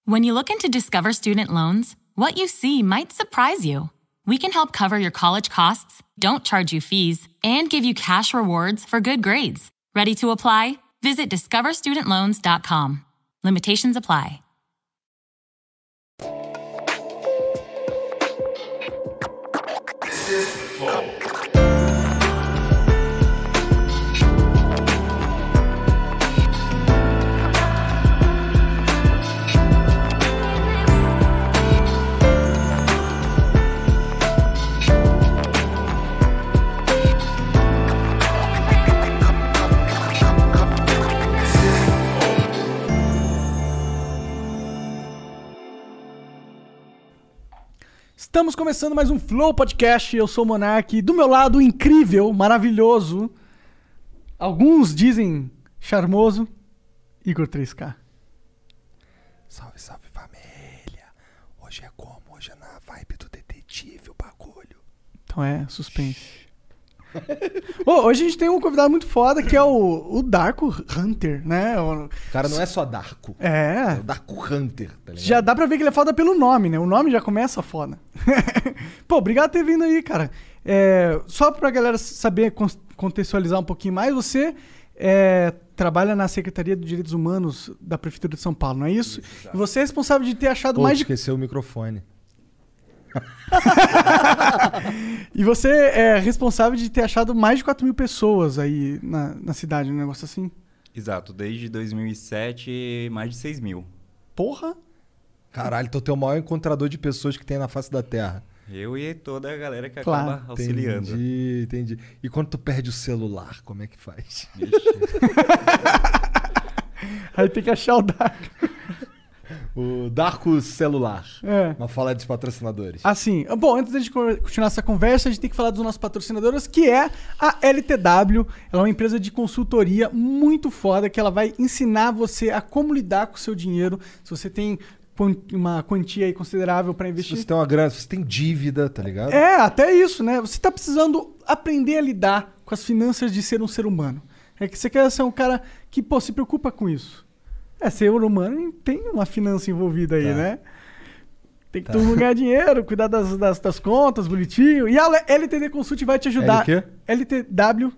When you look into Discover Student Loans, what you see might surprise you. We can help cover your college costs, don't charge you fees, and give you cash rewards for good grades. Ready to apply? Visit discoverstudentloans.com. Limitations apply. Estamos começando mais um Flow Podcast, eu sou o Monark, do meu lado, incrível, maravilhoso, alguns dizem charmoso, Igor 3K. Salve, salve família, hoje é como? Hoje é na vibe do detetive o bagulho. Então é, suspense. Hoje a gente tem um convidado muito foda que é o Darko Hunter, né? O cara não é só Darko. É o Darko Hunter, tá ligado? Já dá pra ver que ele é foda pelo nome, né? O nome já começa foda. Pô, obrigado por ter vindo aí, cara. Só pra galera saber contextualizar um pouquinho mais, você trabalha na Secretaria de Direitos Humanos da Prefeitura de São Paulo, não é isso? E você é responsável de ter achado mais de... esqueceu o microfone. E você é responsável de ter achado mais de 4.000 pessoas aí na cidade, um negócio assim? Exato, desde 2007, mais de 6.000. Porra! Caralho, então tu é o maior encontrador de pessoas que tem na face da Terra. Eu e toda a galera que Claro. acaba auxiliando. Entendi. E quando tu perde o celular, como é que faz? Aí tem que achar o Darko. O Darko Celular. Uma fala dos patrocinadores. Assim, bom, antes da gente continuar essa conversa, a gente tem que falar dos nossos patrocinadores, que é a LTW. Ela é uma empresa de consultoria muito foda, que ela vai ensinar você a como lidar com o seu dinheiro. Se você tem uma quantia aí considerável para investir. Se você tem uma grana, se você tem dívida, tá ligado? Até isso, né? Você tá precisando aprender a lidar com as finanças de ser um ser humano. É que você quer ser um cara que, se preocupa com isso. Ser humano tem uma finança envolvida aí, né? Tem que todo mundo ganhar dinheiro, cuidar das contas, bonitinho. E a LTD Consult vai te ajudar. LTW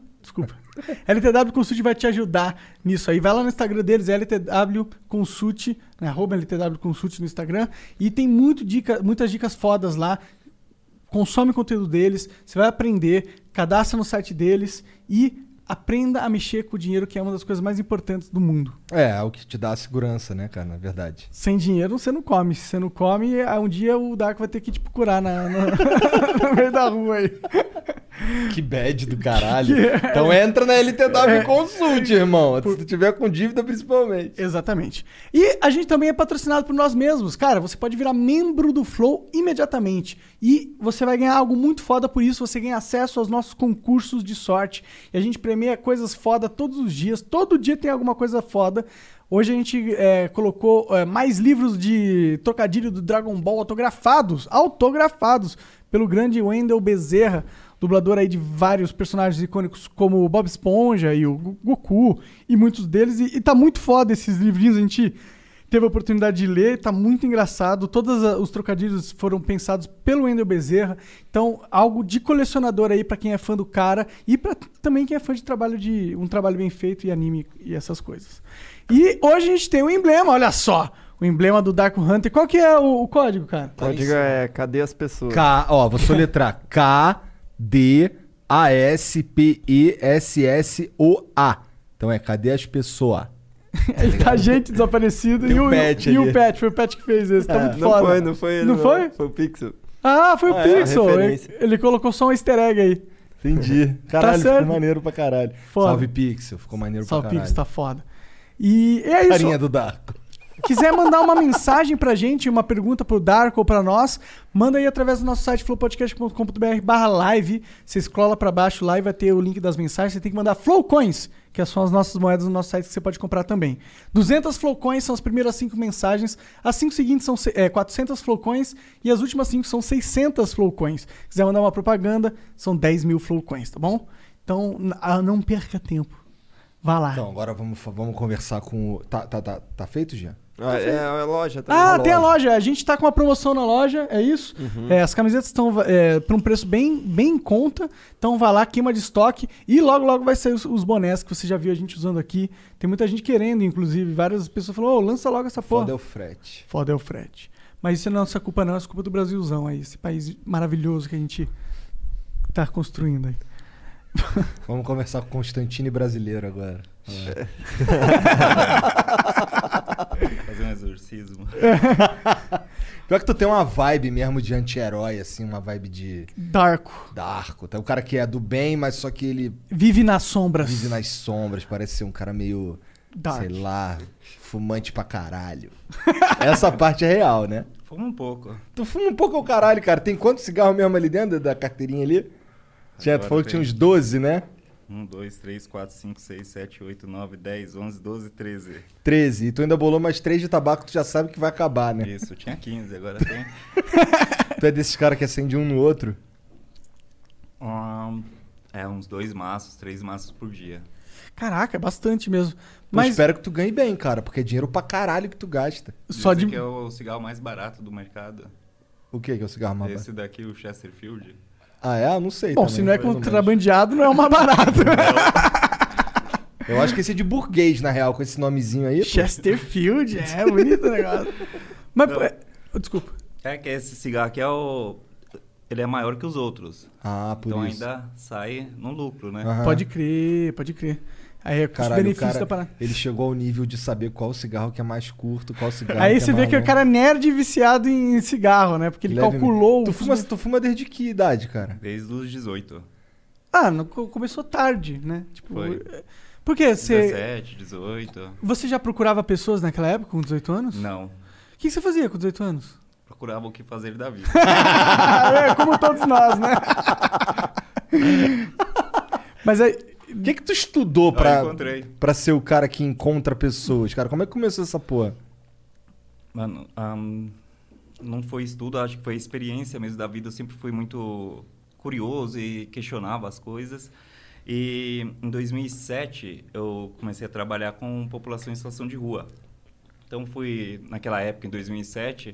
Consult vai te ajudar nisso aí. Vai lá no Instagram deles, LTW Consult, né? @LTW Consult no Instagram. E tem muitas dicas fodas lá. Consome o conteúdo deles, você vai aprender, cadastra no site deles e aprenda a mexer com o dinheiro, que é uma das coisas mais importantes do mundo. É o que te dá segurança, né, cara, na verdade. Sem dinheiro você não come. Se você não come, um dia o Darko vai ter que te procurar no meio da rua aí. Que bad do caralho. Então entra na LTW Consult, irmão. Se tu tiver com dívida, principalmente. Exatamente. E a gente também é patrocinado por nós mesmos. Cara, você pode virar membro do Flow imediatamente. E você vai ganhar algo muito foda por isso. Você ganha acesso aos nossos concursos de sorte. E a gente premia coisas foda todos os dias. Todo dia tem alguma coisa foda. Hoje a gente colocou mais livros de trocadilho do Dragon Ball autografados pelo grande Wendel Bezerra, dublador aí de vários personagens icônicos como o Bob Esponja e o Goku e muitos deles. E tá muito foda esses livrinhos, a gente teve a oportunidade de ler, tá muito engraçado. Todos os trocadilhos foram pensados pelo Wendel Bezerra. Então, algo de colecionador aí pra quem é fã do cara e pra também quem é fã de um trabalho bem feito e anime e essas coisas. E hoje a gente tem o emblema, olha só. O emblema do Darko Hunter. Qual que é o código, cara? O código cadê as pessoas? Vou soletrar. KDASPESSOA. Então cadê as pessoas? Ele tá gente desaparecido e o Pet. Foi o Pet que fez esse. Tá muito foda. Não foi ele. Não foi? Foi o Pixel. Foi o Pixel. Ele colocou só um easter egg aí. Entendi. Caralho, ficou maneiro pra caralho. Foda. Salve Pixel, ficou maneiro pra caralho. Salve Pixel, tá foda. E é isso. Carinha do Darko. Quiser mandar uma mensagem pra gente, uma pergunta pro Darko ou pra nós, manda aí através do nosso site flowpodcast.com.br/live. Você scrolla pra baixo lá e vai ter o link das mensagens. Você tem que mandar Flowcoins, que são as nossas moedas no nosso site que você pode comprar também. 200 Flowcoins são as primeiras 5 mensagens, as 5 seguintes são 400 Flowcoins e as últimas 5 são 600 Flowcoins. Se quiser mandar uma propaganda, são 10.000 Flowcoins, tá bom? Então, não perca tempo. Vá lá. Então, agora vamos conversar com o... Tá feito, Jean? É a loja também. Ah, tem a loja. A gente tá com uma promoção na loja, é isso? As camisetas estão por um preço bem em conta. Então vai lá, queima de estoque. E logo vai sair os bonés que você já viu a gente usando aqui. Tem muita gente querendo, inclusive. Várias pessoas falaram, lança logo essa porra. Foda é o frete. Foda é o frete. Mas isso não é nossa culpa não, é culpa do Brasilzão aí. Esse país maravilhoso que a gente tá construindo aí. Vamos conversar com o Constantine brasileiro agora. Fazer um exorcismo. Pior que tu tem uma vibe mesmo de anti-herói, assim, uma vibe de Darko. darko. Tem um cara que é do bem, mas só que ele Vive nas sombras. vive nas sombras, parece ser um cara meio, Dark. sei lá, fumante pra caralho. Essa parte é real, né? Fuma um pouco. Tu fuma um pouco ao caralho, cara. Tem quantos cigarros mesmo ali dentro da carteirinha ali? Tu Agora falou que tinha tem. uns 12, né? 1, 2, 3, 4, 5, 6, 7, 8, 9, 10, 11, 12, 13. 13. E tu ainda bolou mais 3 de tabaco, tu já sabe que vai acabar, né? Isso, tinha 15, agora tem. Tu é desses caras que acende um no outro? Uns 2 maços, 3 maços por dia. Caraca, é bastante mesmo. Mas Mas espero que tu ganhe bem, cara, porque é dinheiro pra caralho que tu gasta. só Dizem de... que é o cigarro mais barato do mercado. O que é o cigarro mais Esse daqui, o Chesterfield. Ah, é? Eu não sei. Bom, também, se não é mais ou menos. contrabandeado, não é o mais barato. Eu acho que esse é de burguês, na real, com esse nomezinho aí. Pô. Chesterfield, é bonito o negócio. Mas, Não. desculpa. É que esse cigarro aqui ele é maior que os outros. Ah, por Então isso. ainda sai no lucro, né? Aham. Pode crer. Aí é os Caralho, o benefícios cara, da parada. ele chegou ao nível de saber qual cigarro que é mais curto, qual cigarro Aí que você é vê mais que o longo. cara é nerd e viciado em cigarro, né? Porque ele Levemente. calculou... Tu fuma desde que idade, cara? Desde os 18. Ah, começou tarde, né? Tipo, Foi. por quê? 17, 18. Você já procurava pessoas naquela época, com 18 anos? Não. O que você fazia com 18 anos? Procurava o que fazer da vida. Como todos nós, né? Mas aí... O que tu estudou Eu encontrei. pra ser o cara que encontra pessoas, cara? Como é que começou essa porra? Mano, não foi estudo, acho que foi experiência mesmo da vida. Eu sempre fui muito curioso e questionava as coisas. E em 2007 eu comecei a trabalhar com população em situação de rua. Então fui, naquela época, em 2007,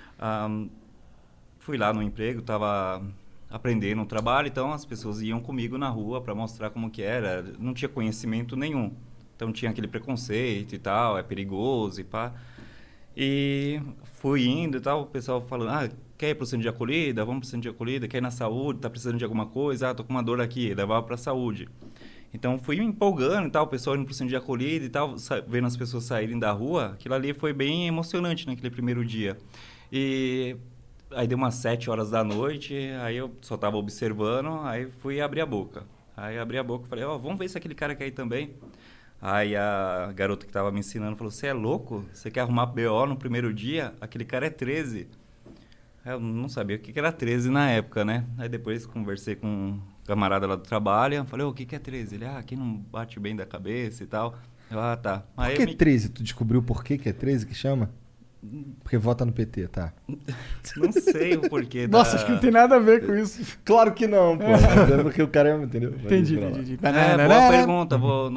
fui lá no emprego, estava aprendendo o trabalho, então as pessoas iam comigo na rua para mostrar como que era. Não tinha conhecimento nenhum. Então tinha aquele preconceito e tal, é perigoso e pá. E fui indo e tal, o pessoal falando, quer ir pro centro de acolhida? Vamos pro centro de acolhida, quer ir na saúde, tá precisando de alguma coisa? Tô com uma dor aqui, levava pra saúde. Então fui me empolgando e tal, o pessoal indo pro centro de acolhida e tal, vendo as pessoas saírem da rua, aquilo ali foi bem emocionante naquele primeiro dia. E aí deu umas 7 horas da noite, aí eu só tava observando, aí fui abrir a boca. Aí abri a boca e falei, vamos ver se aquele cara quer ir também. Aí a garota que estava me ensinando falou, você é louco? Você quer arrumar BO no primeiro dia? Aquele cara é 13. Aí eu não sabia o que era 13 na época, né? Aí depois conversei com um camarada lá do trabalho, falei, o que é 13? Ele, quem não bate bem da cabeça e tal. Eu, tá. Por que 13? Tu descobriu por que é 13 que chama? Porque vota no PT, tá? Não sei o porquê Nossa, acho que não tem nada a ver com isso. Claro que não, pô. Mas é porque o cara é, entendeu? Entendi. boa pergunta, vou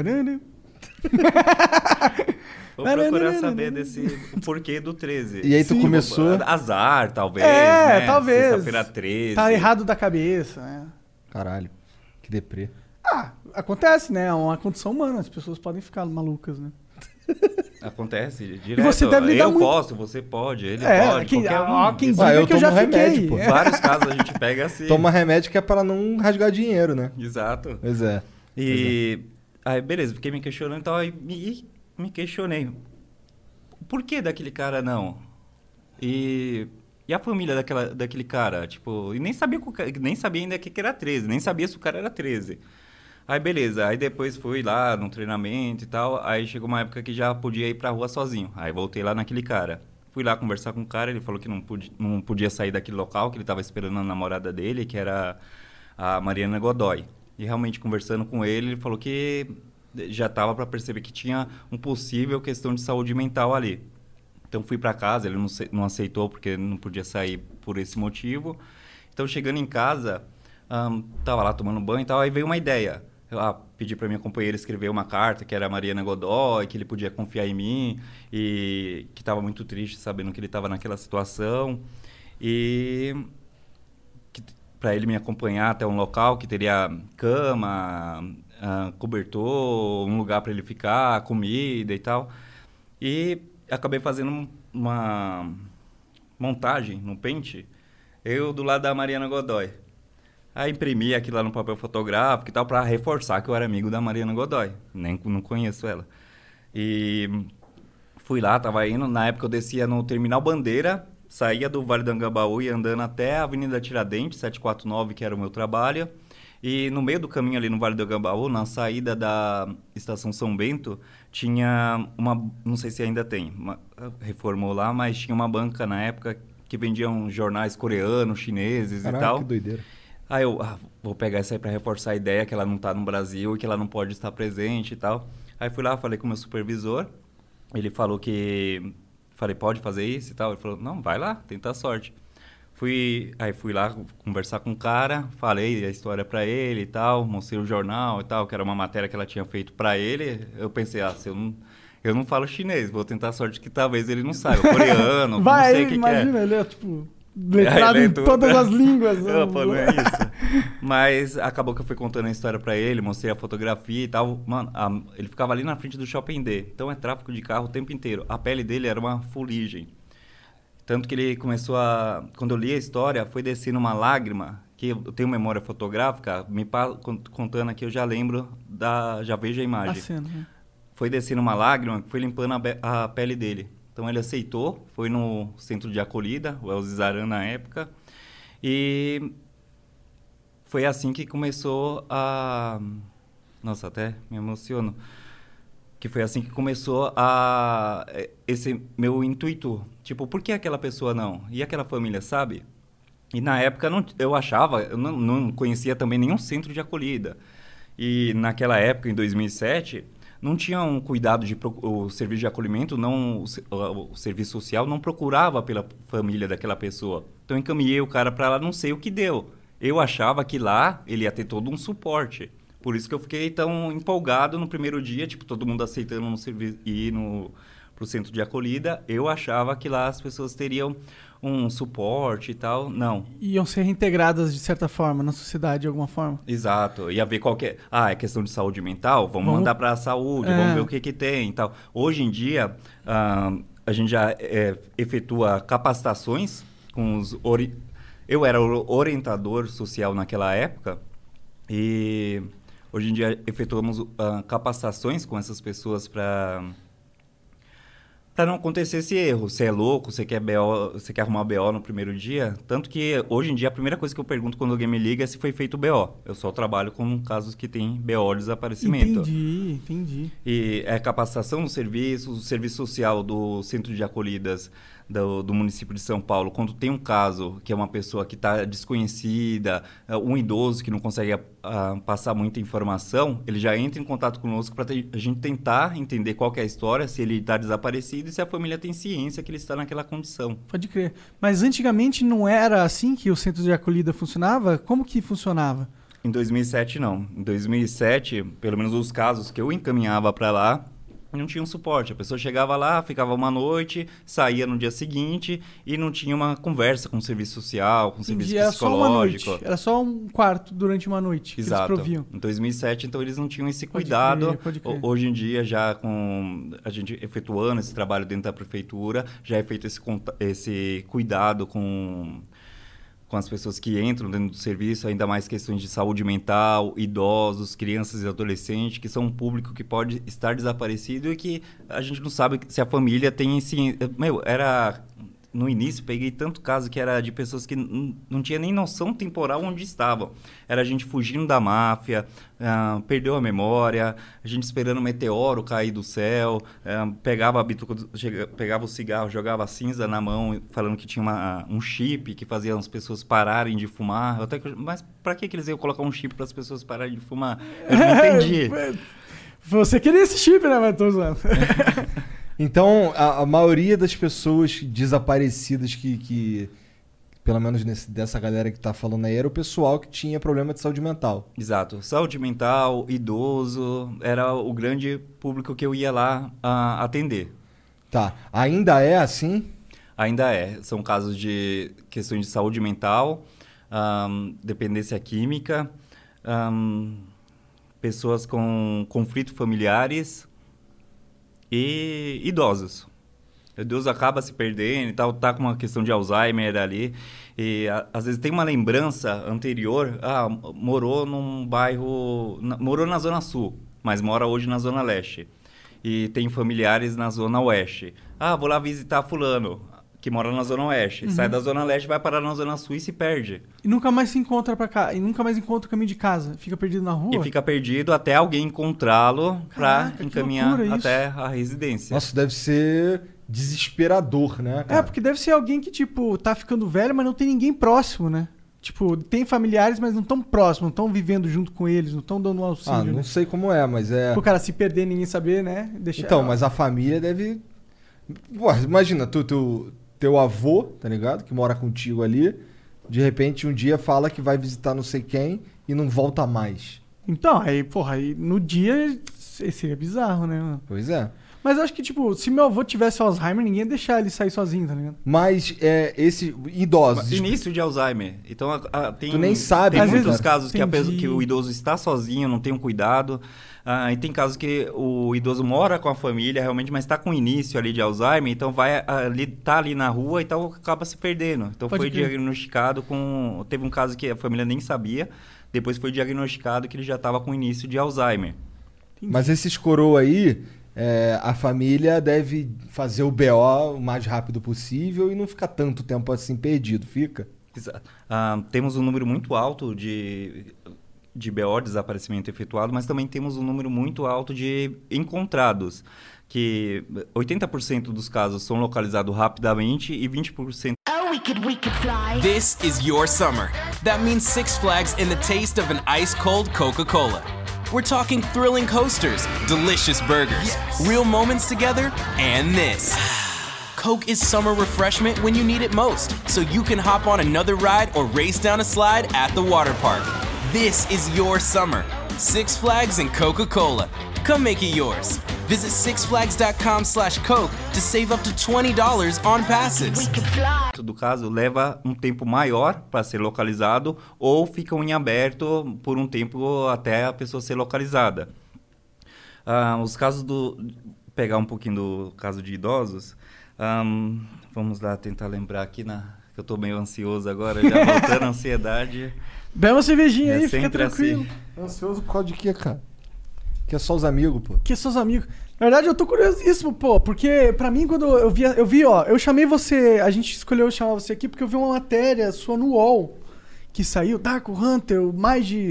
procurar saber o porquê do 13. E aí tu começou... Azar, talvez, né? né? Talvez. Sexta-feira 13. Tá errado da cabeça, né? Caralho, que deprê. Acontece, né? É uma condição humana, as pessoas podem ficar malucas, né? Acontece direto. E você deve lidar eu muito... posso, você pode, ele pode. Quem Quem diga eu que eu já tomo fiquei. remédio, pô. Vários casos a gente pega assim. Toma remédio que é pra não rasgar dinheiro, né? Exato. Pois é. E aí, beleza, fiquei me questionando e tal, aí me questionei. Por que daquele cara não? E a família daquele cara? Tipo, e nem sabia ainda o que era 13, nem sabia se o cara era 13. Aí, beleza. Aí depois fui lá no treinamento e tal. Aí chegou uma época que já podia ir pra rua sozinho. Aí voltei lá naquele cara. Fui lá conversar com o cara. Ele falou que não podia sair daquele local, que ele tava esperando a namorada dele, que era a Mariana Godoy. E realmente, conversando com ele, ele falou que já tava para perceber que tinha um possível questão de saúde mental ali. Então, fui para casa. Ele não aceitou porque não podia sair por esse motivo. Então, chegando em casa, tava lá tomando banho e tal. Aí veio uma ideia. pedi para minha companheira escrever uma carta, que era a Mariana Godoy, que ele podia confiar em mim e que estava muito triste sabendo que ele estava naquela situação. E para ele me acompanhar até um local que teria cama, cobertor, um lugar para ele ficar, comida e tal. E acabei fazendo uma montagem no Paint, eu do lado da Mariana Godoy. Aí imprimi aquilo lá no papel fotográfico e tal, para reforçar que eu era amigo da Mariana Godoy. Não conheço ela. E fui lá, tava indo. Na época eu descia no Terminal Bandeira, saía do Vale do Anhangabaú e andando até a Avenida Tiradentes, 749, que era o meu trabalho. E no meio do caminho ali no Vale do Anhangabaú, na saída da Estação São Bento, tinha uma... Não sei se ainda tem, reformou lá, mas tinha uma banca na época que vendiam jornais coreanos, chineses e tal. Que doideira. Aí eu vou pegar essa aí para reforçar a ideia que ela não está no Brasil e que ela não pode estar presente e tal. Aí fui lá, falei com o meu supervisor, ele falou que... Falei, pode fazer isso e tal? Ele falou, não, vai lá, tenta a sorte. Aí fui lá conversar com o cara, falei a história para ele e tal, mostrei o jornal e tal, que era uma matéria que ela tinha feito para ele. Eu pensei, se eu não falo chinês, vou tentar a sorte que talvez ele não saiba, coreano, não sei o que imagina, ele é tipo... letrado em todas as línguas. Não é isso. Mas acabou que eu fui contando a história pra ele, mostrei a fotografia e tal. Mano, ele ficava ali na frente do Shopping D. Então é tráfego de carro o tempo inteiro. A pele dele era uma fuligem. Tanto que ele começou a... Quando eu li a história, foi descendo uma lágrima, que eu tenho memória fotográfica, contando aqui eu já lembro, já vejo a imagem. Né? Foi descendo uma lágrima que foi limpando a pele dele. Então ele aceitou, foi no centro de acolhida, o Elzizaran na época, e foi assim que começou a... Nossa, até me emociono. Que foi assim que começou esse meu intuito. Tipo, por que aquela pessoa não? E aquela família, sabe? E na época eu achava, eu não conhecia também nenhum centro de acolhida. E naquela época, em 2007... não tinha um cuidado o serviço de acolhimento, o serviço social não procurava pela família daquela pessoa. Então, eu encaminhei o cara para lá, não sei o que deu. Eu achava que lá ele ia ter todo um suporte. Por isso que eu fiquei tão empolgado no primeiro dia, tipo, todo mundo aceitando no serviço, ir pro centro de acolhida. Eu achava que lá as pessoas teriam um suporte e tal. Não. Iam ser reintegradas, de certa forma, na sociedade, de alguma forma. Exato. Ia ver qual que é... é questão de saúde mental? Vamos mandar para a saúde, vamos ver o que tem e tal. Hoje em dia, a gente já efetua capacitações com os... Eu era orientador social naquela época e hoje em dia efetuamos capacitações com essas pessoas para não acontecer esse erro. Você é louco, você quer arrumar BO no primeiro dia. Tanto que, hoje em dia, a primeira coisa que eu pergunto quando alguém me liga é se foi feito BO. Eu só trabalho com casos que tem BO de desaparecimento. Entendi. E capacitação no serviço, o serviço social do centro de acolhidas do município de São Paulo. Quando tem um caso que é uma pessoa que está desconhecida, um idoso que não consegue passar muita informação, ele já entra em contato conosco para a gente tentar entender qual que é a história, se ele está desaparecido e se a família tem ciência que ele está naquela condição. Pode crer. Mas antigamente não era assim que o centro de acolhida funcionava? Como que funcionava? Em 2007, não. Em 2007, pelo menos os casos que eu encaminhava para lá, não tinha um suporte. A pessoa chegava lá, ficava uma noite, saía no dia seguinte e não tinha uma conversa com o serviço social, com o serviço psicológico. Era só um quarto durante uma noite. Exato. Que eles proviam. Em 2007, então, eles não tinham esse cuidado. Pode crer. Hoje em dia, já com a gente efetuando esse trabalho dentro da prefeitura, já é feito esse cuidado com as pessoas que entram dentro do serviço, ainda mais questões de saúde mental, idosos, crianças e adolescentes, que são um público que pode estar desaparecido e que a gente não sabe se a família tem esse... No início, peguei tanto caso que era de pessoas que não tinha nem noção temporal onde estavam. Era a gente fugindo da máfia, perdeu a memória, a gente esperando o meteoro cair do céu, pegava o cigarro, jogava a cinza na mão, falando que tinha um chip que fazia as pessoas pararem de fumar. Mas para que eles iam colocar um chip para as pessoas pararem de fumar? Eu não entendi. Você queria esse chip, né? Mas tô usando. Então, a maioria das pessoas desaparecidas pelo menos dessa galera que tá falando aí, era o pessoal que tinha problema de saúde mental. Exato. Saúde mental, idoso, era o grande público que eu ia lá atender. Tá. Ainda é assim? Ainda é. São casos de questões de saúde mental, dependência química, pessoas com conflitos familiares e idosos. O idoso acaba se perdendo e tal, tá com uma questão de Alzheimer ali. E às vezes tem uma lembrança anterior, morou num bairro, morou na Zona Sul, mas mora hoje na Zona Leste. E tem familiares na Zona Oeste. Vou lá visitar fulano, que mora na Zona Oeste. Sai da Zona Leste, vai parar na Zona Sul e se perde. E nunca mais se encontra pra cá. E nunca mais encontra o caminho de casa. Fica perdido na rua. E fica perdido até alguém encontrá-lo pra encaminhar até a residência. Nossa, deve ser desesperador, né, cara? Porque deve ser alguém que, tipo, tá ficando velho, mas não tem ninguém próximo, né? Tipo, tem familiares, mas não tão próximos, não estão vivendo junto com eles, não estão dando um auxílio. Não sei como é, mas é... O cara se perder, ninguém saber, né? Então, mas a família deve... Pô, imagina, teu avô, tá ligado? Que mora contigo ali, de repente um dia fala que vai visitar não sei quem e não volta mais. Então, aí no dia seria bizarro, né, mano? Pois é. Mas eu acho que, tipo, se meu avô tivesse Alzheimer, ninguém ia deixar ele sair sozinho, tá ligado? Mas esse idosos... Início de Alzheimer. Então, tem... Tu nem sabe. Tem Às muitos vezes, casos que o idoso está sozinho, não tem um cuidado. E tem casos que o idoso mora com a família, realmente, mas está com início ali de Alzheimer, então tá ali na rua e então acaba se perdendo. Então, foi diagnosticado com... Teve um caso que a família nem sabia, depois foi diagnosticado que ele já estava com início de Alzheimer. Mas esses coroa aí... a família deve fazer o BO o mais rápido possível e não ficar tanto tempo assim perdido, fica? Exato. Temos um número muito alto de BO, desaparecimento efetuado, mas também temos um número muito alto de encontrados, que 80% dos casos são localizados rapidamente e 20%... We could fly. This is your summer. That means Six Flags and the taste of an ice-cold Coca-Cola. We're talking thrilling coasters, delicious burgers, real moments together, and this. Coke is summer refreshment when you need it most, so you can hop on another ride or race down a slide at the water park. This is your summer. Six Flags and Coca-Cola. Come make it yours. Visit sixflags.com/Coke to save up to $20 on passes. Do caso, leva um tempo maior para ser localizado ou ficam em aberto por um tempo até a pessoa ser localizada. Os casos pegar um pouquinho do caso de idosos, vamos lá tentar lembrar aqui, que eu estou meio ansioso agora, já voltando a ansiedade. Bebe uma cervejinha aí, fica tranquilo. Assim. Ansioso por causa de quê, cara? Que é só os amigos, pô. Que é só os amigos. Na verdade, eu tô curiosíssimo, pô, porque pra mim, quando eu vi, ó, eu chamei você, a gente escolheu chamar você aqui porque eu vi uma matéria sua no UOL, que saiu, Dark Hunter, mais de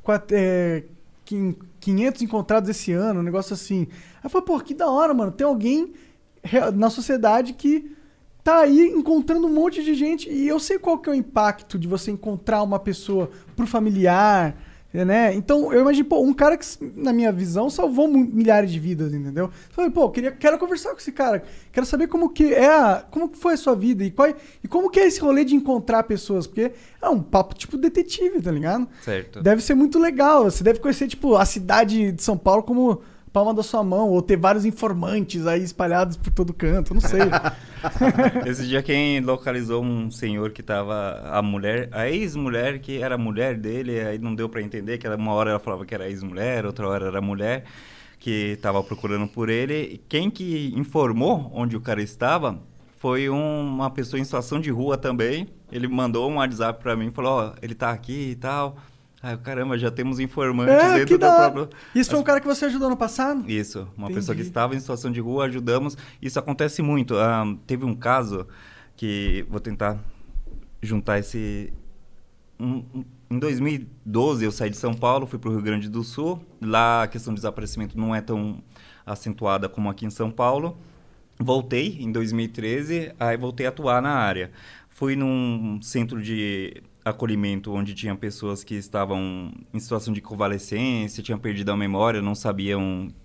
500 encontrados esse ano, um negócio assim. Aí eu falei, pô, que da hora, mano, tem alguém na sociedade que tá aí encontrando um monte de gente e eu sei qual que é o impacto de você encontrar uma pessoa pro familiar, né? Então, eu imagino, pô, um cara que, na minha visão, salvou milhares de vidas, entendeu? Eu falei, pô, quero conversar com esse cara. Quero saber como que foi a sua vida e como que é esse rolê de encontrar pessoas. Porque é um papo tipo detetive, tá ligado? Certo. Deve ser muito legal. Você deve conhecer, tipo, a cidade de São Paulo como palma da sua mão, ou ter vários informantes aí espalhados por todo canto, não sei. Esse dia quem localizou um senhor que tava, a ex-mulher, que era a mulher dele, aí não deu pra entender, que uma hora ela falava que era ex-mulher, outra hora era mulher, que tava procurando por ele. Quem que informou onde o cara estava foi uma pessoa em situação de rua também. Ele mandou um WhatsApp pra mim e falou, ó, ele tá aqui e tal. Ai, caramba, já temos informantes dentro do próprio... Isso foi um cara que você ajudou no passado? Isso, uma pessoa que estava em situação de rua, ajudamos. Isso acontece muito. Teve um caso que... Vou tentar juntar esse... Em 2012, eu saí de São Paulo, fui para o Rio Grande do Sul. Lá a questão de desaparecimento não é tão acentuada como aqui em São Paulo. Voltei em 2013, aí voltei a atuar na área. Fui num centro de acolhimento onde tinha pessoas que estavam em situação de convalescência, tinham perdido a memória, não sabiam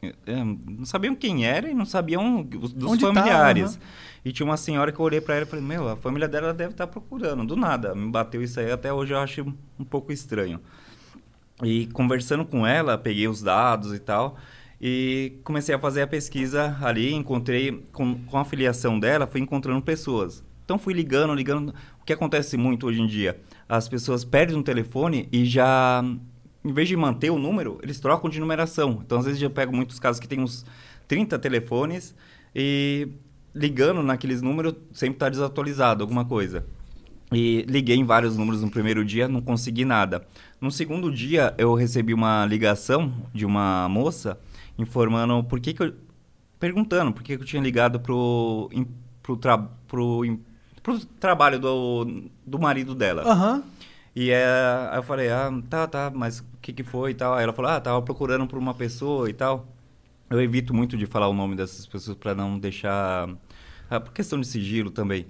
não sabiam quem era e não sabiam dos Onde familiares. Tá, E tinha uma senhora que eu olhei pra ela e falei, meu, a família dela deve estar procurando. Do nada, me bateu isso aí, até hoje eu acho um pouco estranho. E conversando com ela, peguei os dados e tal, e comecei a fazer a pesquisa ali, encontrei, com a filiação dela, fui encontrando pessoas. Então fui ligando. O que acontece muito hoje em dia? As pessoas perdem um telefone e já, em vez de manter o número, eles trocam de numeração. Então, às vezes, eu pego muitos casos que tem uns 30 telefones e ligando naqueles números sempre está desatualizado alguma coisa. E liguei em vários números no primeiro dia, não consegui nada. No segundo dia, eu recebi uma ligação de uma moça informando perguntando por que eu tinha ligado pro trabalho do marido dela. Aham. E aí eu falei, tá, mas o que foi e tal? Aí ela falou, tava procurando por uma pessoa e tal. Eu evito muito de falar o nome dessas pessoas para não deixar... por questão de sigilo também.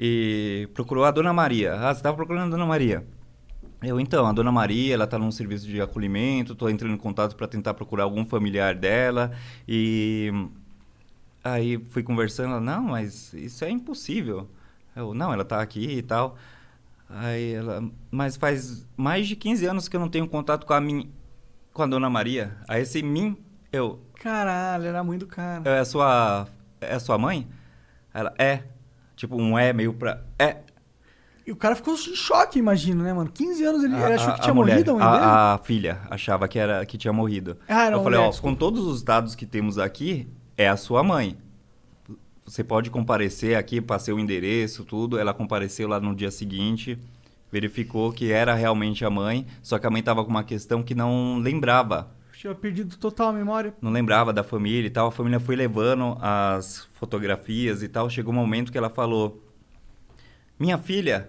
E procurou a Dona Maria. Você estava procurando a Dona Maria? Então, a Dona Maria, ela está num serviço de acolhimento, estou entrando em contato para tentar procurar algum familiar dela. E aí fui conversando, ela, não, mas isso é impossível. Não, ela está aqui e tal. Aí ela, mas faz mais de 15 anos que eu não tenho contato com a Dona Maria. Aí esse Caralho, era muito do cara. É a sua mãe? Ela, tipo, um meio pra... E o cara ficou em choque, imagino, né, mano? 15 anos ele achou que tinha mulher, morrido a mãe dele? A filha achava que tinha morrido. Eu falei, com todos os dados que temos aqui, é a sua mãe. Você pode comparecer aqui, passei o endereço, tudo. Ela compareceu lá no dia seguinte, verificou que era realmente a mãe, só que a mãe estava com uma questão que não lembrava. Tinha perdido total a memória. Não lembrava da família e tal. A família foi levando as fotografias e tal. Chegou um momento que ela falou, minha filha...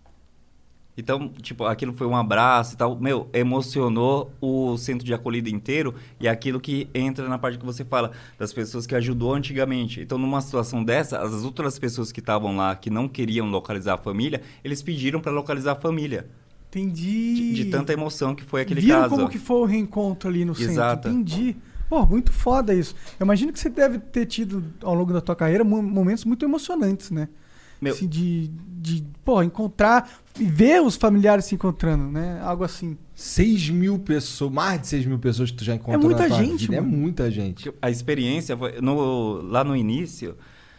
Então, tipo, aquilo foi um abraço e tal. Meu, emocionou o centro de acolhida inteiro. E aquilo que entra na parte que você fala, das pessoas que ajudou antigamente. Então, numa situação dessa, as outras pessoas que estavam lá, que não queriam localizar a família, eles pediram para localizar a família. Entendi. De tanta emoção que foi aquele Viram caso. como que foi o reencontro ali no Exato. centro. Entendi. Pô, muito foda isso. Eu imagino que você deve ter tido, ao longo da tua carreira, momentos muito emocionantes, né? Assim, de encontrar e ver os familiares se encontrando, né? Algo assim. 6 mil pessoas, mais de 6 mil pessoas que tu já encontrou muita na tua gente, vida. mano. É muita gente. A experiência foi... lá no início...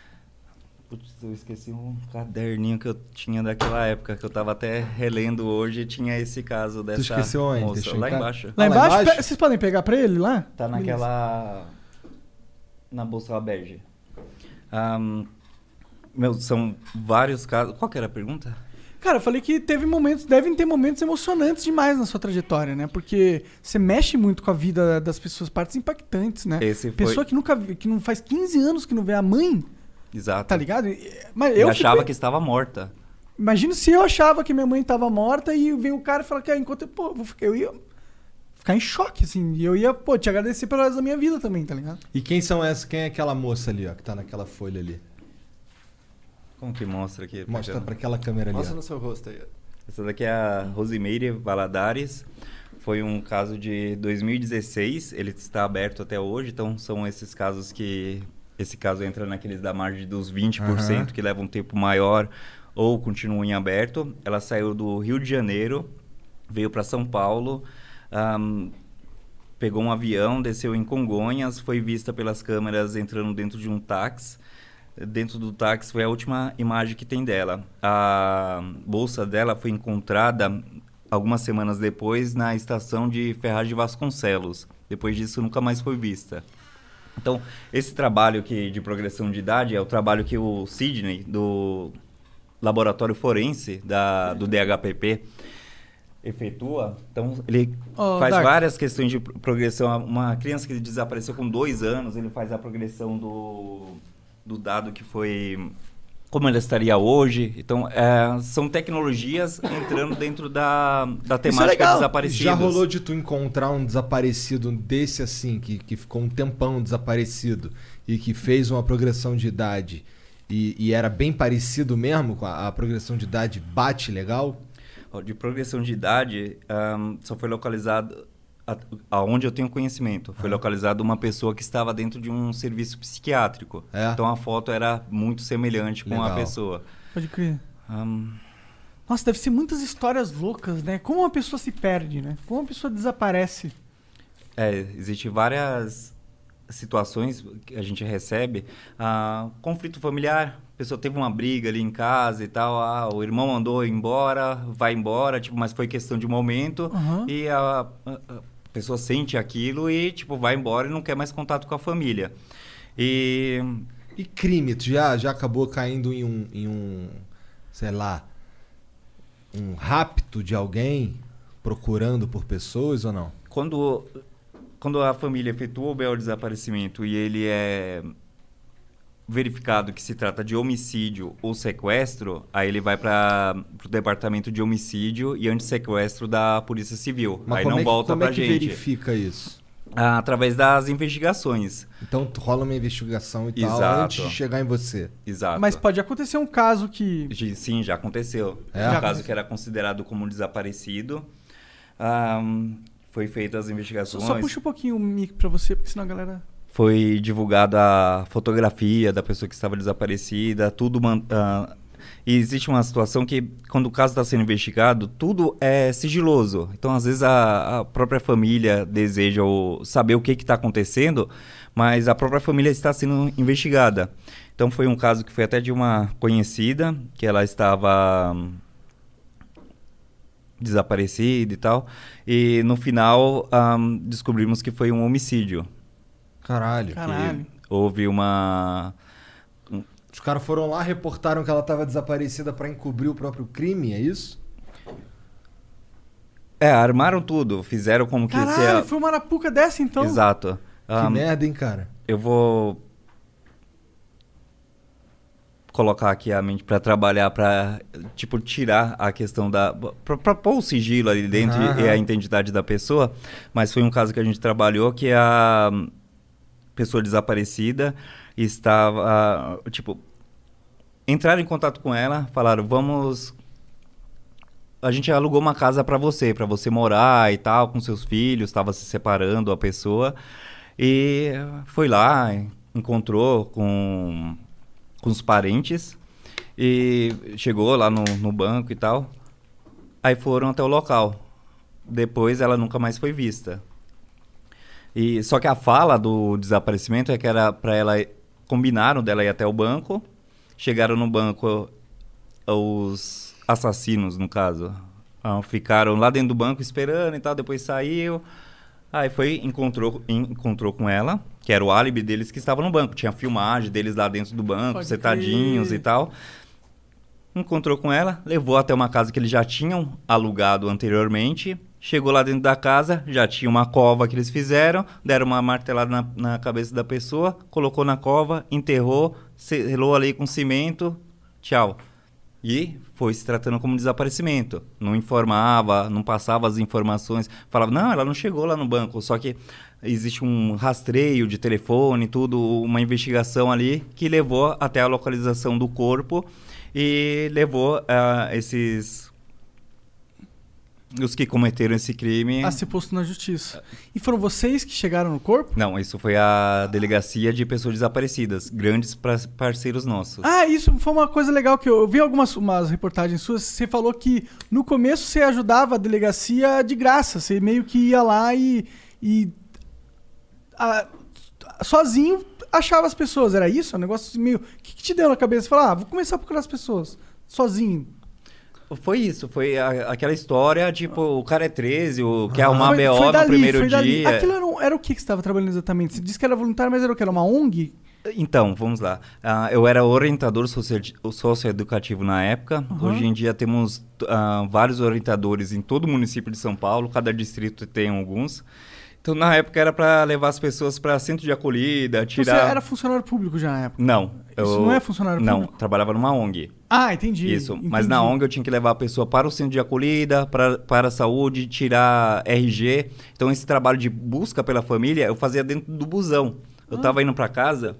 Putz, eu esqueci um caderninho que eu tinha daquela época, que eu tava até relendo hoje, tinha esse caso dessa Tu esqueceu onde? moça. Deixou Lá em casa? embaixo. Lá lá embaixo? embaixo? Vocês podem pegar pra ele lá? Tá naquela... Na bolsa bege. São vários casos... Qual que era a pergunta? Cara, eu falei que devem ter momentos emocionantes demais na sua trajetória, né? Porque você mexe muito com a vida das pessoas, partes impactantes, né? Pessoa que não faz 15 anos que não vê a mãe, Exato. tá ligado? Mas eu achava que estava morta. Imagina se eu achava que minha mãe estava morta e veio o cara e falou que enquanto eu ia ficar em choque, assim. E eu ia, te agradecer pelo resto da minha vida também, tá ligado? E quem é aquela moça ali, ó, que tá naquela folha ali? Como que mostra aqui? Mostra pra aquela câmera ali. Mostra ó. no seu rosto aí. Essa daqui é a Rosimeire Valadares. Foi um caso de 2016. Ele está aberto até hoje. Então, são esses casos que... Esse caso entra naqueles da margem dos 20%, que levam um tempo maior ou continuam em aberto. Ela saiu do Rio de Janeiro, veio para São Paulo, pegou um avião, desceu em Congonhas, foi vista pelas câmeras entrando dentro de um táxi. Dentro do táxi foi a última imagem que tem dela. A bolsa dela foi encontrada algumas semanas depois na estação de Ferraz de Vasconcelos. Depois disso, nunca mais foi vista. Então, esse trabalho de progressão de idade é o trabalho que o Sidney, do Laboratório Forense do DHPP, efetua. Então, ele faz várias questões de progressão. Uma criança que desapareceu com 2 anos, ele faz a progressão do dado que foi... Como ela estaria hoje. Então, são tecnologias entrando dentro da temática desaparecidos. Já rolou de tu encontrar um desaparecido desse assim, que ficou um tempão desaparecido e que fez uma progressão de idade e era bem parecido mesmo com a progressão de idade bate legal? De progressão de idade, só foi localizado aonde eu tenho conhecimento. Foi localizada uma pessoa que estava dentro de um serviço psiquiátrico. Então a foto era muito semelhante com a pessoa. Pode crer. Nossa, deve ser muitas histórias loucas, né? Como uma pessoa se perde, né? Como uma pessoa desaparece. Existem várias situações que a gente recebe. Conflito familiar, a pessoa teve uma briga ali em casa e tal, o irmão mandou embora, vai embora, tipo, mas foi questão de momento, e a pessoa sente aquilo e, tipo, vai embora e não quer mais contato com a família. E crime, tu já acabou caindo em um, sei lá, um rapto de alguém procurando por pessoas ou não? Quando a família efetua o BO desaparecimento e ele é verificado que se trata de homicídio ou sequestro, aí ele vai para o departamento de homicídio e antissequestro da Polícia Civil. Mas aí não volta pra gente. Como é que verifica isso? Através das investigações. Então rola uma investigação e tal antes de chegar em você. Exato. Mas pode acontecer um caso que... Sim, já aconteceu. Um caso que era considerado como desaparecido. Foi feita as investigações. Só puxa um pouquinho o mic pra você, porque senão a galera... Foi divulgada a fotografia da pessoa que estava desaparecida, tudo... E existe uma situação que, quando o caso está sendo investigado, tudo é sigiloso. Então, às vezes, a própria família deseja saber o que está acontecendo, mas a própria família está sendo investigada. Então, foi um caso que foi até de uma conhecida, que ela estava desaparecida e tal. E, no final, descobrimos que foi um homicídio. Caralho. Houve uma... Os caras foram lá, reportaram que ela estava desaparecida para encobrir o próprio crime, é isso? Armaram tudo, fizeram como que... Caralho, foi uma arapuca dessa, então? Exato. Que merda, hein, cara? Eu vou colocar aqui a mente para trabalhar, para tipo, tirar a questão da... Para pôr o sigilo ali dentro e a identidade da pessoa, mas foi um caso que a gente trabalhou que a pessoa desaparecida estava, tipo, entraram em contato com ela, falaram, a gente alugou uma casa para você morar e tal, com seus filhos, estava se separando a pessoa, e foi lá, encontrou com os parentes, e chegou lá no banco e tal, aí foram até o local, depois ela nunca mais foi vista. Só que a fala do desaparecimento é que era para ela... Combinaram dela ir até o banco. Chegaram no banco os assassinos, no caso. Ficaram lá dentro do banco esperando e tal. Depois saiu. Aí encontrou com ela, que era o álibi deles que estava no banco. Tinha filmagem deles lá dentro do banco, sentadinhos e tal. Encontrou com ela, levou até uma casa que eles já tinham alugado anteriormente. Chegou lá dentro da casa, já tinha uma cova que eles fizeram, deram uma martelada na cabeça da pessoa, colocou na cova, enterrou, selou ali com cimento, tchau. E foi se tratando como desaparecimento. Não informava, não passava as informações, falava, não, ela não chegou lá no banco. Só que existe um rastreio de telefone, tudo, uma investigação ali que levou até a localização do corpo e levou os que cometeram esse crime... A ser posto na justiça. E foram vocês que chegaram no corpo? Não, isso foi a Delegacia de Pessoas Desaparecidas. Grandes parceiros nossos. Isso foi uma coisa legal que eu vi umas reportagens suas. Você falou que no começo você ajudava a delegacia de graça. Você meio que ia lá e sozinho achava as pessoas. Era isso? Um negócio meio... O que te deu na cabeça? Falar, vou começar a procurar as pessoas. Sozinho. Foi isso, foi aquela história, tipo, o cara é 13, quer arrumar BO no primeiro dia. Aquilo era o que você estava trabalhando exatamente? Você disse que era voluntário, mas era o que? Era uma ONG? Então, vamos lá. Eu era orientador socioeducativo na época. Hoje em dia temos vários orientadores em todo o município de São Paulo, cada distrito tem alguns. Então, na época, era para levar as pessoas para centro de acolhida, tirar... Então, você era funcionário público já na época? Não. Isso não é funcionário público? Não, trabalhava numa ONG. Entendi. Isso, entendi. Mas na ONG eu tinha que levar a pessoa para o centro de acolhida, para a saúde, tirar RG. Então, esse trabalho de busca pela família, eu fazia dentro do busão. Eu estava indo para casa...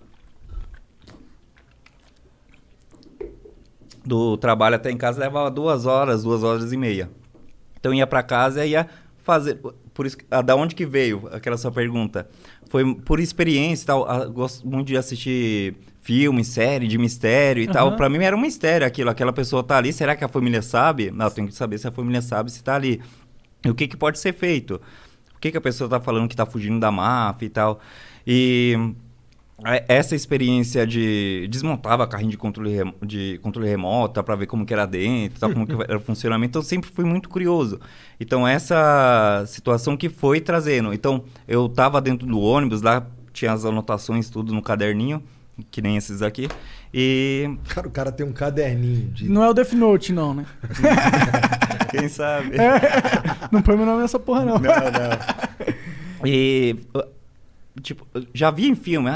Do trabalho até em casa levava 2 horas e meia. Então, ia para casa e ia fazer... por isso, da onde que veio aquela sua pergunta? Foi por experiência e tal. Gosto muito de assistir filme, série de mistério e tal. Pra mim era um mistério aquilo. Aquela pessoa tá ali, será que a família sabe? Não, eu tenho que saber se a família sabe se tá ali. E o que pode ser feito? O que a pessoa tá falando que tá fugindo da máfia e tal? E essa experiência de desmontava carrinho de controle remoto para ver como que era dentro, tal, como que era o funcionamento, então eu sempre fui muito curioso. Então essa situação que foi trazendo. Então eu tava dentro do ônibus, lá tinha as anotações tudo no caderninho, que nem esses aqui, e... Cara, o cara tem um caderninho de... Não é o Death Note, não, né? Quem sabe? Não põe meu nome nessa porra, não. Não. E... Tipo, já vi em filme,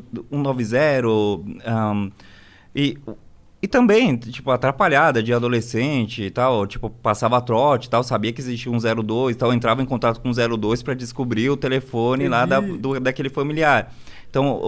190, e também, tipo, atrapalhada de adolescente e tal, tipo, passava trote e tal, sabia que existia um 02 e tal, entrava em contato com o 02 para descobrir o telefone lá daquele familiar. Então,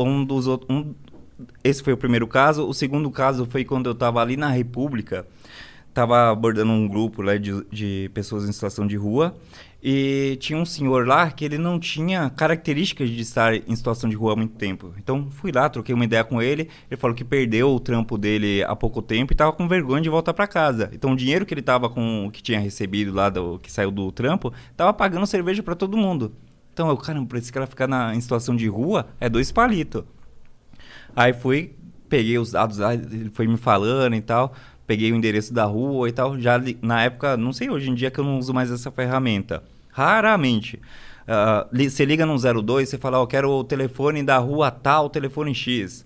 esse foi o primeiro caso. O segundo caso foi quando eu tava ali na República, tava abordando um grupo lá de pessoas em situação de rua, e tinha um senhor lá que ele não tinha características de estar em situação de rua há muito tempo. Então, fui lá, troquei uma ideia com ele. Ele falou que perdeu o trampo dele há pouco tempo e estava com vergonha de voltar para casa. Então, o dinheiro que ele que tinha recebido lá, que saiu do trampo, estava pagando cerveja para todo mundo. Então, eu, caramba, pra esse cara ficar em situação de rua, é 2 palitos. Aí peguei os dados lá, ele foi me falando e tal... Peguei o endereço da rua e tal. Já na época, não sei hoje em dia que eu não uso mais essa ferramenta. Raramente. Você liga no 02, você fala, quero o telefone da rua tal, telefone X.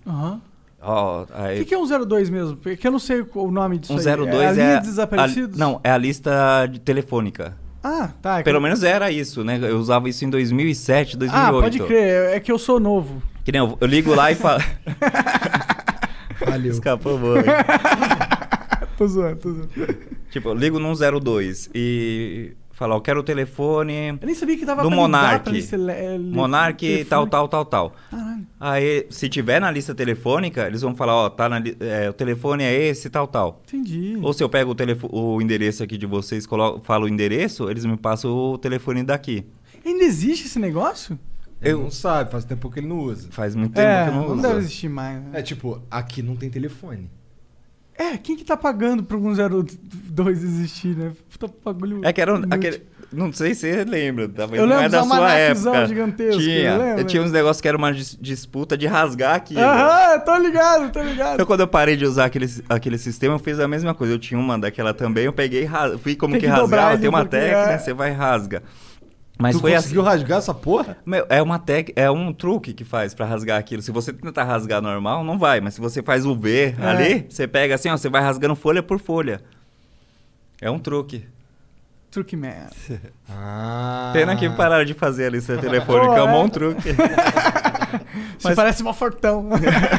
O que é um 02 mesmo? Porque eu não sei o nome disso. 02 é a linha de desaparecidos? Não, é a lista telefônica. Ah, tá. Pelo menos era isso, né? Eu usava isso em 2007, 2008. Ah, pode crer. É que eu sou novo. Que nem eu ligo lá e falo... Valeu. Escapou, boa. Tô zoando. Tipo, eu ligo num 02 e falo, eu quero o telefone... Eu nem sabia que dava do pra Monark. Monark, tal. Caralho. Aí, se tiver na lista telefônica, eles vão falar, tá o telefone é esse, tal. Entendi. Ou se eu pego o endereço aqui de vocês, falo o endereço, eles me passam o telefone daqui. Ainda existe esse negócio? Ele não sabe, faz tempo que ele não usa. Faz muito tempo que eu não uso. Não deve existir mais. Né? É tipo, aqui não tem telefone. Quem que tá pagando pra um 02 existir, né? Puta bagulho. É que era aquele... Não sei se você lembra, talvez eu não é da sua época. Gigantesco, tinha uns negócios que era uma disputa de rasgar aqui. Tô ligado. Então quando eu parei de usar aquele sistema, eu fiz a mesma coisa. Eu tinha uma daquela também, eu peguei e fui como que rasgar. Tem uma técnica, você vai e rasga. Mas tu conseguiu rasgar essa porra? É um truque que faz pra rasgar aquilo. Se você tentar rasgar normal, não vai. Mas se você faz o V ali, você pega assim, você vai rasgando folha por folha. É um truque. Truque man. Pena que pararam de fazer a lista telefônica, é um bom truque. Mas parece uma fortão.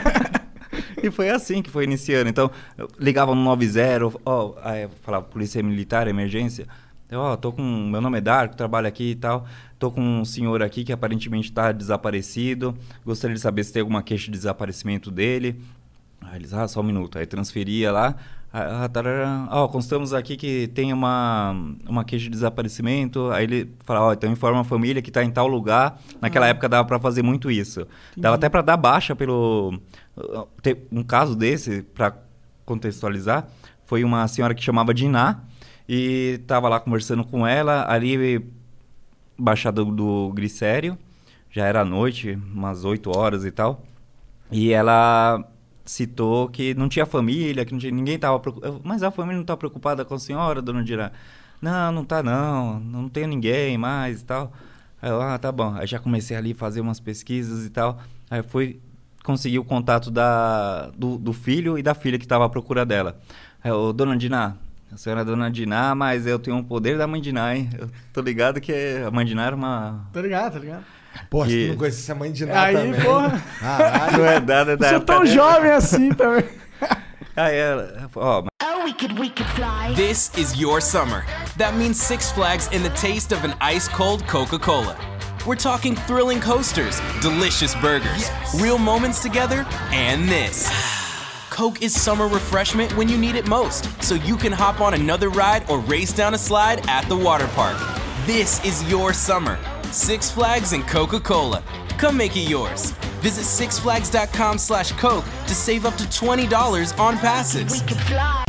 E foi assim que foi iniciando. Então, eu ligava no 90, aí eu falava, polícia militar, emergência. Tô com... Meu nome é Darko, trabalho aqui e tal. Tô com um senhor aqui que aparentemente está desaparecido. Gostaria de saber se tem alguma queixa de desaparecimento dele. Aí eles, só um minuto. Aí transferia lá. Constamos aqui que tem uma queixa de desaparecimento. Aí ele fala, então informa a família que está em tal lugar. Naquela época dava para fazer muito isso. Entendi. Dava até para dar baixa pelo... Um caso desse, para contextualizar, foi uma senhora que chamava Diná. E tava lá conversando com ela, ali, baixada do Glicério, já era noite, umas 8 horas e tal. E ela citou que não tinha família, que ninguém tava preocupado. Mas a família não tá preocupada com a senhora, dona Dirá? Não tá não tenho ninguém mais e tal. Aí eu, tá bom. Aí já comecei ali a fazer umas pesquisas e tal. Aí consegui o contato do filho e da filha que tava à procura dela. Aí eu, dona Diná, a senhora é dona Diná, mas eu tenho um poder da mãe Diná, hein? Eu tô ligado que a mãe Diná era uma... Tô ligado. Pô, se tu não conhecesse a mãe Diná aí, também. Porra. Caralho. Não é nada da época. Você é tão jovem assim também. Aí ela... we could fly. This is your summer. That means Six Flags and the taste of an ice-cold Coca-Cola. We're talking thrilling coasters, delicious burgers, real moments together, and this. Coke is summer refreshment when you need it most, so you can hop on another ride or race down a slide at the water park. This is your summer. Six Flags and Coca-Cola. Come make it yours. Visit sixflags.com/Coke to save up to $20 on passes. We could fly.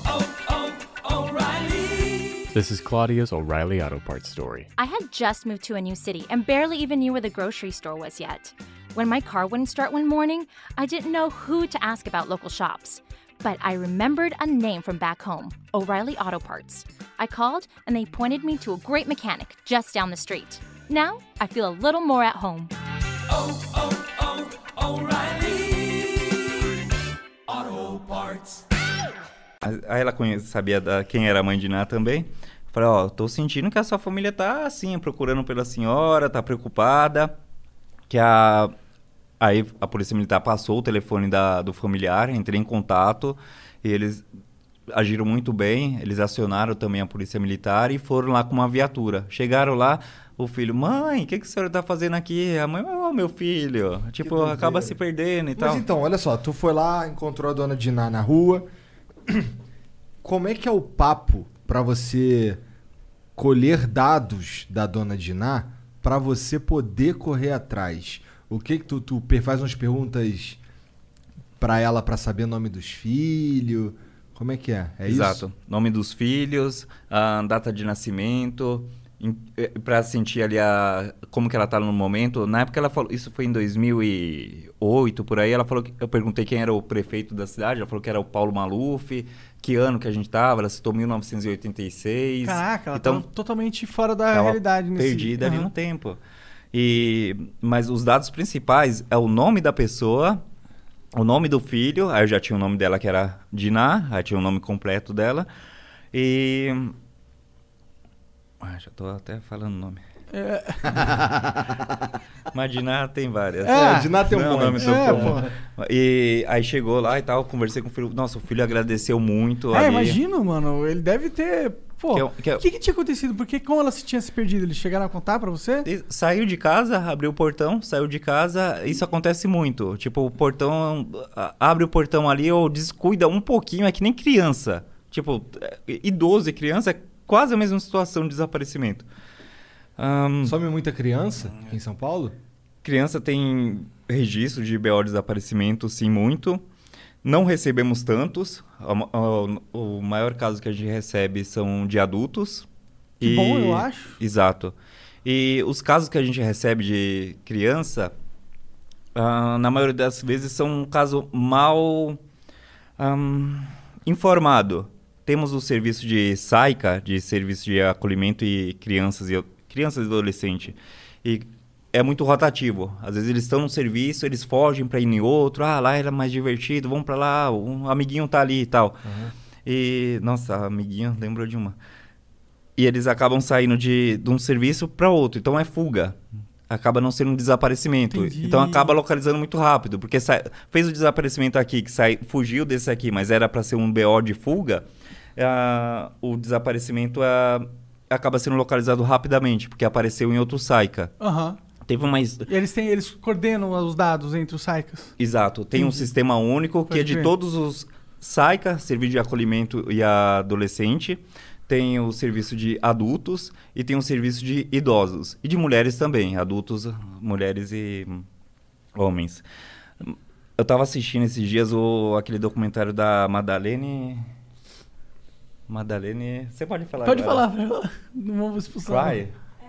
This is Claudia's O'Reilly Auto Parts story. I had just moved to a new city and barely even knew where the grocery store was yet. When my car wouldn't start one morning, I didn't know who to ask about local shops. But I remembered a name from back home, O'Reilly Auto Parts. I called and they pointed me to a great mechanic just down the street. Now, I feel a little more at home. O'Reilly Auto Parts. Aí ela sabia quem era a mãe de Ná também. Falei, ó, tô sentindo que a sua família tá assim, procurando pela senhora, tá preocupada. Aí a Polícia Militar passou o telefone do familiar, entrei em contato e eles agiram muito bem. Eles acionaram também a Polícia Militar e foram lá com uma viatura. Chegaram lá, o filho, mãe, o que a senhora tá fazendo aqui? A mãe, meu filho, tipo, acaba se perdendo e tal. Mas então, olha só, tu foi lá, encontrou a dona Diná na rua. Como é que é o papo pra você colher dados da dona Diná pra você poder correr atrás? O que tu faz umas perguntas pra ela pra saber o nome dos filhos? Como é que é? É Exato. isso? Nome dos filhos, a data de nascimento, pra sentir ali como que ela tá no momento. Na época ela falou, isso foi em 2008, por aí, eu perguntei quem era o prefeito da cidade, ela falou que era o Paulo Maluf, que ano que a gente tava, ela citou 1986. Caraca, ela então, tá totalmente fora da realidade. Perdida ali no tempo. Mas os dados principais é o nome da pessoa, o nome do filho, aí eu já tinha o nome dela que era Diná, aí tinha o nome completo dela, e... já tô até falando o nome. Mas Diná tem várias. Diná tem um nome. E aí chegou lá e tal, conversei com o filho. Nossa, o filho agradeceu muito. Imagino, mano. Ele deve ter... Pô, o que tinha acontecido? Porque como ela tinha se perdido? Eles chegaram a contar pra você? Saiu de casa, abriu o portão, saiu de casa. Isso acontece muito. Tipo, o portão... Abre o portão ali ou descuida um pouquinho. É que nem criança. Tipo, idoso e criança é quase a mesma situação de desaparecimento. Some muita criança aqui em São Paulo? Criança tem registro de BO de desaparecimento, sim, muito. Não recebemos tantos. O maior caso que a gente recebe são de adultos. Que bom, eu acho. Exato. E os casos que a gente recebe de criança, na maioria das vezes, são um caso mal informado. Temos o serviço de SAICA, de Serviço de Acolhimento e Crianças e Adolescentes. E é muito rotativo. Às vezes eles estão num serviço, eles fogem para ir em outro. Lá era mais divertido, vamos para lá, um amiguinho tá ali e tal. E, nossa, amiguinho, lembrou de uma. E eles acabam saindo de um serviço para outro. Então é fuga. Acaba não sendo um desaparecimento. Entendi. Então acaba localizando muito rápido. Porque fez o desaparecimento aqui, fugiu desse aqui, mas era para ser um BO de fuga. O desaparecimento acaba sendo localizado rapidamente, porque apareceu em outro SAICA. Teve uma... Eles coordenam os dados entre os SAICAs? Exato. Tem um sistema único que é de todos os SAICA, Serviço de Acolhimento e Adolescente. Tem o serviço de adultos e tem o serviço de idosos. E de mulheres também, adultos, mulheres e homens. Eu estava assistindo esses dias aquele documentário da Madalene... Você pode falar Pode agora. falar. Não vamos expulsar. Cry.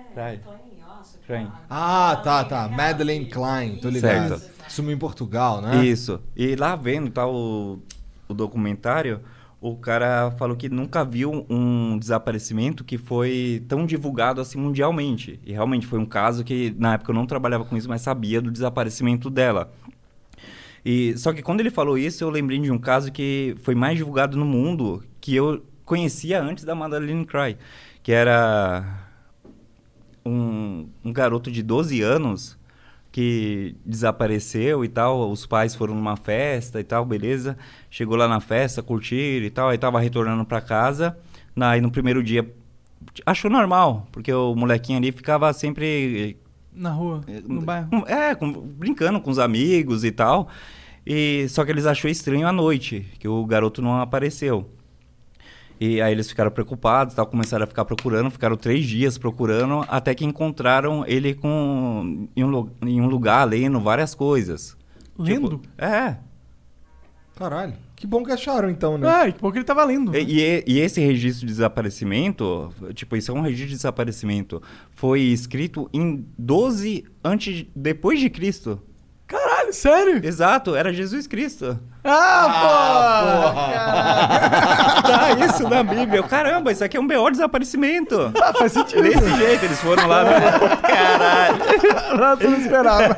Tá. Madeleine Klein, tô ligado. Certo. Sumiu em Portugal, né? Isso. E lá vendo o documentário, o cara falou que nunca viu um desaparecimento que foi tão divulgado assim mundialmente. E realmente foi um caso que, na época, eu não trabalhava com isso, mas sabia do desaparecimento dela. Só que quando ele falou isso, eu lembrei de um caso que foi mais divulgado no mundo, que eu conhecia antes da Madeleine Cry, que era um garoto de 12 anos que desapareceu e tal. Os pais foram numa festa e tal, beleza. Chegou lá na festa, curtiram e tal, aí tava retornando pra casa. Aí no primeiro dia achou normal, porque o molequinho ali ficava sempre... Na rua, no bairro. Brincando com os amigos e tal. Só que eles achou estranho à noite, que o garoto não apareceu. E aí eles ficaram preocupados, tal, começaram a ficar procurando, ficaram 3 dias procurando, até que encontraram ele em um lugar lendo várias coisas. Lendo? Tipo, é. Caralho. Que bom que acharam, então, né? Que bom que ele tava lendo. Né? E esse registro de desaparecimento, tipo, isso é um registro de desaparecimento, foi escrito em 12 depois de Cristo. Caralho, sério? Exato, era Jesus Cristo. Porra! Tá isso na Bíblia. Caramba, isso aqui é um BO de desaparecimento. Faz sentido. Desse jeito, eles foram lá. Caralho. Nossa, eu não esperava.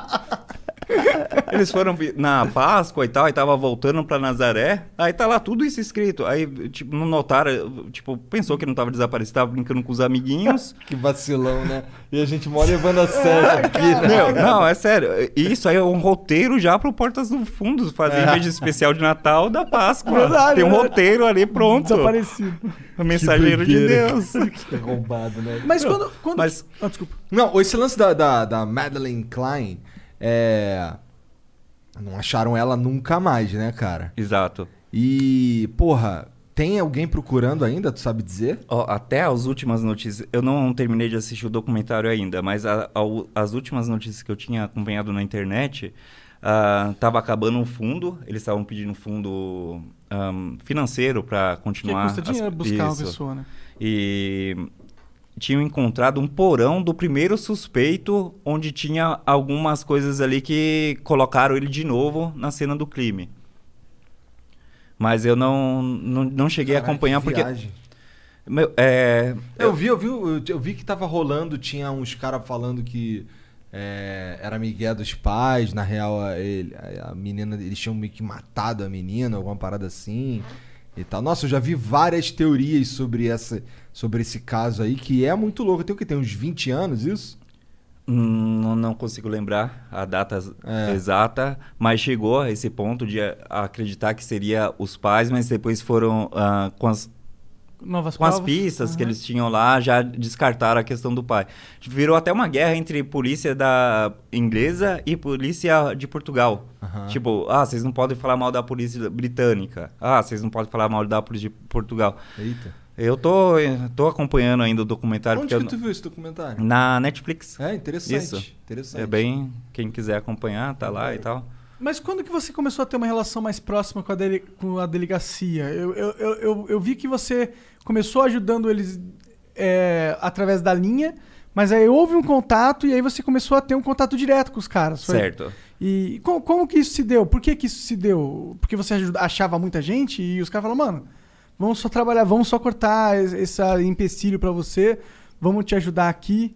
Eles foram na Páscoa e tal, e tava voltando pra Nazaré, aí tá lá tudo isso escrito. Aí, tipo, não notaram, tipo, pensou que não tava desaparecido, tava brincando com os amiguinhos. Que vacilão, né? E a gente mó levando a sério aqui, né? Meu, não, é sério. Isso aí é um roteiro já pro Portas do Fundo, fazer em vez de especial de Natal, da Páscoa. Verdade, tem um roteiro ali pronto. Desaparecido. O mensageiro de Deus. Que roubado, né? Mas quando... Mas... desculpa. Não, esse lance da Madeleine Klein, não acharam ela nunca mais, né, cara? Exato. E, porra, tem alguém procurando ainda, tu sabe dizer? Até as últimas notícias, eu não terminei de assistir o documentário ainda, mas as últimas notícias que eu tinha acompanhado na internet, tava acabando um fundo, eles estavam pedindo fundo financeiro para continuar. Porque custa dinheiro buscar uma pessoa, né? E tinham encontrado um porão do primeiro suspeito, onde tinha algumas coisas ali que colocaram ele de novo na cena do crime. Mas eu não cheguei a acompanhar porque... Meu, eu vi que tava rolando, tinha uns caras falando que era migué dos pais, na real a menina, eles tinham meio que matado a menina, alguma parada assim e tal. Nossa, eu já vi várias teorias sobre esse caso aí, que é muito louco. Tem o que? Tem uns 20 anos isso? Não consigo lembrar a data exata, mas chegou a esse ponto de acreditar que seria os pais, mas depois foram com as pistas que eles tinham lá, já descartaram a questão do pai. Virou até uma guerra entre polícia inglesa e polícia de Portugal. Tipo, vocês não podem falar mal da polícia britânica. Vocês não podem falar mal da polícia de Portugal. Eita. Eu tô acompanhando ainda o documentário. Onde que tu viu esse documentário? Na Netflix. Interessante. Isso. Interessante. É bem... Quem quiser acompanhar, tá lá e tal. Mas quando que você começou a ter uma relação mais próxima com a delegacia? Eu vi que você começou ajudando eles através da linha, mas aí houve um contato e aí você começou a ter um contato direto com os caras. Certo. E como que isso se deu? Por que isso se deu? Porque você achava muita gente e os caras falaram, mano, vamos só trabalhar, vamos só cortar esse empecilho pra você, vamos te ajudar aqui.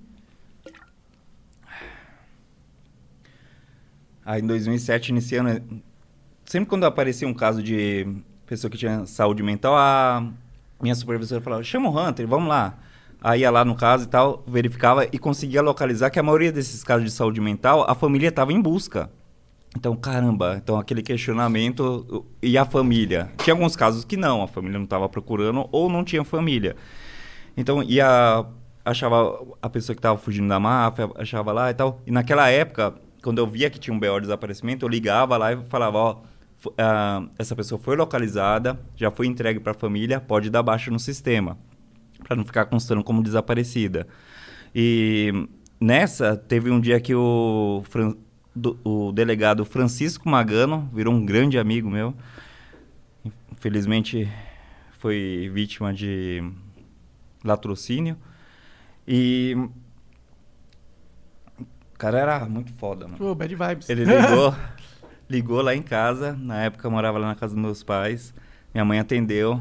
Aí em 2007, iniciando... Sempre quando aparecia um caso de pessoa que tinha saúde mental, a minha supervisora falava, chama o Hunter, vamos lá. Aí ia lá no caso e tal, verificava e conseguia localizar que a maioria desses casos de saúde mental, a família estava em busca. Então, caramba, então aquele questionamento e a família. Tinha alguns casos que não, a família não estava procurando ou não tinha família. Então, achava a pessoa que estava fugindo da máfia, achava lá e tal. E naquela época, quando eu via que tinha um BO de desaparecimento, eu ligava lá e falava, essa pessoa foi localizada, já foi entregue para a família, pode dar baixa no sistema, para não ficar constando como desaparecida. E nessa, teve um dia que o delegado Francisco Magano virou um grande amigo meu. Infelizmente, foi vítima de latrocínio. E o cara era muito foda, mano. Bad vibes. Ele ligou lá em casa. Na época eu morava lá na casa dos meus pais. Minha mãe atendeu.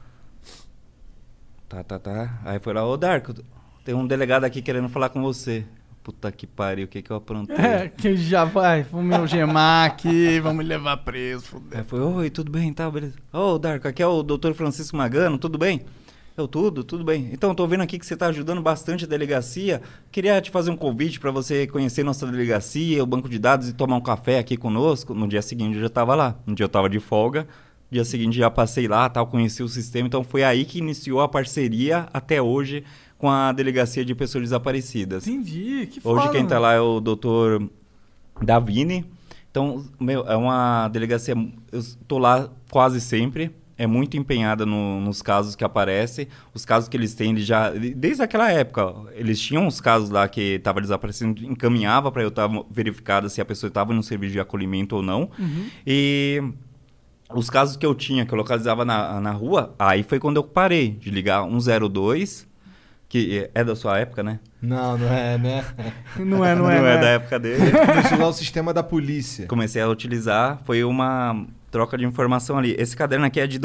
Tá. Aí foi lá, Darko, tem um delegado aqui querendo falar com você. Puta que pariu, o que eu aprontei? Que já vai, vamos me algemar aqui, vamos me levar preso, fudeu. Aí foi, oi, tudo bem, tá, beleza. Darko, aqui é o Dr. Francisco Magano, tudo bem? Tudo bem. Então, tô vendo aqui que você tá ajudando bastante a delegacia. Queria te fazer um convite para você conhecer nossa delegacia, o banco de dados e tomar um café aqui conosco. No dia seguinte eu já tava lá. No dia eu tava de folga. No dia seguinte já passei lá, tal, conheci o sistema. Então, foi aí que iniciou a parceria até hoje com a Delegacia de Pessoas Desaparecidas. Entendi, que foda. Hoje quem tá lá é o Dr. Davini. Então, é uma delegacia... Eu tô lá quase sempre. é muito empenhada nos casos que aparecem. Os casos que eles têm, eles já... Desde aquela época, eles tinham uns casos lá que estava desaparecendo, encaminhava para eu estar verificada se a pessoa estava no serviço de acolhimento ou não. E os casos que eu tinha, que eu localizava na rua, aí foi quando eu parei de ligar 102, que é da sua época, né? Não é, né? Não é da época dele. Começou a usar o sistema da polícia. Comecei a utilizar, foi uma troca de informação ali. Esse caderno aqui é de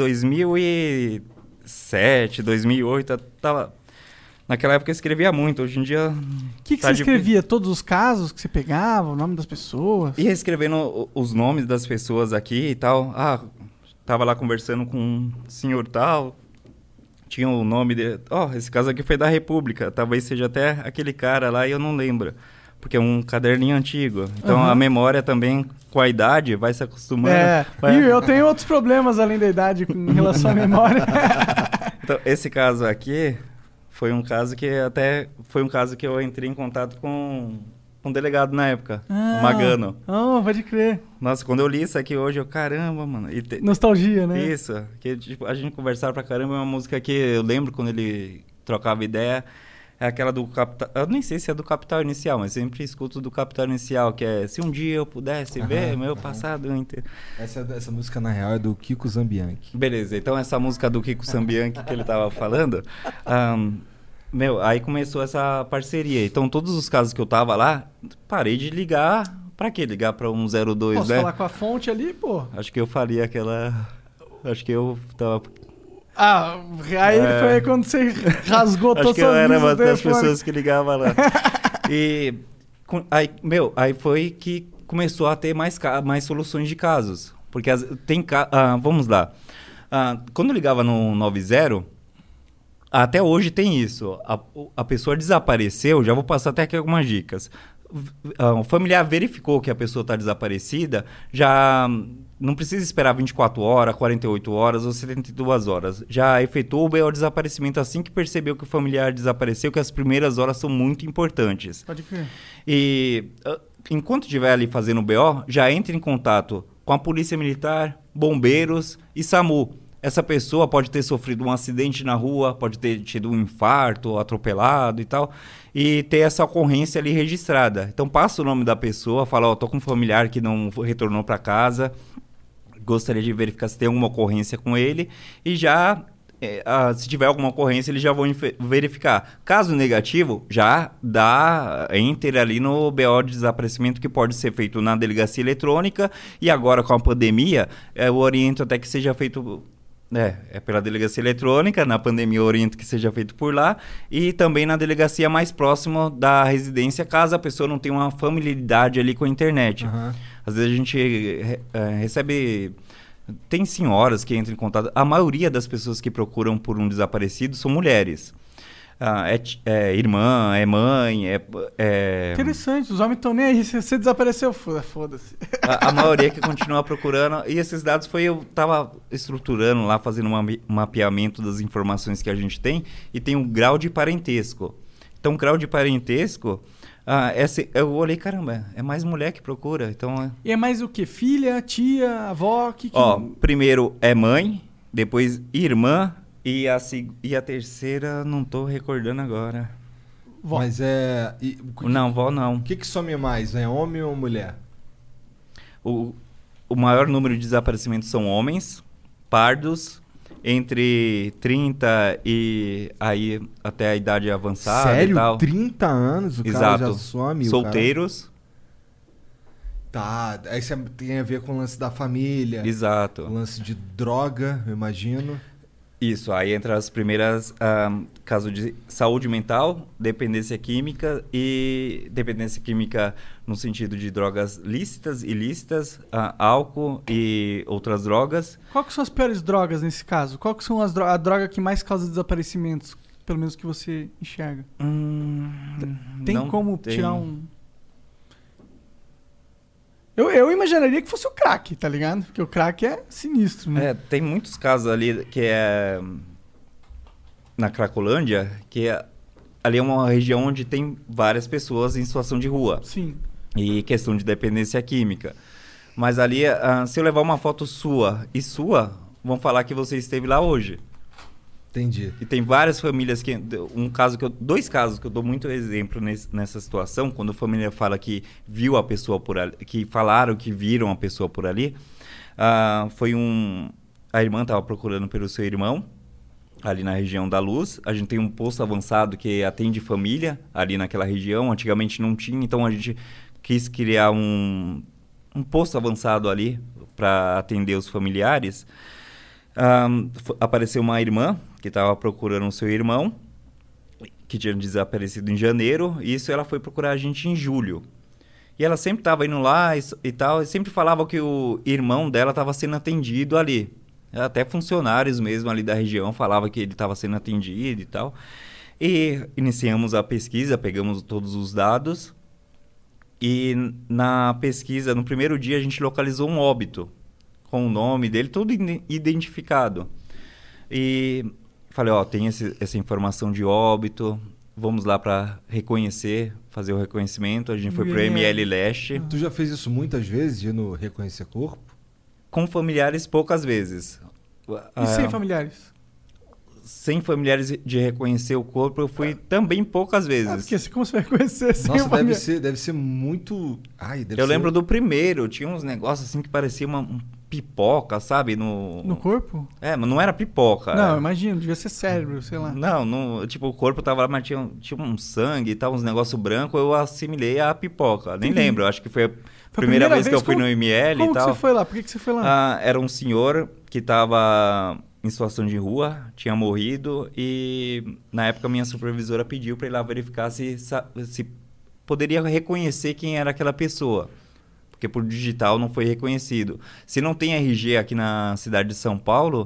2007, 2008, tava... Naquela época eu escrevia muito, hoje em dia... O que você escrevia? Todos os casos que você pegava, o nome das pessoas? Ia escrevendo os nomes das pessoas aqui e tal. Tava lá conversando com um senhor tal... Tinha o nome dele. Esse caso aqui foi da República. Talvez seja até aquele cara lá e eu não lembro. Porque é um caderninho antigo. Então a memória também, com a idade, vai se acostumando. E eu tenho outros problemas além da idade em relação à memória. Então, esse caso aqui foi um caso que eu entrei em contato com um delegado na época, o Magano. Pode crer. Nossa, quando eu li isso aqui hoje, caramba, mano. Nostalgia, né? Isso, que tipo, a gente conversava pra caramba, é uma música que eu lembro quando ele trocava ideia, é aquela do Capital, eu nem sei se é do Capital Inicial, mas sempre escuto do Capital Inicial, que é, se um dia eu pudesse ver meu passado inteiro. Essa música, na real, é do Kiko Zambianchi. Beleza, então essa música do Kiko Zambianchi que ele tava falando... aí começou essa parceria. Então, todos os casos que eu tava lá, parei de ligar. Pra quê? Ligar pra 102, Posso falar com a fonte ali, pô? Acho que eu faria aquela... Acho que eu tava... Aí foi quando você rasgou todas as Acho que eu era uma das pessoas que ligava lá. E... Aí foi que começou a ter mais soluções de casos. Porque tem... vamos lá. Quando eu ligava no 90... Até hoje tem isso. A pessoa desapareceu, já vou passar até aqui algumas dicas. O familiar verificou que a pessoa está desaparecida, já não precisa esperar 24 horas, 48 horas ou 72 horas. Já efetuou o BO desaparecimento assim que percebeu que o familiar desapareceu, que as primeiras horas são muito importantes. Pode crer. E enquanto estiver ali fazendo o BO, já entre em contato com a Polícia Militar, Bombeiros e SAMU. Essa pessoa pode ter sofrido um acidente na rua, pode ter tido um infarto, atropelado e tal, e ter essa ocorrência ali registrada. Então, passa o nome da pessoa, fala, tô com um familiar que não retornou para casa, gostaria de verificar se tem alguma ocorrência com ele, e já, se tiver alguma ocorrência, eles já vão verificar. Caso negativo, já dá enter ali no BO de desaparecimento, que pode ser feito na delegacia eletrônica, e agora com a pandemia, eu oriento até que seja feito... pela delegacia eletrônica, na pandemia eu oriento que seja feito por lá, e também na delegacia mais próxima da residência, caso a pessoa não tenha uma familiaridade ali com a internet. Às vezes a gente recebe... Tem senhoras que entram em contato, a maioria das pessoas que procuram por um desaparecido são mulheres. É irmã, é mãe, Interessante, os homens estão nem aí, se você desapareceu, foda-se. A maioria que continua procurando, e esses dados eu estava estruturando lá, fazendo um mapeamento das informações que a gente tem, e tem um grau de parentesco. Então, o grau de parentesco, eu olhei, caramba, é mais mulher que procura. Então, E é mais o quê? Filha, tia, avó? Primeiro é mãe, depois irmã, e a terceira, não tô recordando agora. Vó. Mas Não, vó não. O que some mais? É homem ou mulher? O maior número de desaparecimentos são homens, pardos, entre 30 e aí até a idade avançada. Sério? E tal. 30 anos o cara já some? Solteiros. Tá, aí tem a ver com o lance da família. Exato. O lance de droga, eu imagino. Isso, aí entra as primeiras casos de saúde mental, dependência química e dependência química no sentido de drogas lícitas, ilícitas, álcool e outras drogas. Qual que são as piores drogas nesse caso? Qual que são a droga que mais causa desaparecimentos, pelo menos que você enxerga? Tem como tirar um... Eu imaginaria que fosse o crack, tá ligado? Porque o crack é sinistro, né? Tem muitos casos ali que é na Cracolândia, que ali é uma região onde tem várias pessoas em situação de rua. Sim. E questão de dependência química. Mas ali, se eu levar uma foto sua, vão falar que você esteve lá hoje. Entendi. E tem várias famílias que... Dois casos que eu dou muito exemplo nessa situação, quando a família fala que viu a pessoa por ali, que falaram que viram a pessoa por ali, foi a irmã estava procurando pelo seu irmão, ali na região da Luz. A gente tem um posto avançado que atende família ali naquela região. Antigamente não tinha, então a gente quis criar um posto avançado ali para atender os familiares. Apareceu uma irmã que estava procurando o seu irmão, que tinha desaparecido em janeiro, e isso ela foi procurar a gente em julho. E ela sempre estava indo lá e tal, e sempre falava que o irmão dela estava sendo atendido ali. Até funcionários mesmo ali da região falavam que ele estava sendo atendido e tal. E iniciamos a pesquisa, pegamos todos os dados, e na pesquisa, no primeiro dia, a gente localizou um óbito, com o nome dele, tudo identificado. E falei, tem essa informação de óbito, vamos lá para reconhecer, fazer o reconhecimento. A gente foi para o ML Leste. Tu já fez isso muitas vezes, de ir no reconhecer corpo? Com familiares, poucas vezes. E sem familiares? Sem familiares de reconhecer o corpo, eu fui também poucas vezes. Porque como você vai reconhecer sem Nossa, deve ser muito... Eu lembro do primeiro, tinha uns negócios assim que parecia uma pipoca, sabe? No corpo? Mas não era pipoca. Não, imagino, devia ser cérebro, sei lá. Não, tipo, o corpo tava lá, mas tinha um sangue e tal, uns negócios brancos, eu assimilei a pipoca. Nem lembro, acho que foi a primeira vez que eu fui no ML e tal. Como que você foi lá? Por que você foi lá? Era um senhor que tava em situação de rua, tinha morrido, e na época minha supervisora pediu para ir lá verificar se poderia reconhecer quem era aquela pessoa. Porque por digital não foi reconhecido. Se não tem RG aqui na cidade de São Paulo,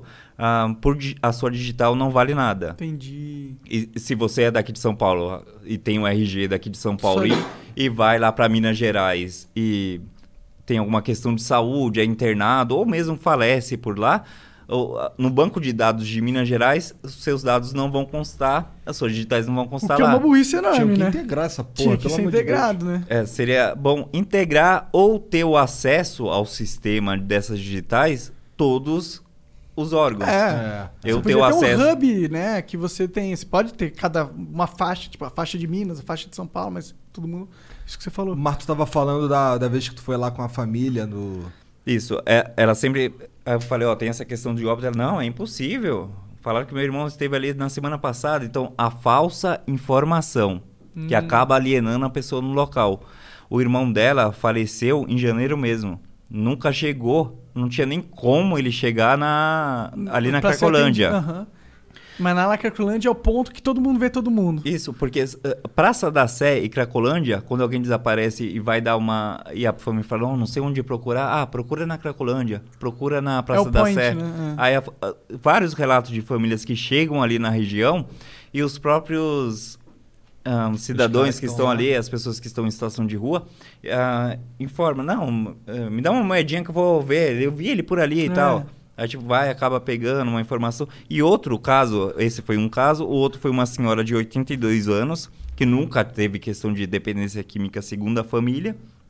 a sua digital não vale nada. Entendi. E se você é daqui de São Paulo e tem um RG daqui de São Paulo e vai lá para Minas Gerais e tem alguma questão de saúde, é internado ou mesmo falece por lá, no banco de dados de Minas Gerais, os seus dados não vão constar, as suas digitais não vão constar lá. Porque é uma burrice enorme, Tinha que integrar essa porra, Tinha que ser integrado, né? Seria bom integrar ou ter o acesso ao sistema dessas digitais, todos os órgãos. Eu tenho acesso. Um hub, né, que você tem, você pode ter uma faixa, tipo a faixa de Minas, a faixa de São Paulo, mas todo mundo, isso que você falou. Marto tava falando da vez que tu foi lá com a família no... Isso, ela sempre... Aí eu falei, tem essa questão de óbito. Ela, não, é impossível. Falaram que meu irmão esteve ali na semana passada. Então, a falsa informação que acaba alienando a pessoa no local. O irmão dela faleceu em janeiro mesmo. Nunca chegou, não tinha nem como ele chegar ali na Cracolândia. Mas na Cracolândia é o ponto que todo mundo vê todo mundo. Isso, porque Praça da Sé e Cracolândia, quando alguém desaparece e vai dar uma... E a família fala, não sei onde procurar. Procura na Cracolândia, procura na Praça da Sé. Né? Aí vários relatos de famílias que chegam ali na região e os próprios cidadãos que estão ali, as pessoas que estão em situação de rua, informam, me dá uma moedinha que eu vou ver, eu vi ele por ali e tal. Aí, acaba pegando uma informação. E outro caso, esse foi um caso, o outro foi uma senhora de 82 anos, que nunca teve questão de dependência química segundo a família.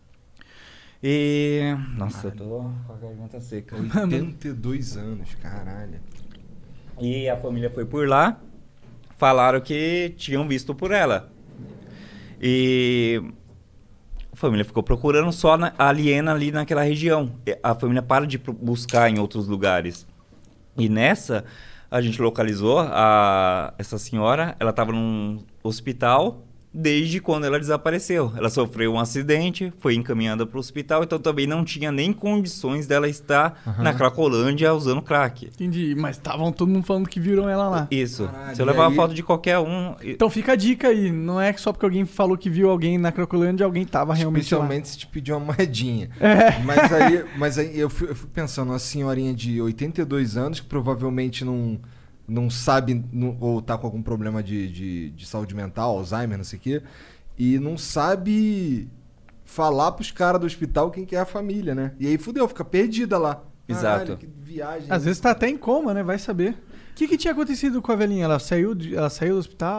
E... Nossa, eu tô com a garganta seca. 82 anos, caralho. E a família foi por lá, falaram que tinham visto por ela. E... a família ficou procurando só a aliena ali naquela região. A família para de buscar em outros lugares. E nessa, a gente localizou essa senhora. Ela estava num hospital desde quando ela desapareceu. Ela sofreu um acidente, foi encaminhada para o hospital, então também não tinha nem condições dela estar na Cracolândia usando crack. Entendi, mas estavam todo mundo falando que viram ela lá. Isso. Caralho, se eu levar a foto de qualquer um... Então fica a dica aí, não é só porque alguém falou que viu alguém na Cracolândia, alguém estava realmente lá. Especialmente se te pedir uma moedinha. Mas aí eu fui pensando, uma senhorinha de 82 anos que provavelmente não sabe, ou tá com algum problema de saúde mental, Alzheimer, não sei o quê, e não sabe falar pros caras do hospital quem que é a família, né? E aí fudeu, fica perdida lá. Exato. Caralho, que viagem. Às vezes tá até em coma, né? Vai saber. O que tinha acontecido com a velhinha? Ela saiu do hospital?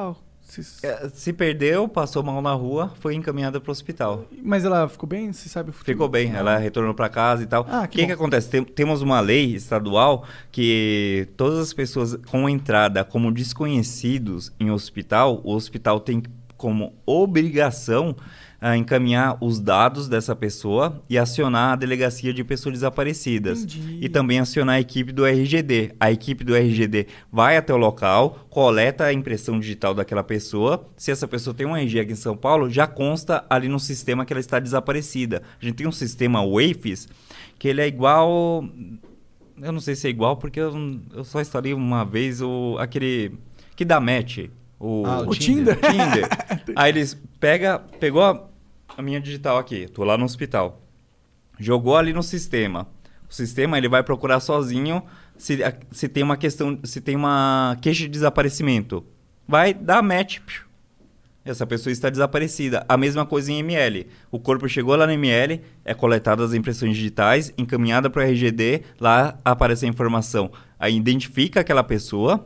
Se perdeu, passou mal na rua, foi encaminhada para o hospital. Mas ela ficou bem? Você sabe o futuro? Ficou bem, ela retornou para casa e tal. O que acontece? Temos uma lei estadual que todas as pessoas com entrada como desconhecidos em hospital, o hospital tem como obrigação encaminhar os dados dessa pessoa e acionar a delegacia de pessoas desaparecidas. Entendi. E também acionar a equipe do RGD. A equipe do RGD vai até o local, coleta a impressão digital daquela pessoa. Se essa pessoa tem um RG aqui em São Paulo, já consta ali no sistema que ela está desaparecida. A gente tem um sistema WAFES que ele é igual... Eu não sei se é igual, porque eu só instalei uma vez aquele que dá match. O Tinder? Aí eles pegou a minha digital aqui, tô lá no hospital, jogou ali no sistema. O sistema ele vai procurar sozinho se tem uma queixa de desaparecimento. Vai dar match. Essa pessoa está desaparecida. A mesma coisa em ML. O corpo chegou lá no ML, é coletada as impressões digitais, encaminhada para o RGD, lá aparece a informação. Aí identifica aquela pessoa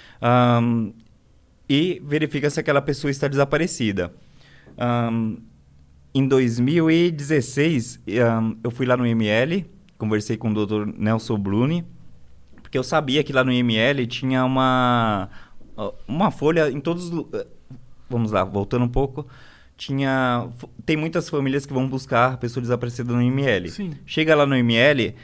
e verifica se aquela pessoa está desaparecida. Em 2016, eu fui lá no IML, conversei com o Dr. Nelson Bruni, porque eu sabia que lá no IML tinha uma folha em todos os... Vamos lá, voltando um pouco. Tem muitas famílias que vão buscar pessoa desaparecida no IML. Sim. Chega lá no IML,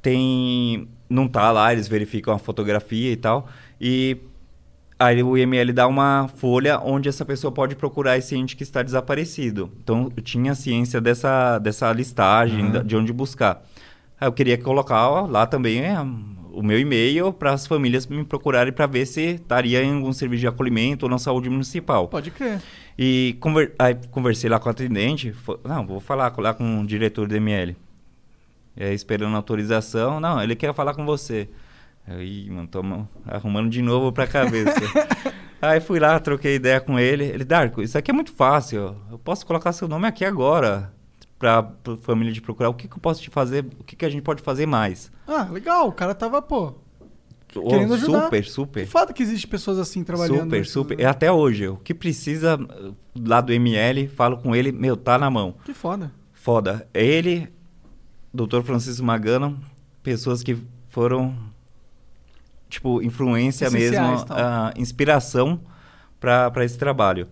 não tá lá, eles verificam a fotografia e tal, e aí o IML dá uma folha onde essa pessoa pode procurar esse ente que está desaparecido. Então, eu tinha ciência dessa listagem, de onde buscar. Aí eu queria colocar lá também o meu e-mail para as famílias me procurarem para ver se estaria em algum serviço de acolhimento ou na saúde municipal. Pode crer. E aí conversei lá com a atendente. Vou falar lá com o diretor do IML. Esperando autorização. Não, ele quer falar com você. Aí, mano, tô arrumando de novo pra cabeça. Aí fui lá, troquei ideia com ele. Ele, Darko, isso aqui é muito fácil. Eu posso colocar seu nome aqui agora pra família de procurar. O que eu posso te fazer? O que a gente pode fazer mais? Legal. O cara tava, querendo ajudar. Super. Que foda que existe pessoas assim trabalhando. Super. E até hoje, o que precisa lá do ML, falo com ele, tá na mão. Que foda. Foda. Ele, Dr. Francisco Magano, pessoas que foram... influência mesmo, inspiração para esse trabalho.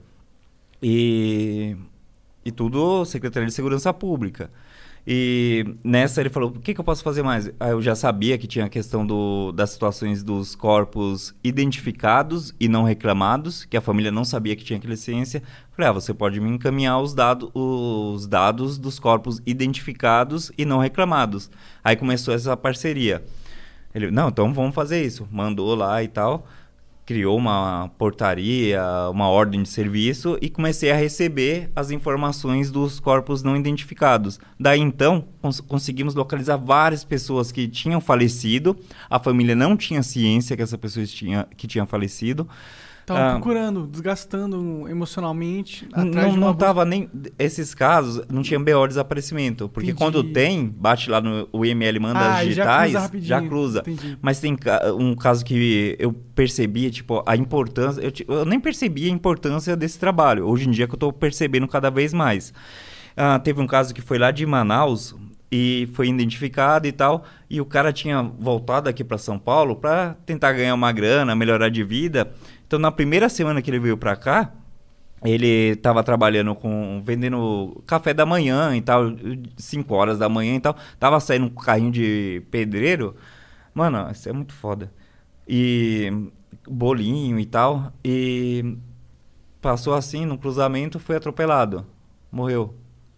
E tudo Secretaria de Segurança Pública. E nessa ele falou, o que eu posso fazer mais? Aí eu já sabia que tinha a questão das situações dos corpos identificados e não reclamados, que a família não sabia que tinha aquela ciência. Falei, você pode me encaminhar os dados dos corpos identificados e não reclamados. Aí começou essa parceria. Ele, não, então vamos fazer isso. Mandou lá e tal, criou uma portaria, uma ordem de serviço e comecei a receber as informações dos corpos não identificados. Daí então, conseguimos localizar várias pessoas que tinham falecido, a família não tinha ciência que essa pessoa tinha falecido. Estavam procurando, desgastando emocionalmente. Não tava nem... Esses casos, não tinha BO de desaparecimento. Porque quando bate lá no IML, manda as digitais, já cruza. Entendi. Mas tem um caso que eu percebi, a importância... Eu nem percebi a importância desse trabalho. Hoje em dia que eu tô percebendo cada vez mais. Teve um caso que foi lá de Manaus e foi identificado e tal. E o cara tinha voltado aqui para São Paulo para tentar ganhar uma grana, melhorar de vida. Então, na primeira semana que ele veio pra cá, ele tava trabalhando vendendo café da manhã e tal, 5 horas da manhã e tal. Tava saindo um carrinho de pedreiro. Mano, isso é muito foda. E bolinho e tal. E passou assim, no cruzamento, foi atropelado. Morreu.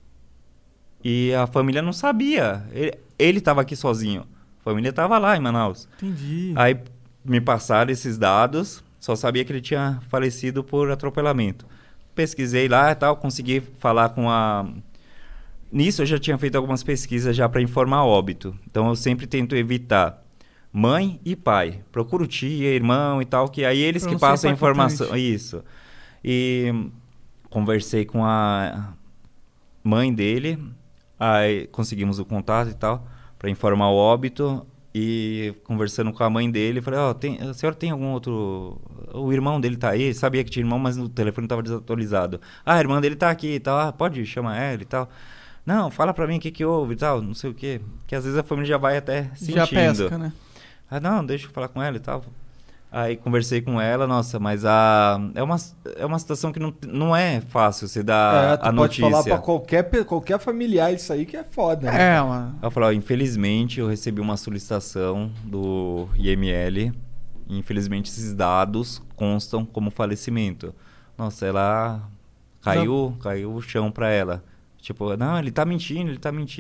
E a família não sabia. Ele tava aqui sozinho. A família tava lá em Manaus. Entendi. Aí me passaram esses dados... Só sabia que ele tinha falecido por atropelamento. Pesquisei lá e tal, consegui falar com a... Nisso eu já tinha feito algumas pesquisas já para informar óbito. Então eu sempre tento evitar mãe e pai. Procuro tia, irmão e tal, que aí eles que passam a informação. Isso. E conversei com a mãe dele, aí conseguimos o contato e tal, para informar o óbito. E conversando com a mãe dele, falei, a senhora tem algum outro o irmão dele tá aí, sabia que tinha irmão, mas o telefone tava desatualizado. A irmã dele tá aqui e tal, pode chamar ela e tal. Não, fala pra mim o que houve e tal, não sei o quê. Que às vezes a família já vai até sentindo. Já pesca, né? Não, deixa eu falar com ela e tal. Aí conversei com ela, nossa, mas é uma situação que não é fácil você dar a notícia. Pode falar pra qualquer familiar isso aí que é foda, né? Mano. Ela falou, infelizmente eu recebi uma solicitação do IML, e infelizmente esses dados constam como falecimento. Nossa, ela caiu o chão pra ela. Tipo, não, ele tá mentindo,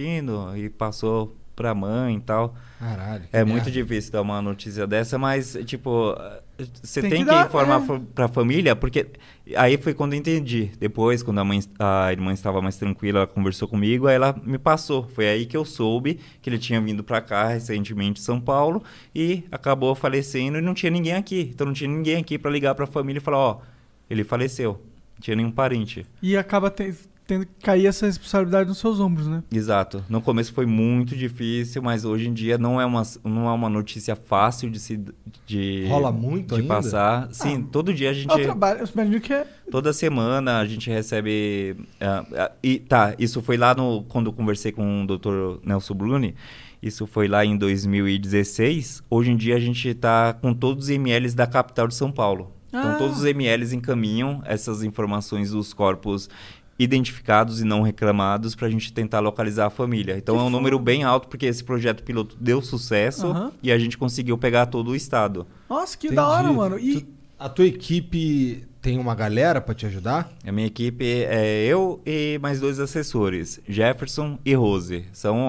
e passou pra mãe e tal. Caralho. É muito difícil dar uma notícia dessa, mas, tipo, você tem que dar, informar pra família, porque aí foi quando eu entendi. Depois, quando a irmã estava mais tranquila, ela conversou comigo, aí ela me passou. Foi aí que eu soube que ele tinha vindo pra cá recentemente em São Paulo e acabou falecendo e não tinha ninguém aqui. Então não tinha ninguém aqui pra ligar pra família e falar, ele faleceu. Não tinha nenhum parente. E acaba tendo que cair essa responsabilidade nos seus ombros, né? Exato. No começo foi muito difícil, mas hoje em dia não é uma notícia fácil de rola muito de ainda? Passar. Sim, todo dia a gente... É o trabalho, eu imagino que é... Toda semana a gente recebe... isso foi lá quando eu conversei com o Dr. Nelson Bruni, isso foi lá em 2016. Hoje em dia a gente está com todos os MLs da capital de São Paulo. Então todos os MLs encaminham essas informações dos corpos identificados e não reclamados para a gente tentar localizar a família. Então é um número bem alto porque esse projeto piloto deu sucesso e a gente conseguiu pegar todo o estado. Nossa, que da hora, mano. E a tua equipe tem uma galera para te ajudar? A minha equipe é eu e mais 2 assessores, Jefferson e Rose.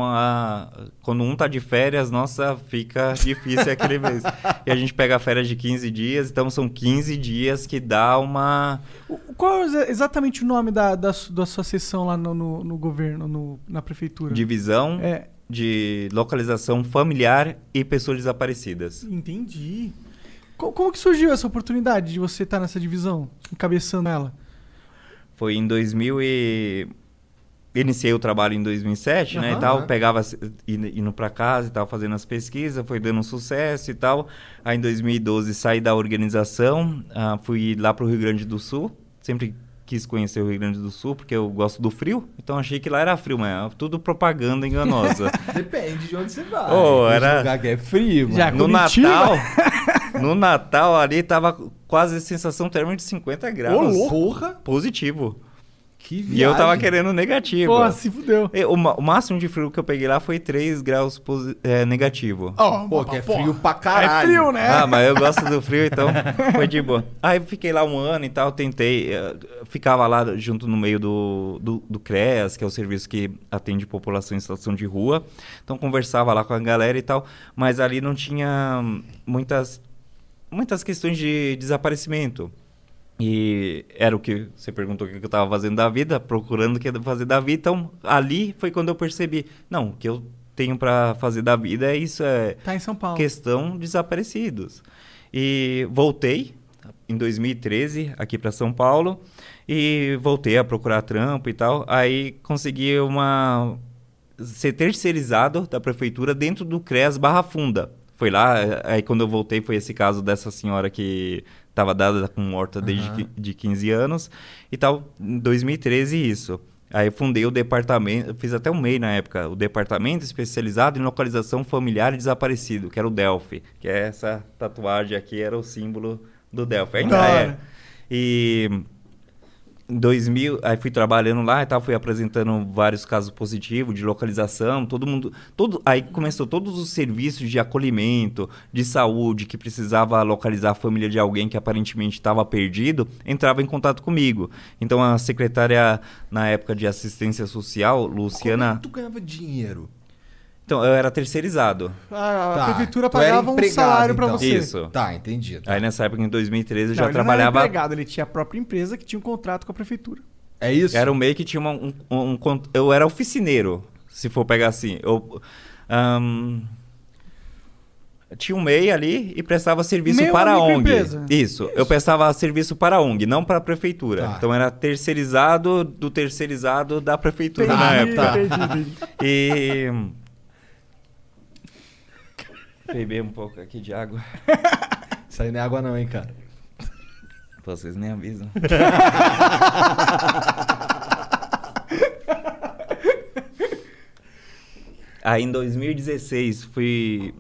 Quando um tá de férias, nossa, fica difícil aquele mês. E a gente pega férias de 15 dias, então são 15 dias que dá uma... Qual é exatamente o nome da sua seção lá no governo, na prefeitura? Divisão de Localização Familiar e Pessoas Desaparecidas. Entendi. Como que surgiu essa oportunidade de você estar nessa divisão, encabeçando ela? Foi em Iniciei o trabalho em 2007, né, e tal, pegava, indo pra casa e tal, fazendo as pesquisas, foi dando um sucesso e tal. Aí em 2012 saí da organização, fui lá pro Rio Grande do Sul, sempre quis conhecer o Rio Grande do Sul, porque eu gosto do frio, então achei que lá era frio, mas tudo propaganda enganosa. Depende de onde você vai. Era lugar que é frio, mano. No Natal ali tava quase sensação térmica de 50 graus. Porra! Positivo. Que viagem. E eu tava querendo negativo. Pô, se fudeu. O máximo de frio que eu peguei lá foi 3 graus negativo. Pô, que é frio pra caralho. É frio, né? Mas eu gosto do frio, então foi de boa. Aí eu fiquei lá um ano e tal, tentei. Ficava lá junto no meio do CREAS, que é o serviço que atende população em situação de rua. Então conversava lá com a galera e tal, mas ali não tinha muitas questões de desaparecimento. E era o que você perguntou o que eu estava fazendo da vida, procurando o que fazer da vida. Então, ali foi quando eu percebi, não, o que eu tenho para fazer da vida é isso, tá em São Paulo. Questão desaparecidos. E voltei em 2013 aqui para São Paulo e voltei a procurar trampo e tal. Aí consegui ser terceirizado da prefeitura dentro do CREAS Barra Funda. Foi lá, aí quando eu voltei foi esse caso dessa senhora que estava dada com morta desde de 15 anos e tal, em 2013 isso. Aí fundei o departamento, fiz até um MEI na época, o Departamento Especializado em Localização Familiar e Desaparecido, que era o Delphi, que é essa tatuagem aqui, era o símbolo do Delphi. Ainda é. E em 2000, aí fui trabalhando lá e tal, fui apresentando vários casos positivos de localização, aí começou todos os serviços de acolhimento, de saúde, que precisava localizar a família de alguém que aparentemente estava perdido, entrava em contato comigo. Então a secretária, na época de assistência social, Luciana... Como é que tu ganhava dinheiro? Então, eu era terceirizado. A prefeitura pagava um salário pra você. Isso. Tá, entendi. Aí nessa época, em 2013, eu já ele trabalhava... Não era empregado, ele tinha a própria empresa que tinha um contrato com a prefeitura. É isso? Era um MEI que tinha eu era oficineiro, se for pegar assim. Tinha um MEI ali e prestava serviço para a ONG. Isso, eu prestava serviço para a ONG, não para a prefeitura. Tá. Então era terceirizado do terceirizado da prefeitura na época. Entendi. E... Beber um pouco aqui de água. Isso aí não é água não, hein, cara. Vocês nem avisam. Aí em 2016 fui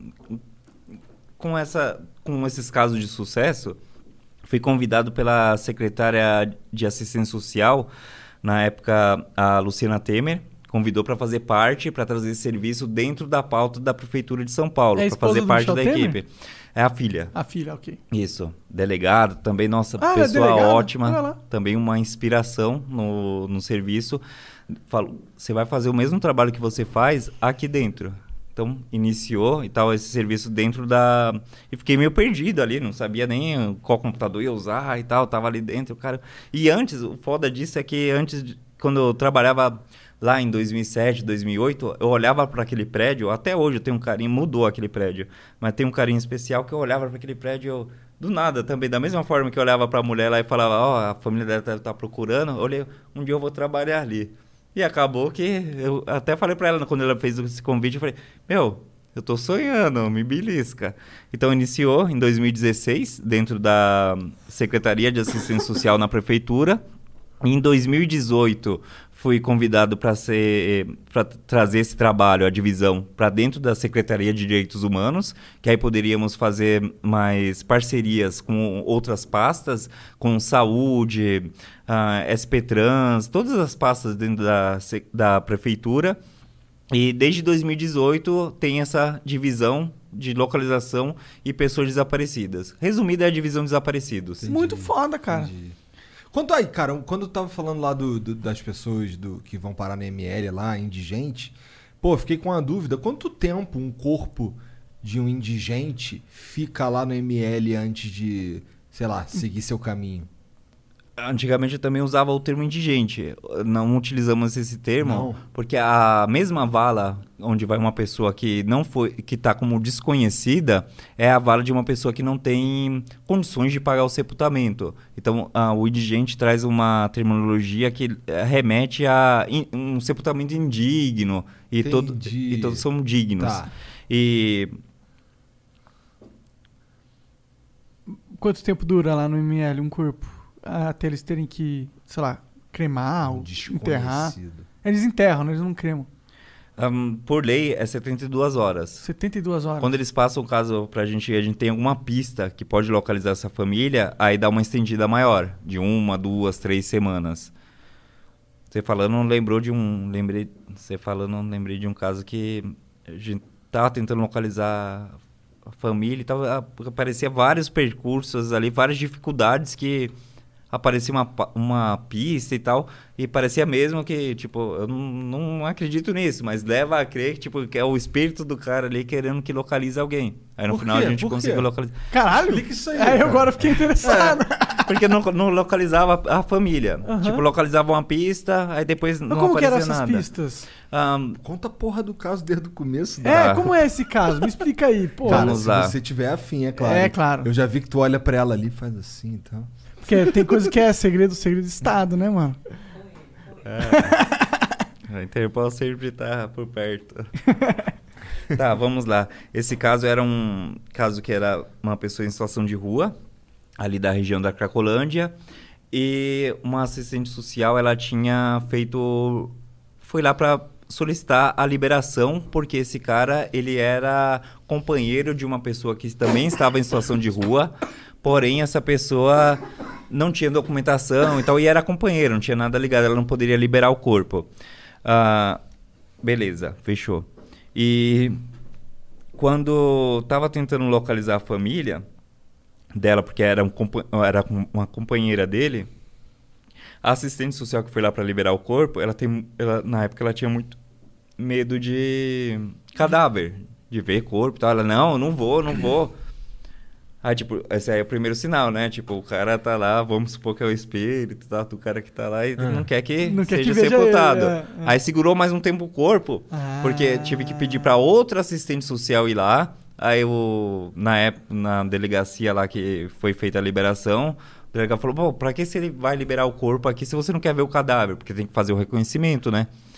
com esses casos de sucesso, fui convidado pela secretária de Assistência Social, na época a Luciana Temer, convidou para fazer parte, para trazer esse serviço dentro da pauta da Prefeitura de São Paulo, para fazer parte da equipe. É a filha. A filha, ok. Isso. Delegado, também, nossa, pessoa ótima. Também uma inspiração no serviço. Falou, você vai fazer o mesmo trabalho que você faz aqui dentro. Então, iniciou e tal, esse serviço dentro da... E fiquei meio perdido ali, não sabia nem qual computador ia usar e tal, tava ali dentro, cara. E antes, o foda disso é que quando eu trabalhava lá em 2007, 2008, eu olhava para aquele prédio, até hoje eu tenho um carinho, mudou aquele prédio, mas tem um carinho especial que eu olhava para aquele prédio do nada também, da mesma forma que eu olhava para a mulher lá e falava, a família dela deve estar procurando, eu olhei, um dia eu vou trabalhar ali. E acabou que, eu até falei para ela, quando ela fez esse convite, eu falei, eu tô sonhando, me belisca. Então, iniciou em 2016, dentro da Secretaria de Assistência Social na Prefeitura. Em 2018, fui convidado para trazer esse trabalho, a divisão, para dentro da Secretaria de Direitos Humanos, que aí poderíamos fazer mais parcerias com outras pastas, com saúde, SP Trans, todas as pastas dentro da Prefeitura. E desde 2018 tem essa divisão de localização e pessoas desaparecidas. Resumida, é a divisão desaparecidos. Entendi. Muito foda, cara. Entendi. Quanto aí, cara, quando eu tava falando lá das pessoas que vão parar na ML lá, indigente, fiquei com uma dúvida. Quanto tempo um corpo de um indigente fica lá no ML antes de, sei lá, seguir seu caminho? Antigamente eu também usava o termo indigente. Não utilizamos esse termo, porque a mesma vala onde vai uma pessoa que está como desconhecida é a vala de uma pessoa que não tem condições de pagar o sepultamento. Então, o indigente traz uma terminologia que remete a um sepultamento indigno e todos são dignos. Tá. E quanto tempo dura lá no ML um corpo? Até eles terem que, sei lá, cremar ou enterrar. Eles enterram, eles não cremam. Por lei, é 72 horas. 72 horas. Quando eles passam o caso pra gente, a gente tem alguma pista que pode localizar essa família, aí dá uma estendida maior, de 1, 2, 3 semanas. Você falando, lembrei de um caso que a gente tava tentando localizar a família e tal, aparecia vários percursos ali, várias dificuldades que aparecia uma pista e tal, e parecia mesmo que, tipo, eu não acredito nisso, mas leva a crer que, tipo, que é o espírito do cara ali querendo que localize alguém. Aí no final a gente conseguiu localizar. Caralho! Explica isso aí. Aí eu agora fiquei interessado. Porque não localizava a família. Tipo, localizava uma pista, aí depois mas não como aparecia que eram essas nada. pistas? Conta a porra do caso desde o começo. Como é esse caso? Me explica aí. Pô, cara, se você tiver afim, é claro. É, claro. Eu já vi que tu olha pra ela ali e faz assim, então... Porque tem coisa que é segredo de Estado, né, mano? A Interpol sempre tá por perto. Tá, vamos lá. Esse caso era um caso que era uma pessoa em situação de rua, ali da região da Cracolândia, e uma assistente social, ela tinha foi lá para solicitar a liberação, porque esse cara, ele era companheiro de uma pessoa que também estava em situação de rua, porém essa pessoa não tinha documentação e tal, e era companheiro, não tinha nada ligado, ela não poderia liberar o corpo. Beleza, fechou. E quando estava tentando localizar a família dela, porque era uma companheira dele, a assistente social que foi lá para liberar o corpo, na época ela tinha muito medo de cadáver, de ver corpo e tal. Ela, não vou. Aí, tipo, esse aí é o primeiro sinal, né? Tipo, o cara tá lá, vamos supor que é o espírito, tá? Do cara que tá lá e não quer que seja sepultado. Aí segurou mais um tempo o corpo, porque tive que pedir pra outra assistente social ir lá. Aí, na delegacia lá que foi feita a liberação, o delegado falou, bom, pra que ele vai liberar o corpo aqui se você não quer ver o cadáver? Porque tem que fazer o reconhecimento, né?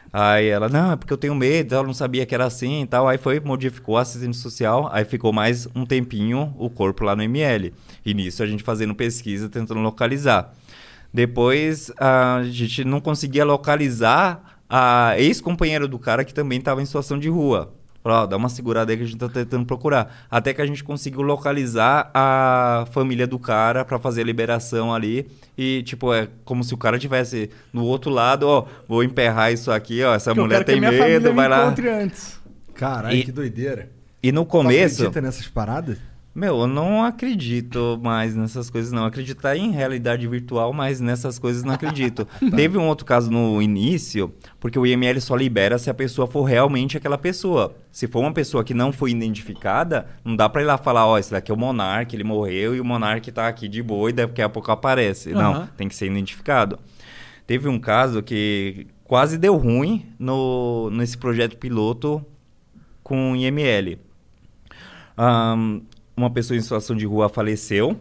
Aí ela, não, é porque eu tenho medo, ela não sabia que era assim e tal. Aí modificou a assistente social, aí ficou mais um tempinho o corpo lá no ML. E nisso a gente fazendo pesquisa, tentando localizar. Depois a gente não conseguia localizar a ex-companheira do cara que também estava em situação de rua. Falou, dá uma segurada aí que a gente tá tentando procurar. Até que a gente conseguiu localizar a família do cara pra fazer a liberação ali. E, tipo, é como se o cara tivesse no outro lado, ó, vou emperrar isso aqui, ó, essa mulher tem medo, vai lá. Antes. Caralho, que doideira. E no começo... Tu acredita nessas paradas? Meu, eu não acredito mais nessas coisas, não. Acredito em realidade virtual, mas nessas coisas não acredito. Teve um outro caso no início, porque o IML só libera se a pessoa for realmente aquela pessoa. Se for uma pessoa que não foi identificada, não dá pra ir lá falar, ó, esse daqui é o Monark, ele morreu e o Monark tá aqui de boa e daqui a pouco aparece. Não, tem que ser identificado. Teve um caso que quase deu ruim nesse projeto piloto com o IML. Uma pessoa em situação de rua faleceu,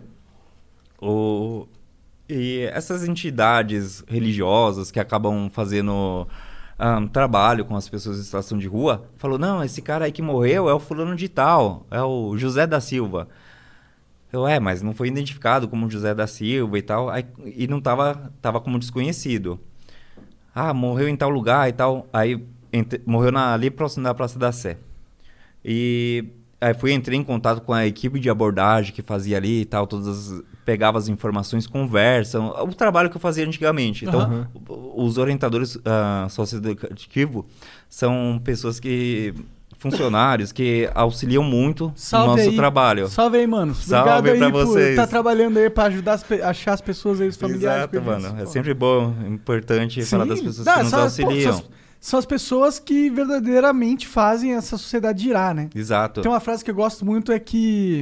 e essas entidades religiosas que acabam fazendo trabalho com as pessoas em situação de rua, falou, não, esse cara aí que morreu é o fulano de tal, é o José da Silva. Mas não foi identificado como José da Silva e tal, e não tava como desconhecido. Morreu em tal lugar e tal, aí morreu ali próximo da Praça da Sé. Aí entrei em contato com a equipe de abordagem que fazia ali e tal, pegava as informações, conversam, o trabalho que eu fazia antigamente. Então, os orientadores socioeducativos são pessoas funcionários que auxiliam muito no nosso trabalho. Salve aí, mano. Obrigado aí pra vocês. Tá trabalhando aí pra ajudar achar as pessoas aí, os familiares. Exato, mano. É sempre bom, importante falar das pessoas que nos auxiliam. São as pessoas que verdadeiramente fazem essa sociedade girar, né? Exato. Tem uma frase que eu gosto muito, é que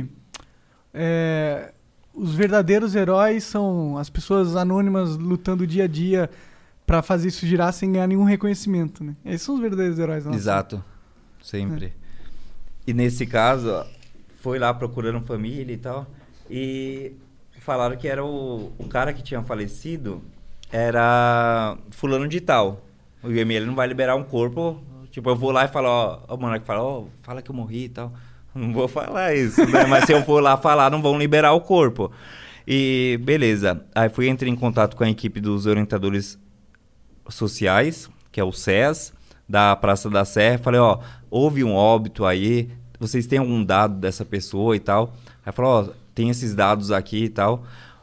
os verdadeiros heróis são as pessoas anônimas lutando dia a dia pra fazer isso girar sem ganhar nenhum reconhecimento, né? Esses são os verdadeiros heróis. Nossa. Exato. Sempre. E nesse caso, foi lá procurando família e tal, e falaram que era o cara que tinha falecido, era fulano de tal. O IML não vai liberar um corpo, tipo, eu vou lá e falo, o Monark fala, fala que eu morri e tal. Não vou falar isso, né? Mas se eu for lá falar, não vão liberar o corpo. E beleza. Aí entrei em contato com a equipe dos orientadores sociais, que é o SES, da Praça da Sé. Falei, houve um óbito aí, vocês têm algum dado dessa pessoa e tal? Aí falou, tem esses dados aqui e tal.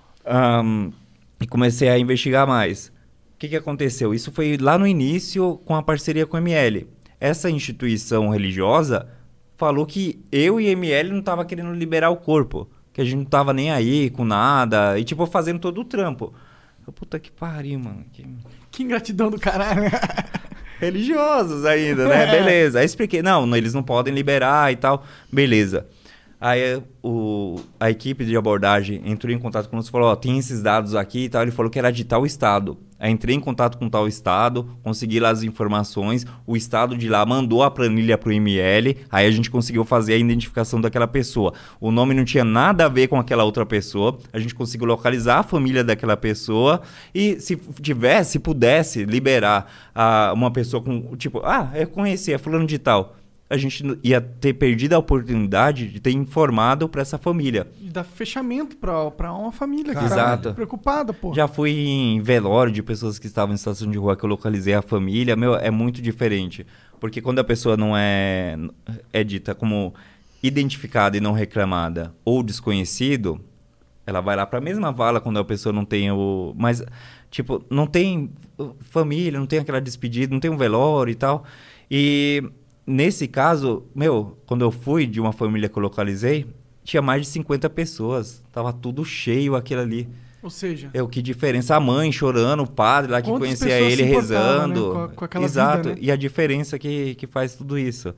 E comecei a investigar mais. O que aconteceu? Isso foi lá no início com a parceria com o ML. Essa instituição religiosa falou que eu e ML não tava querendo liberar o corpo, que a gente não tava nem aí com nada, e tipo, fazendo todo o trampo. Puta que pariu, mano. Que ingratidão do caralho. Religiosos ainda, né? Beleza. Aí expliquei, não, eles não podem liberar e tal. Beleza. Aí a equipe de abordagem entrou em contato conosco e falou, tem esses dados aqui e tal. Ele falou que era de tal estado. Aí entrei em contato com tal estado, consegui lá as informações, o estado de lá mandou a planilha pro IML, aí a gente conseguiu fazer a identificação daquela pessoa. O nome não tinha nada a ver com aquela outra pessoa, a gente conseguiu localizar a família daquela pessoa e se pudesse liberar uma pessoa com, tipo, eu conheci, é fulano de tal. A gente ia ter perdido a oportunidade de ter informado para essa família. E dar fechamento para uma família que Exato. Preocupada, pô. Já fui em velório de pessoas que estavam em situação de rua que eu localizei a família. É muito diferente. Porque quando a pessoa não é dita como identificada e não reclamada ou desconhecido, ela vai lá para a mesma vala quando a pessoa não tem Mas, tipo, não tem família, não tem aquela despedida, não tem um velório e tal. E... nesse caso, quando eu fui de uma família que eu localizei, tinha mais de 50 pessoas. Tava tudo cheio aquilo ali. Ou seja... que diferença. A mãe chorando, o padre lá que conhecia ele rezando. Né? Com aquela Exato. vida, né? E a diferença que faz tudo isso.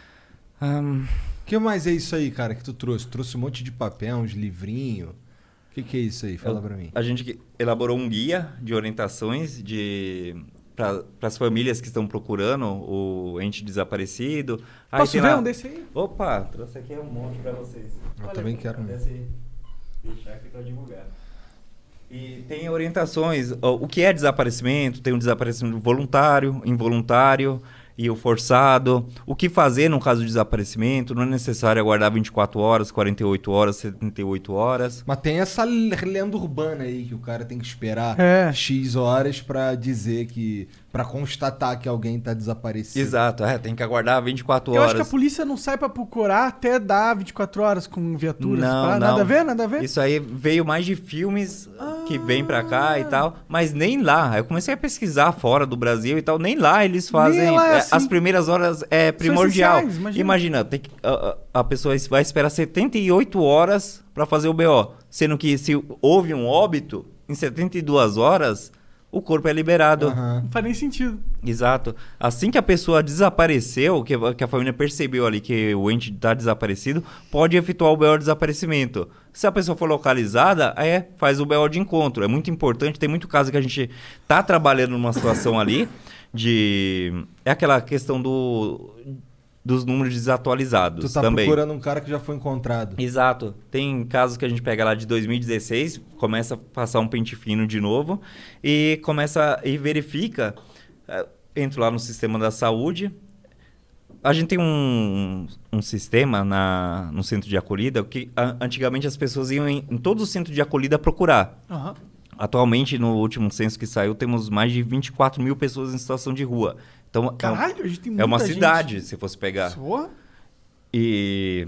O que mais é isso aí, cara, que tu trouxe? Trouxe um monte de papel, uns livrinhos. O que é isso aí? Fala pra mim. A gente elaborou um guia de orientações para as famílias que estão procurando o ente desaparecido. Posso ver um desse aí? Opa, trouxe aqui um monte para vocês. Eu também quero. Deixar aqui para divulgar. E tem orientações. O que é desaparecimento? Tem o desaparecimento voluntário, involuntário e o forçado. O que fazer no caso de desaparecimento? Não é necessário aguardar 24 horas, 48 horas, 78 horas. Mas tem essa lenda urbana aí que o cara tem que esperar X horas pra dizer que... Pra constatar que alguém tá desaparecido. Exato, tem que aguardar 24 horas. Eu acho que a polícia não sai pra procurar até dar 24 horas com viaturas. Não. Nada a ver, nada a ver? Isso aí veio mais de filmes que vêm pra cá e tal, mas nem lá. Eu comecei a pesquisar fora do Brasil e tal, nem lá eles fazem. Lá é assim. As primeiras horas é primordial. Imagina, Imagina a pessoa vai esperar 78 horas pra fazer o BO, sendo que se houve um óbito, em 72 horas... o corpo é liberado. Não faz nem sentido. Exato. Assim que a pessoa desapareceu, que a família percebeu ali que o ente está desaparecido, pode efetuar o BO de desaparecimento. Se a pessoa for localizada, faz o BO de encontro. É muito importante, tem muito caso que a gente está trabalhando numa situação ali é aquela questão dos números desatualizados tu tá também. Procurando um cara que já foi encontrado. Exato. Tem casos que a gente pega lá de 2016, começa a passar um pente fino de novo e verifica, entra lá no sistema da saúde. A gente tem um sistema no centro de acolhida que antigamente as pessoas iam em todos os centros de acolhida procurar. Atualmente, no último censo que saiu, temos mais de 24 mil pessoas em situação de rua. Então, caralho, a gente tem muita uma gente. cidade, se fosse pegar. Sua? E...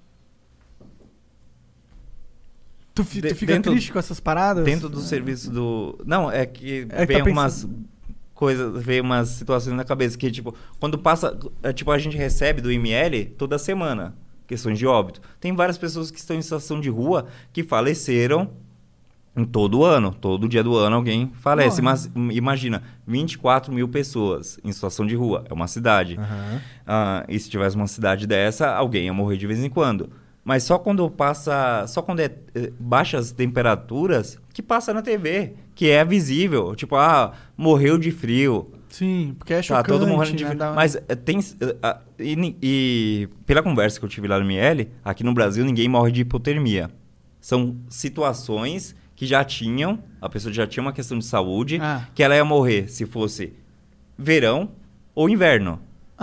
Tu fica triste com essas paradas? Dentro do serviço do... Não, é que vem algumas coisas, vem umas situações na cabeça que, tipo, quando passa... a gente recebe do IML toda semana questões de óbito. Tem várias pessoas que estão em situação de rua que faleceram em todo ano. Todo dia do ano alguém falece. Mas imagina, 24 mil pessoas em situação de rua. É uma cidade. E se tivesse uma cidade dessa, alguém ia morrer de vez em quando. Mas só quando é baixas temperaturas, que passa na TV, que é visível. Tipo, morreu de frio. Sim, porque é chocante, todo morrendo de né? frio. Mas tem... E pela conversa que eu tive lá no ML, aqui no Brasil ninguém morre de hipotermia. São situações que a pessoa já tinha uma questão de saúde, que ela ia morrer se fosse verão ou inverno.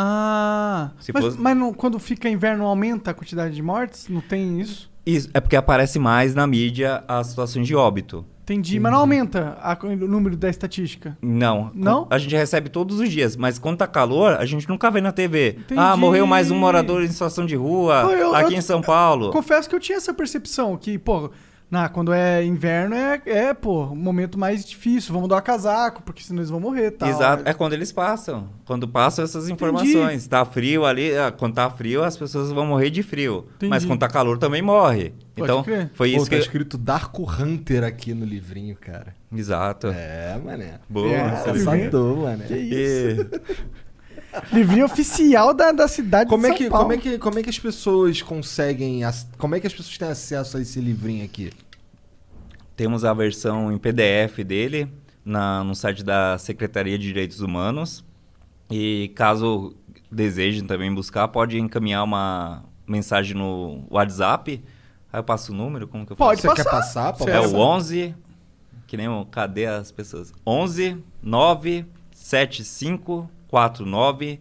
Mas quando fica inverno aumenta a quantidade de mortes? Não tem isso? Isso, é porque aparece mais na mídia as situações de óbito. Entendi, mas não aumenta o número da estatística? Não. Não? A gente recebe todos os dias, mas quando tá calor, a gente nunca vê na TV. Entendi. Morreu mais um morador em situação de rua aqui em São Paulo. Confesso que eu tinha essa percepção, que, quando é inverno um momento mais difícil. Vamos dar casaco, porque senão eles vão morrer, tal. Exato. É quando eles passam. Quando passam essas informações. Entendi. Tá frio ali, quando tá frio, as pessoas vão morrer de frio. Entendi. Mas quando tá calor também morre. Pode então, crer. foi isso que... Tá escrito Dark Hunter aqui no livrinho, cara. Exato. Mané. Boa. Passador, mané. Que isso? Livrinho oficial da cidade de São Paulo. Como é que as pessoas conseguem... Como é que as pessoas têm acesso a esse livrinho aqui? Temos a versão em PDF dele no site da Secretaria de Direitos Humanos. E caso desejem também buscar, pode encaminhar uma mensagem no WhatsApp. Aí eu passo o número, como que eu faço? Você quer passar? É o 11... Que nem cadê as pessoas? 11 9 75 49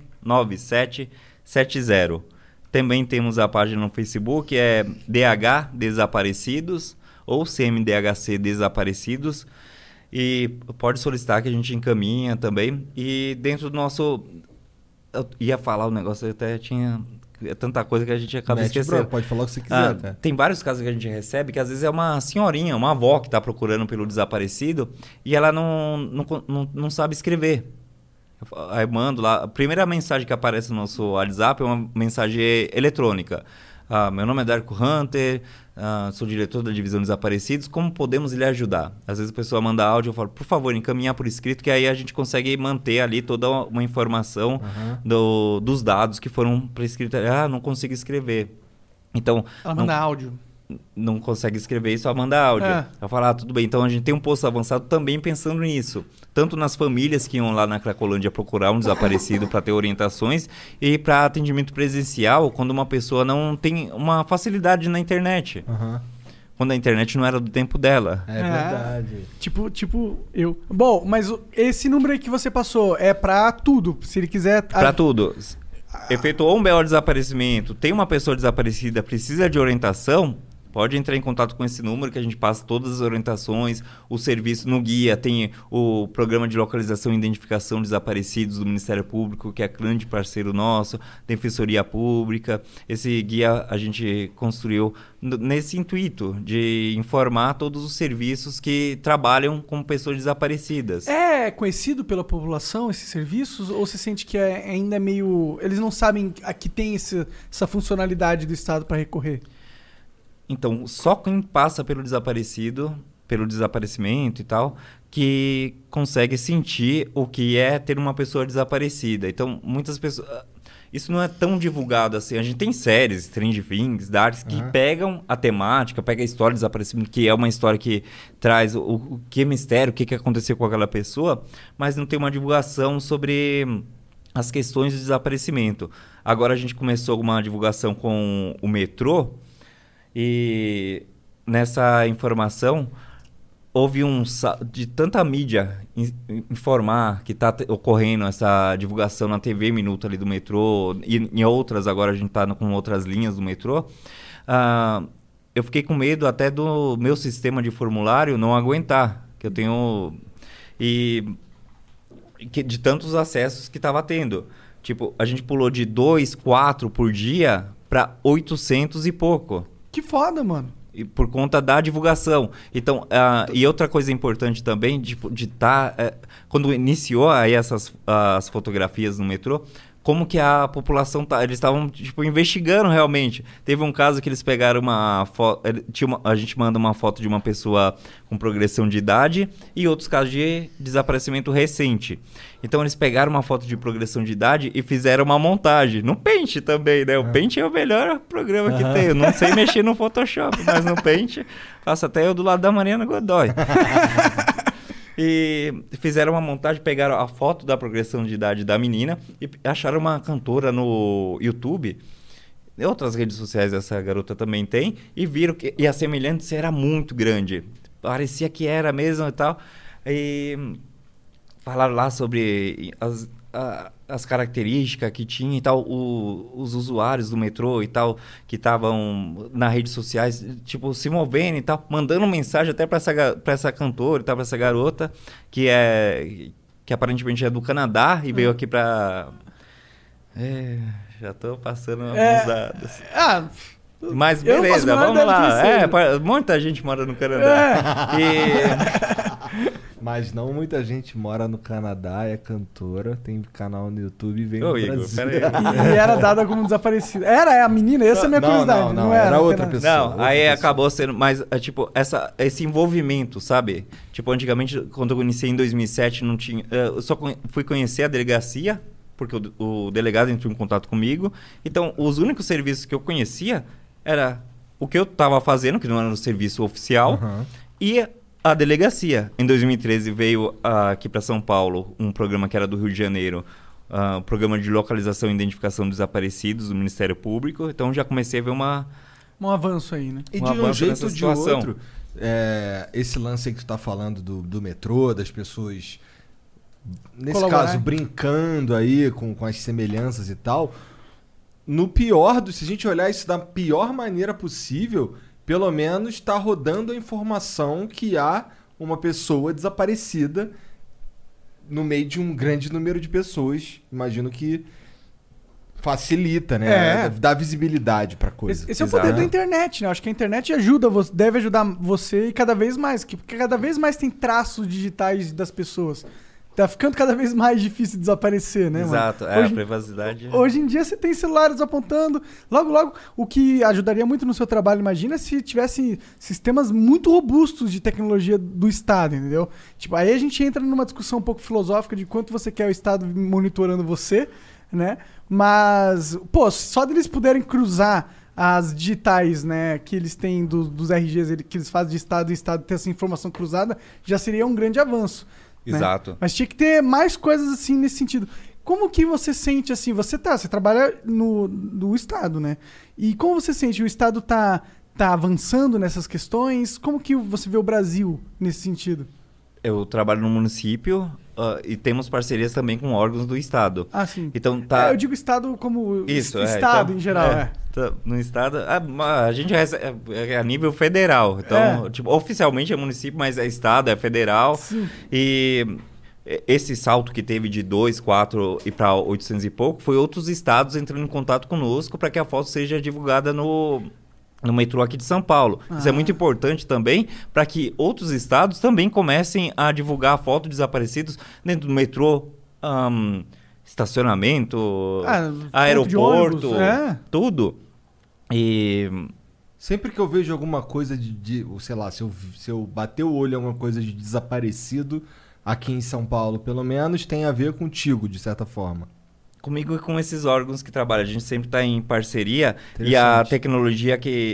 9770. Também temos a página no Facebook, é DH Desaparecidos ou CMDHC Desaparecidos. E pode solicitar que a gente encaminha também. E dentro do nosso... Eu ia falar o negócio, eu até tinha... É tanta coisa que a gente acaba esquecendo. Pode falar o que você quiser, cara. Tem vários casos que a gente recebe que às vezes é uma senhorinha, uma avó que está procurando pelo desaparecido e ela não sabe escrever. Aí mando lá. A primeira mensagem que aparece no nosso WhatsApp é uma mensagem eletrônica. Meu nome é Darko Hunter, sou diretor da Divisão Desaparecidos, como podemos lhe ajudar? Às vezes a pessoa manda áudio, eu falo, por favor, encaminhar por escrito, que aí a gente consegue manter ali toda uma informação dos dados que foram prescritos. Não consigo escrever. Então, ela manda áudio. Não consegue escrever e só manda áudio. Eu falo, tudo bem, então a gente tem um posto avançado também pensando nisso. Tanto nas famílias que iam lá na Cracolândia procurar um desaparecido para ter orientações e para atendimento presencial quando uma pessoa não tem uma facilidade na internet. quando a internet não era do tempo dela. É verdade. Tipo eu. Bom, mas esse número aí que você passou é pra tudo, se ele quiser... Pra tudo. Efetuou um BO desaparecimento, tem uma pessoa desaparecida, precisa de orientação, pode entrar em contato com esse número que a gente passa todas as orientações, o serviço no guia, tem o programa de localização e identificação de desaparecidos do Ministério Público, que é grande parceiro nosso, Defensoria Pública. Esse guia a gente construiu nesse intuito de informar todos os serviços que trabalham com pessoas desaparecidas. É conhecido pela população esses serviços? Ou você sente que ainda é meio... Eles não sabem que tem essa funcionalidade do Estado para recorrer? Então, só quem passa pelo desaparecimento e tal, que consegue sentir o que é ter uma pessoa desaparecida. Então, muitas pessoas... Isso não é tão divulgado assim. A gente tem séries, Stranger Things, Dark, que pegam a temática, pegam a história do desaparecimento, que é uma história que traz o que é mistério, o que aconteceu com aquela pessoa, mas não tem uma divulgação sobre as questões do desaparecimento. Agora a gente começou uma divulgação com o metrô, e nessa informação houve de tanta mídia informar que está ocorrendo essa divulgação na TV Minuto ali do metrô e em outras, agora a gente está com outras linhas do metrô. Eu fiquei com medo até do meu sistema de formulário não aguentar, que eu tenho, de tantos acessos que estava tendo. Tipo, a gente pulou de 2, 4 por dia para 800 e pouco. Que foda, mano. E por conta da divulgação. Então, e outra coisa importante também, de estar... quando iniciou aí as fotografias no metrô, como que a população tá... Eles estavam, tipo, investigando realmente. Teve um caso que eles pegaram uma foto... a gente manda uma foto de uma pessoa com progressão de idade e outros casos de desaparecimento recente. Então, eles pegaram uma foto de progressão de idade e fizeram uma montagem. No Paint também, né? O Paint é o melhor programa que tem. Eu não sei mexer no Photoshop, mas no Paint faço até eu do lado da Mariana Godoy. E fizeram uma montagem, pegaram a foto da progressão de idade da menina e acharam uma cantora no YouTube. Em outras redes sociais essa garota também tem. E viram que a semelhança era muito grande. Parecia que era mesmo e tal. E falaram lá sobre as características que tinha e tal, os usuários do metrô e tal, que estavam nas redes sociais, tipo, se movendo e tal, mandando mensagem até para essa cantora e tal, para essa garota, que aparentemente é do Canadá e veio aqui para... já tô passando alguns dados. Mas beleza, vamos lá. Muita gente mora no Canadá. Mas não muita gente mora no Canadá, é cantora, tem canal no YouTube e vem no Igor, Brasil. E era dada como desaparecida. É a menina? Essa é a minha curiosidade. Não era outra pessoa. Não, outra aí pessoa. acabou sendo mais, tipo, esse envolvimento, sabe? Tipo, antigamente, quando eu iniciei em 2007, não tinha... Eu só fui conhecer a delegacia, porque o delegado entrou em contato comigo. Então, os únicos serviços que eu conhecia era o que eu estava fazendo, que não era um serviço oficial, e a delegacia. Em 2013 veio aqui para São Paulo um programa que era do Rio de Janeiro, programa de localização e identificação de desaparecidos do Ministério Público. Então já comecei a ver um avanço aí, né? E de um jeito ou de outro, esse lance aí que tu tá falando do metrô, das pessoas, nesse caso, brincando aí com as semelhanças e tal, se a gente olhar isso da pior maneira possível, pelo menos está rodando a informação que há uma pessoa desaparecida no meio de um grande número de pessoas. Imagino que facilita, né? Dá visibilidade pra coisa. Esse é o poder da internet, né? Acho que a internet deve ajudar você e cada vez mais, porque cada vez mais tem traços digitais das pessoas. Tá ficando cada vez mais difícil desaparecer, né, mano? Exato, a privacidade. Hoje em dia você tem celulares apontando. Logo, o que ajudaria muito no seu trabalho, imagina se tivesse sistemas muito robustos de tecnologia do Estado, entendeu? Tipo, aí a gente entra numa discussão um pouco filosófica de quanto você quer o Estado monitorando você, né? Mas, pô, só deles puderem cruzar as digitais, né, que eles têm dos RGs que eles fazem de Estado em Estado, ter essa informação cruzada, já seria um grande avanço. Exato. Né? Mas tinha que ter mais coisas assim nesse sentido. Como que você sente assim? Você trabalha no Estado, né? E como você sente? O Estado tá tá avançando nessas questões? Como que você vê o Brasil nesse sentido? Eu trabalho no município e temos parcerias também com órgãos do Estado. Ah, sim. Então, tá... eu digo Estado como Isso, Estado então, em geral, No Estado, a gente é a nível federal. Então, tipo, oficialmente é município, mas é Estado, é federal. Sim. E esse salto que teve de 2, 4 e para 800 e pouco, foi outros estados entrando em contato conosco para que a foto seja divulgada no metrô aqui de São Paulo. Isso é muito importante também para que outros estados também comecem a divulgar a foto de desaparecidos dentro do metrô, estacionamento, aeroporto, tudo. E sempre que eu vejo alguma coisa sei lá, se eu bater o olho em alguma coisa de desaparecido aqui em São Paulo, pelo menos, tem a ver contigo, de certa forma. Comigo e com esses órgãos que trabalham. A gente sempre está em parceria. E a tecnologia que...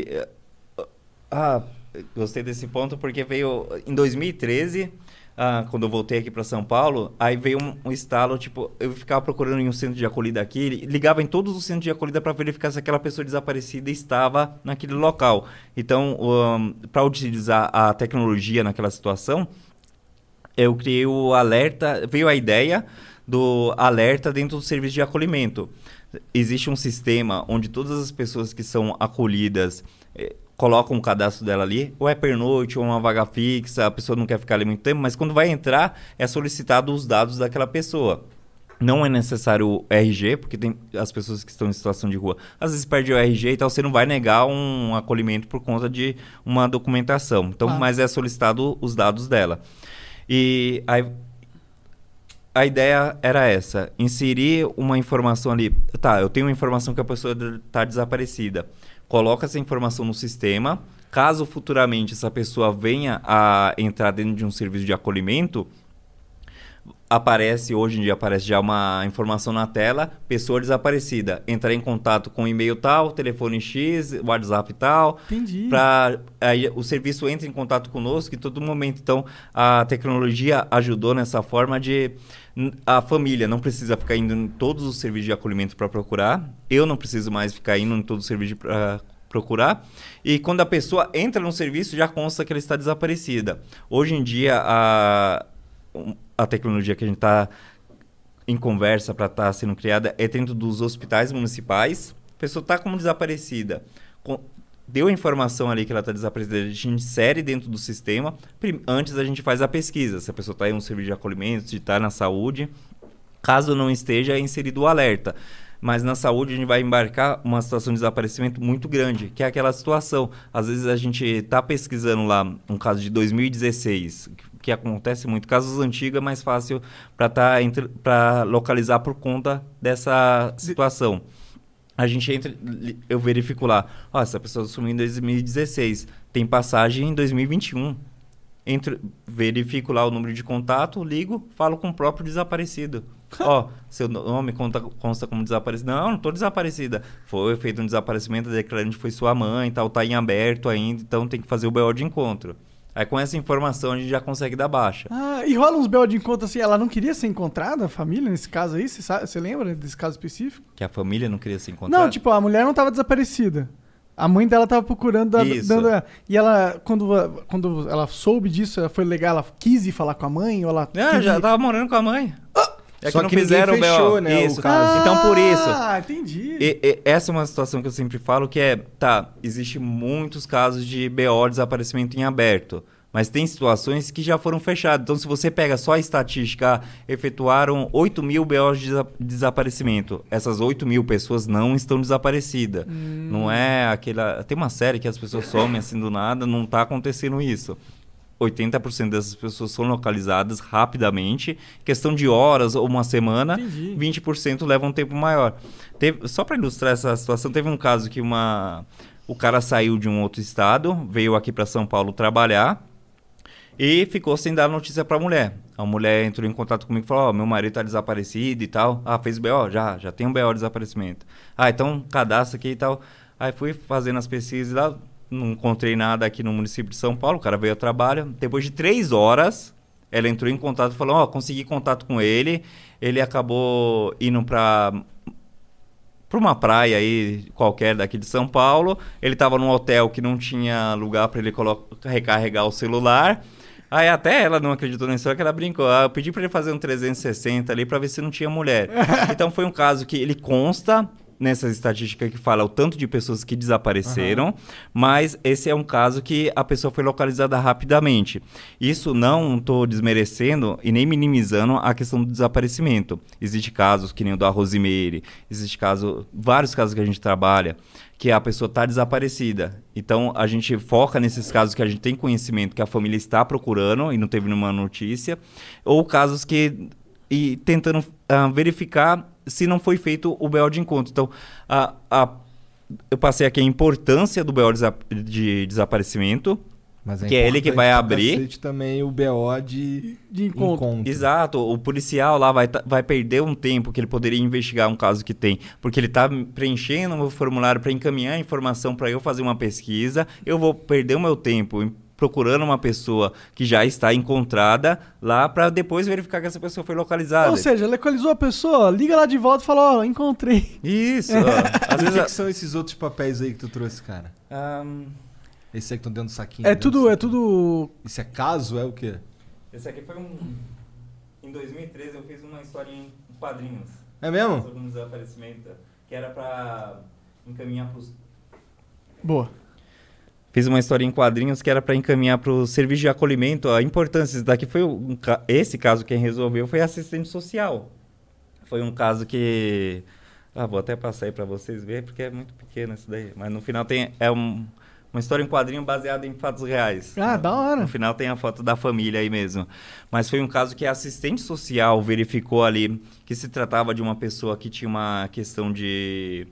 gostei desse ponto porque veio em 2013, quando eu voltei aqui para São Paulo, aí veio um estalo, tipo, eu ficava procurando em um centro de acolhida aqui, ligava em todos os centros de acolhida para verificar se aquela pessoa desaparecida estava naquele local. Então, para utilizar a tecnologia naquela situação, eu criei o alerta, veio a ideia do alerta dentro do serviço de acolhimento. Existe um sistema onde todas as pessoas que são acolhidas colocam o cadastro dela ali, ou é pernoite, ou uma vaga fixa, a pessoa não quer ficar ali muito tempo, mas quando vai entrar, é solicitado os dados daquela pessoa. Não é necessário o RG, porque tem as pessoas que estão em situação de rua, às vezes perde o RG e tal, você não vai negar um acolhimento por conta de uma documentação. Então, mas é solicitado os dados dela. E aí, a ideia era essa, inserir uma informação ali. Tá, eu tenho uma informação que a pessoa está desaparecida. Coloca essa informação no sistema. Caso futuramente essa pessoa venha a entrar dentro de um serviço de acolhimento, hoje em dia aparece já uma informação na tela, pessoa desaparecida. Entrar em contato com e-mail tal, telefone X, WhatsApp tal. Entendi. Aí o serviço entra em contato conosco em todo momento. Então, a tecnologia ajudou nessa forma de... A família não precisa ficar indo em todos os serviços de acolhimento para procurar. Eu não preciso mais ficar indo em todos os serviços para procurar. E quando a pessoa entra no serviço, já consta que ela está desaparecida. Hoje em dia, a tecnologia que a gente está em conversa para estar sendo criada é dentro dos hospitais municipais. A pessoa está como desaparecida. Deu a informação ali que ela está desaparecida, a gente insere dentro do sistema. Antes a gente faz a pesquisa, se a pessoa está em um serviço de acolhimento, se está na saúde. Caso não esteja, é inserido o alerta. Mas na saúde a gente vai embarcar uma situação de desaparecimento muito grande, que é aquela situação. Às vezes a gente está pesquisando lá um caso de 2016, que acontece muito. Casos antigos é mais fácil para localizar por conta dessa situação. A gente eu verifico lá, essa pessoa sumiu em 2016, tem passagem em 2021. Verifico lá o número de contato, ligo, falo com o próprio desaparecido. Seu nome consta como desaparecido. Não estou desaparecida. Foi feito um desaparecimento, declarando que foi sua mãe, tal, tá em aberto ainda, então tem que fazer o BO de encontro. Aí com essa informação a gente já consegue dar baixa. E rola uns BO de encontro assim, ela não queria ser encontrada, a família, nesse caso aí? Você lembra desse caso específico? Que a família não queria ser encontrada? Não, tipo, a mulher não estava desaparecida. A mãe dela estava procurando, e ela, quando ela soube disso, ela foi legal, ela quis ir falar com a mãe? Ou ela já estava morando com a mãe. É só que não fizeram o BO, né, isso. O caso. Então, por isso. Entendi. Essa é uma situação que eu sempre falo que existe muitos casos de BO, desaparecimento em aberto. Mas tem situações que já foram fechadas. Então, se você pega só a estatística, efetuaram 8 mil BOs de desaparecimento. Essas 8 mil pessoas não estão desaparecidas. Não é aquela... Tem uma série que as pessoas somem assim do nada, não está acontecendo isso. 80% dessas pessoas são localizadas rapidamente, questão de horas ou uma semana. Entendi. 20% leva um tempo maior. Só para ilustrar essa situação, teve um caso que o cara saiu de um outro estado, veio aqui para São Paulo trabalhar e ficou sem dar notícia para a mulher. A mulher entrou em contato comigo e falou, meu marido está desaparecido e tal. Fez BO? Já tem um BO de desaparecimento. Então cadastra aqui e tal. Aí fui fazendo as pesquisas lá, não encontrei nada aqui no município de São Paulo, o cara veio ao trabalho. Depois de 3 horas, ela entrou em contato e falou, consegui contato com ele. Ele acabou indo para para uma praia aí qualquer daqui de São Paulo. Ele estava num hotel que não tinha lugar para ele recarregar o celular. Aí até ela não acreditou na história, que ela brincou. Eu pedi para ele fazer um 360 ali para ver se não tinha mulher. Então foi um caso que ele consta nessa estatística que fala o tanto de pessoas que desapareceram, mas esse é um caso que a pessoa foi localizada rapidamente. Isso não estou desmerecendo e nem minimizando a questão do desaparecimento. Existem casos, que nem o da Rosemary, vários casos que a gente trabalha, que a pessoa está desaparecida. Então, a gente foca nesses casos que a gente tem conhecimento, que a família está procurando e não teve nenhuma notícia, ou casos que... e tentando verificar se não foi feito o BO de encontro. Então, eu passei aqui a importância do BO de desaparecimento, mas que é ele que vai abrir. Também o BO de encontro. Exato. O policial lá vai perder um tempo que ele poderia investigar um caso que tem, porque ele está preenchendo o formulário para encaminhar a informação para eu fazer uma pesquisa. Eu vou perder o meu tempo procurando uma pessoa que já está encontrada lá para depois verificar que essa pessoa foi localizada. Ou seja, localizou a pessoa, liga lá de volta e fala, encontrei. Isso. Às vezes que são esses outros papéis aí que tu trouxe, cara? Esse aí que estão dentro do saquinho. É tudo... Esse é caso? É o quê? Esse aqui foi em 2013 eu fiz uma história em quadrinhos. É mesmo? Sobre um desaparecimento, que era para encaminhar para os... Boa. Fiz uma história em quadrinhos que era para encaminhar para o serviço de acolhimento. A importância daqui foi... Esse caso quem resolveu foi assistente social. Foi um caso que... vou até passar aí para vocês verem, porque é muito pequeno isso daí. Mas no final tem... uma história em quadrinho baseada em fatos reais. Da hora. No final tem a foto da família aí mesmo. Mas foi um caso que a assistente social verificou ali que se tratava de uma pessoa que tinha uma questão de...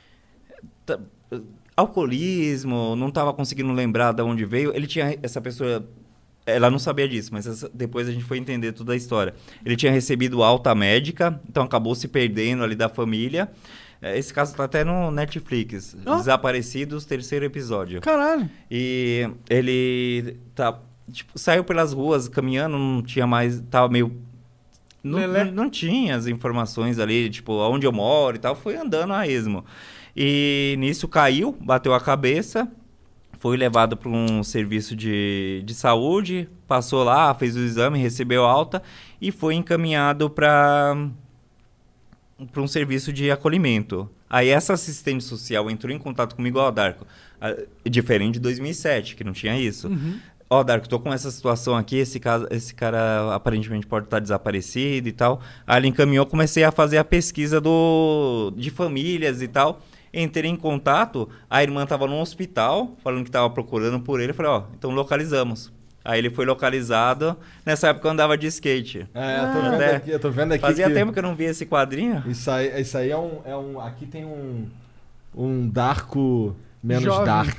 alcoolismo, não estava conseguindo lembrar de onde veio. Essa pessoa, ela não sabia disso, mas depois a gente foi entender toda a história. Ele tinha recebido alta médica, então acabou se perdendo ali da família. Esse caso está até no Netflix. Desaparecidos, 3º episódio. Caralho. E ele saiu pelas ruas caminhando, não tinha mais, tava meio... Não tinha as informações ali, aonde eu moro e tal, foi andando a esmo. E nisso caiu, bateu a cabeça, foi levado para um serviço de saúde, passou lá, fez o exame, recebeu alta e foi encaminhado para um serviço de acolhimento. Aí essa assistente social entrou em contato comigo, Darko, diferente de 2007, que não tinha isso. Darko, tô com essa situação aqui, esse cara aparentemente pode estar desaparecido e tal. Aí ele encaminhou, comecei a fazer a pesquisa de famílias e tal. Entrei em contato, a irmã estava no hospital, falando que estava procurando por ele. Eu falei, então localizamos. Aí ele foi localizado. Nessa época eu andava de skate. Eu tô vendo aqui. Fazia tempo que eu não via esse quadrinho. Isso aí é um... Aqui tem um Darko menos jovem. Dark.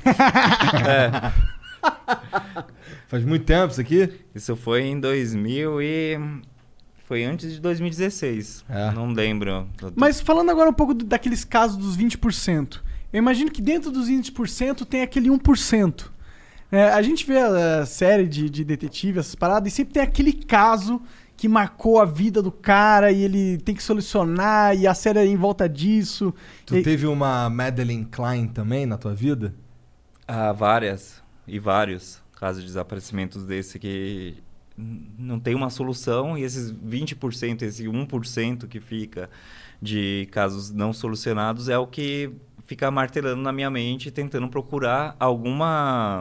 Faz muito tempo isso aqui? Isso foi em 2000 e... Foi antes de 2016. Não lembro. Mas falando agora um pouco daqueles casos dos 20%. Eu imagino que dentro dos 20% tem aquele 1%. A gente vê a série de detetive, essas paradas, e sempre tem aquele caso que marcou a vida do cara e ele tem que solucionar e a série é em volta disso. Tu teve uma Madeleine Klein também na tua vida? Várias. E vários casos de desaparecimentos desse que... não tem uma solução e esses 20%, esse 1% que fica de casos não solucionados é o que fica martelando na minha mente, tentando procurar alguma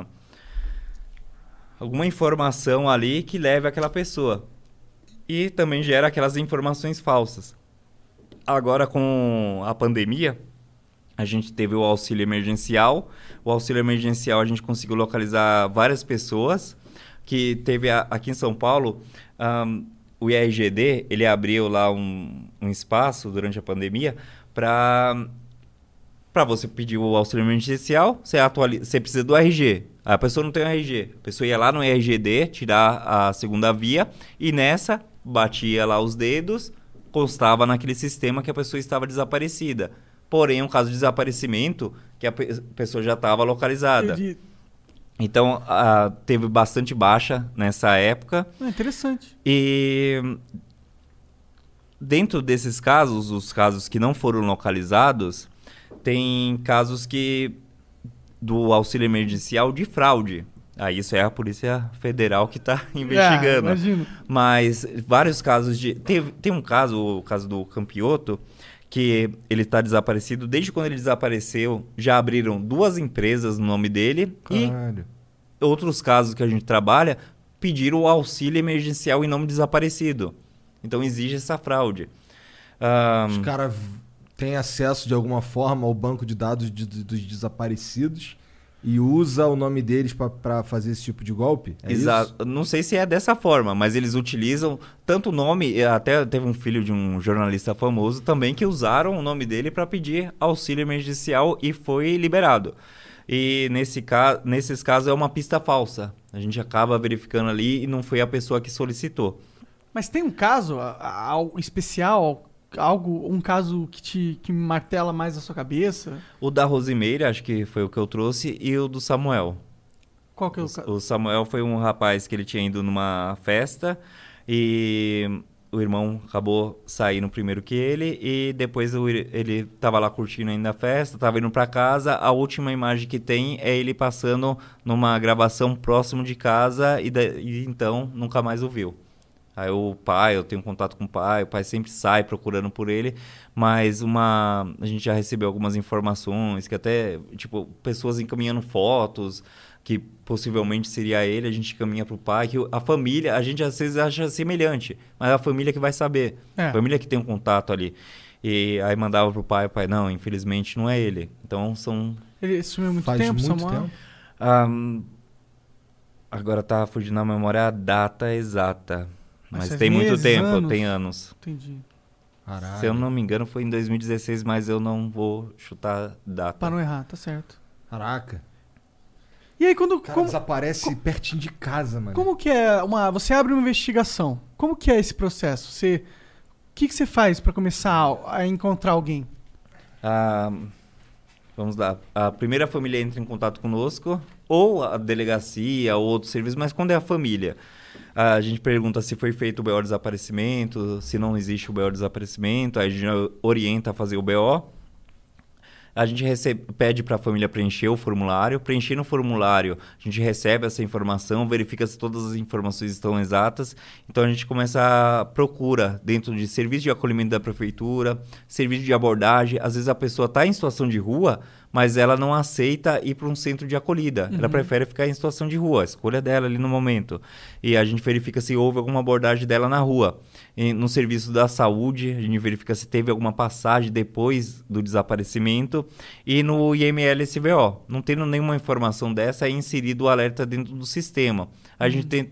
informação ali que leve àquela pessoa. E também gera aquelas informações falsas. Agora, com a pandemia, a gente teve o auxílio emergencial. O auxílio emergencial a gente conseguiu localizar várias pessoas que teve aqui em São Paulo, o IRGD, ele abriu lá um espaço durante a pandemia para você pedir o auxílio emergencial, você precisa do RG. A pessoa não tem o RG. A pessoa ia lá no IRGD, tirar a segunda via, e nessa, batia lá os dedos, constava naquele sistema que a pessoa estava desaparecida. Porém, um caso de desaparecimento, que a pessoa já estava localizada. Entendi. Então, teve bastante baixa nessa época. Interessante. E dentro desses casos, os casos que não foram localizados, tem casos do auxílio emergencial de fraude. Aí isso é a Polícia Federal que está investigando. Imagino. Mas vários casos tem um caso, o caso do Campioto, que ele está desaparecido. Desde quando ele desapareceu, já abriram 2 empresas no nome dele. Caralho. E outros casos que a gente trabalha pediram o auxílio emergencial em nome desaparecido. Então exige essa fraude. Os caras têm acesso de alguma forma ao banco de dados dos desaparecidos e usa o nome deles para fazer esse tipo de golpe? Exato. Isso? Não sei se é dessa forma, mas eles utilizam tanto o nome, até teve um filho de um jornalista famoso também que usaram o nome dele para pedir auxílio emergencial e foi liberado. E nesses casos é uma pista falsa. A gente acaba verificando ali e não foi a pessoa que solicitou. Mas tem um caso algo especial, um caso que martela mais a sua cabeça? O da Rosimeira, acho que foi o que eu trouxe, e o do Samuel. Qual que é o caso? O Samuel foi um rapaz que ele tinha ido numa festa e o irmão acabou saindo primeiro que ele e depois ele estava lá curtindo ainda a festa, estava indo para casa. A última imagem que tem é ele passando numa gravação próximo de casa e então nunca mais o viu. Aí eu tenho contato com o pai sempre sai procurando por ele, mas a gente já recebeu algumas informações que até, tipo, pessoas encaminhando fotos que possivelmente seria ele, a gente caminha pro pai, que a família, a gente às vezes acha semelhante, mas é a família que vai saber, a família que tem um contato ali. E aí mandava pro pai, o pai, não, infelizmente não é ele. Então Ele sumiu muito Faz tempo, muito Samuel? tempo. Agora tá fugindo na memória a data exata. Mas faz tem muito meses, tempo, anos? tem anos. Entendi. Caralho. Se eu não me engano foi em 2016, mas eu não vou chutar data. Pra não errar, tá certo. Caraca. E aí quando... O cara desaparece pertinho de casa, mano. Como que é você abre uma investigação? Como que é esse processo? O que você faz pra começar a encontrar alguém? Vamos lá. A primeira família entra em contato conosco, ou a delegacia, ou outro serviço, mas quando é a família, a gente pergunta se foi feito o BO desaparecimento, se não existe o BO desaparecimento, aí a gente orienta a fazer o BO. A gente pede para a família preencher o formulário. Preenchendo o formulário, a gente recebe essa informação, verifica se todas as informações estão exatas. Então, a gente começa a procura dentro de serviço de acolhimento da prefeitura, serviço de abordagem. Às vezes, a pessoa está em situação de rua, mas ela não aceita ir para um centro de acolhida. Ela prefere ficar em situação de rua, a escolha dela ali no momento. E a gente verifica se houve alguma abordagem dela na rua. E no serviço da saúde, a gente verifica se teve alguma passagem depois do desaparecimento. E no IML-SVO, não tendo nenhuma informação dessa, é inserido o alerta dentro do sistema. A gente tem,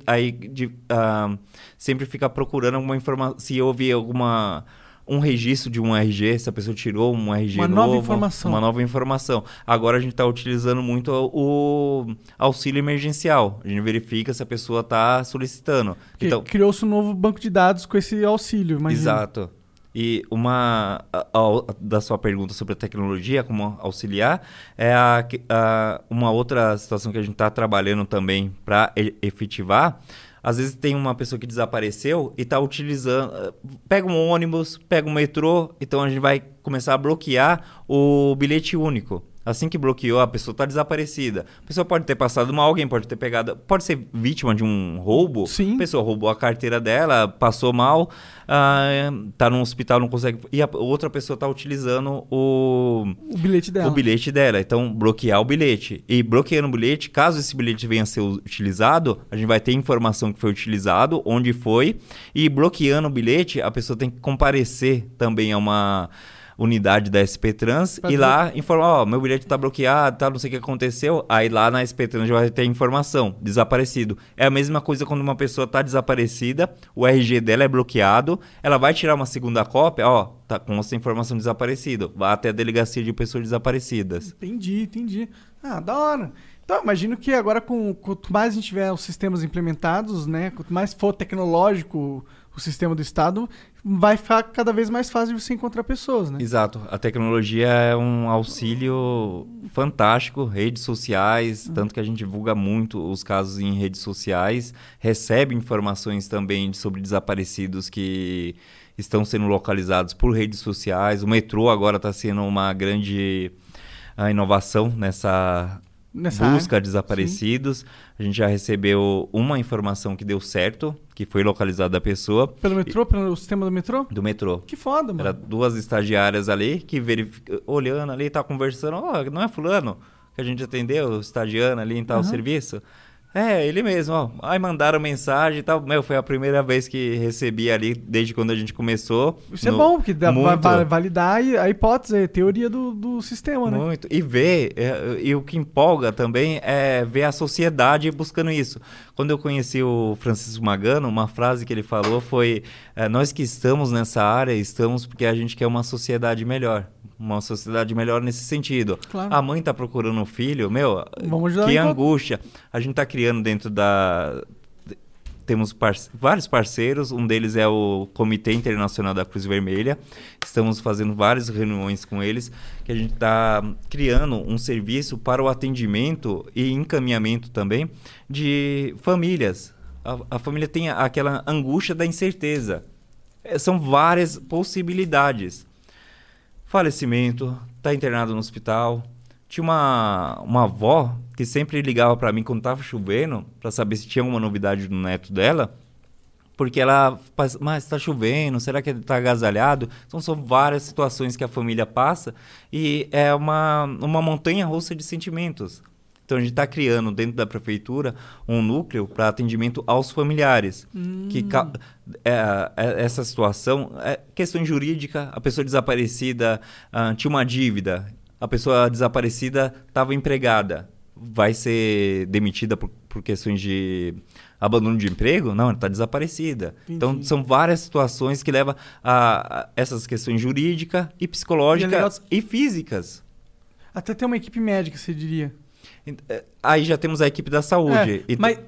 sempre fica procurando alguma informação, se houve um registro de um RG, se a pessoa tirou um RG uma novo. Uma nova informação. Agora a gente está utilizando muito o auxílio emergencial. A gente verifica se a pessoa está solicitando. Então, criou-se um novo banco de dados com esse auxílio, imagina. Exato. E da sua pergunta sobre a tecnologia, como auxiliar, é uma outra situação que a gente está trabalhando também para efetivar. Às vezes tem uma pessoa que desapareceu e está utilizando... Pega um ônibus, pega um metrô, então a gente vai começar a bloquear o bilhete único. Assim que bloqueou, a pessoa está desaparecida. A pessoa pode ter passado mal, alguém pode ter pegado... Pode ser vítima de um roubo. Sim. A pessoa roubou a carteira dela, passou mal, está no hospital, não consegue... E a outra pessoa está utilizando o bilhete dela. O bilhete dela. Então, bloquear o bilhete. E bloqueando o bilhete, caso esse bilhete venha a ser utilizado, a gente vai ter informação que foi utilizado, onde foi. E bloqueando o bilhete, a pessoa tem que comparecer também a uma unidade da SP Trans e lá informar, meu bilhete está bloqueado, tá, não sei o que aconteceu. Aí lá na SP Trans já vai ter informação, desaparecido. É a mesma coisa quando uma pessoa está desaparecida, o RG dela é bloqueado, ela vai tirar uma segunda cópia, tá com essa informação desaparecido, vai até a delegacia de pessoas desaparecidas. Entendi. Da hora. Então, imagino que agora, quanto mais a gente tiver os sistemas implementados, né, quanto mais for tecnológico o sistema do Estado, vai ficar cada vez mais fácil de você encontrar pessoas, né? Exato. A tecnologia é um auxílio fantástico, redes sociais, tanto que a gente divulga muito os casos em redes sociais, recebe informações também sobre desaparecidos que estão sendo localizados por redes sociais. O metrô agora está sendo uma grande inovação nessa busca de desaparecidos. Sim. A gente já recebeu uma informação que deu certo, que foi localizada a pessoa. Pelo metrô? Pelo sistema do metrô? Do metrô. Que foda, mano. Era 2 estagiárias ali que olhando ali, tá conversando. Não é fulano que a gente atendeu, estagiando ali em tal serviço? É, ele mesmo, ó. Aí mandaram mensagem e tal. Foi a primeira vez que recebi ali, desde quando a gente começou. Isso é bom, porque vai validar a hipótese, a teoria do sistema, né? Muito. E e o que empolga também é ver a sociedade buscando isso. Quando eu conheci o Francisco Magano, uma frase que ele falou foi: nós que estamos nessa área, estamos porque a gente quer uma sociedade melhor. Uma sociedade melhor nesse sentido. Claro. A mãe tá procurando um filho, que angústia. A gente tá criando dentro temos vários parceiros, um deles é o Comitê Internacional da Cruz Vermelha. Estamos fazendo várias reuniões com eles, que a gente está criando um serviço para o atendimento e encaminhamento também de famílias. A família tem aquela angústia da incerteza. São várias possibilidades. Falecimento, tá internado no hospital. Tinha uma avó que sempre ligava para mim quando tava chovendo para saber se tinha alguma novidade no neto dela, porque ela, mas tá chovendo, será que ele tá agasalhado? Então são várias situações que a família passa e é uma montanha-russa de sentimentos. Então a gente está criando dentro da prefeitura um núcleo para atendimento aos familiares. Essa situação é questão jurídica, a pessoa desaparecida tinha uma dívida, a pessoa desaparecida estava empregada, vai ser demitida por questões de abandono de emprego? Não, ela está desaparecida. Entendi. Então são várias situações que levam a essas questões jurídicas e psicológicas e físicas. Até ter uma equipe médica, você diria. Aí já temos a equipe da saúde.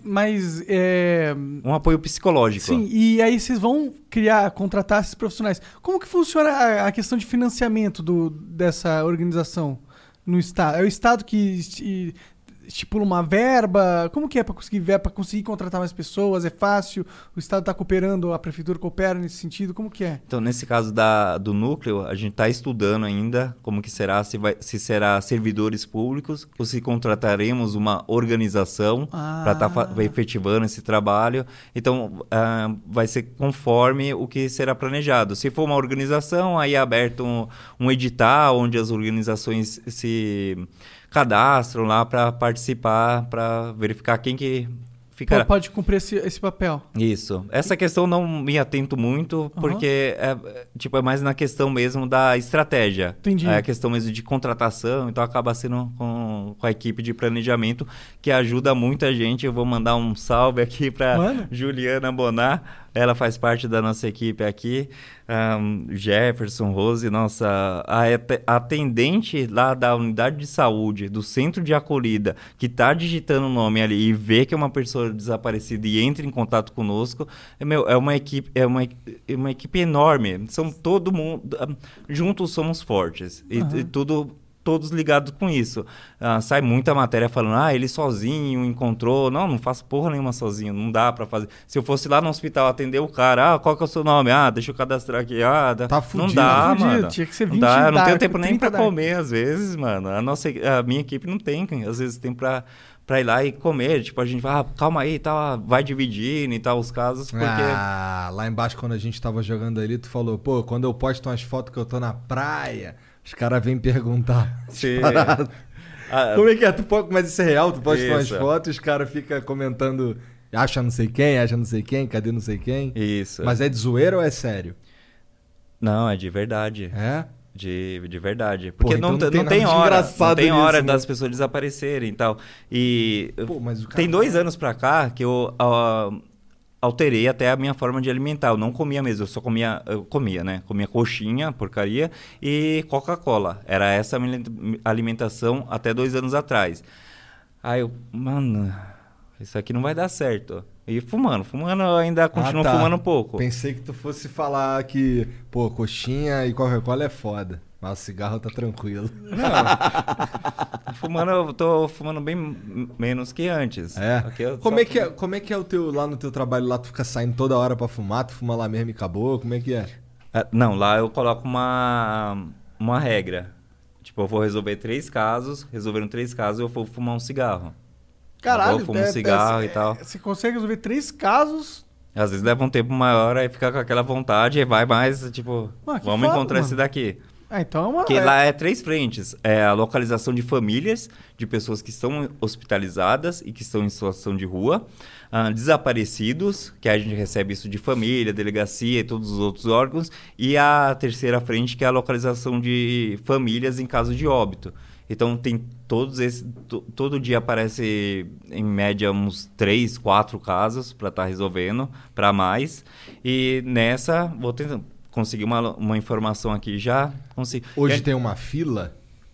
Um apoio psicológico. Sim, e aí vocês vão contratar esses profissionais. Como que funciona a questão de financiamento dessa organização no Estado? É o Estado que estipula uma verba? Como que é para conseguir verba, para conseguir contratar mais pessoas? É fácil? O Estado está cooperando, a Prefeitura coopera nesse sentido? Como que é? Então, nesse caso do núcleo, a gente está estudando ainda como que será, se será servidores públicos ou se contrataremos uma organização para estar efetivando esse trabalho. Então, vai ser conforme o que será planejado. Se for uma organização, aí é aberto um edital onde as organizações se cadastram lá para participar, para verificar quem que ficará. Pode cumprir esse papel. Isso. Essa questão não me atento muito, porque é mais na questão mesmo da estratégia. Entendi. É a questão mesmo de contratação, então acaba sendo com a equipe de planejamento, que ajuda muita gente. Eu vou mandar um salve aqui para Juliana Bonar. Ela faz parte da nossa equipe aqui. Jefferson, Rose, a atendente lá da unidade de saúde, do centro de acolhida, que está digitando o nome ali e vê que é uma pessoa desaparecida e entra em contato conosco, é uma equipe enorme. São todo mundo, juntos somos fortes. E todos ligados com isso. Sai muita matéria falando, ele sozinho encontrou. Não faço porra nenhuma sozinho, não dá pra fazer. Se eu fosse lá no hospital atender o cara, qual que é o seu nome? Deixa eu cadastrar aqui. Tá fudido. Não dá, mano. Tinha que ser 20 não tenho tempo nem pra comer, às vezes, mano. A minha equipe não tem, às vezes, tem pra ir lá e comer. Tipo, a gente vai, calma aí, tá, vai dividindo e tal, os casos, porque... lá embaixo, quando a gente tava jogando ali, tu falou, quando eu posto umas fotos que eu tô na praia... Os caras vêm perguntar. Sim. Como é que é? Mas isso é real? Tu posta umas fotos e os caras ficam comentando, acha não sei quem, cadê não sei quem? Isso. Mas é de zoeira ou é sério? Não, é de verdade. É? De verdade. Porque então não tem hora das pessoas desaparecerem e tal. E tem 2 anos pra cá que eu... alterei até a minha forma de alimentar. Eu não comia mesmo, eu comia, né? Comia coxinha, porcaria, e Coca-Cola. Era essa a minha alimentação até 2 anos atrás. Aí eu, mano, isso aqui não vai dar certo. E fumando eu ainda continuo fumando um pouco. Pensei que tu fosse falar que, pô, coxinha e Coca-Cola é foda. Mas o cigarro tá tranquilo. Não. Eu tô fumando bem menos que antes. É? Como é que é o teu, lá no teu trabalho, lá tu fica saindo toda hora pra fumar, tu fuma lá mesmo e acabou? Como é que é? Não, lá eu coloco uma regra. Tipo, eu vou resolver 3 casos, resolvendo 3 casos eu vou fumar um cigarro. Caralho, eu fumo um cigarro e tal. Você consegue resolver 3 casos... Às vezes leva um tempo maior, aí fica com aquela vontade, e vai mais, tipo, vamos encontrar esse daqui. Então, porque lá é 3 frentes. É a localização de famílias, de pessoas que estão hospitalizadas e que estão em situação de rua. Desaparecidos, que a gente recebe isso de família, delegacia e todos os outros órgãos. E a terceira frente, que é a localização de famílias em caso de óbito. Então, tem todos esses... Todo dia aparece, em média, uns 3, 4 casos para estar resolvendo, para mais. E nessa, vou tentar... Consegui uma informação aqui já. Hoje tem uma fila?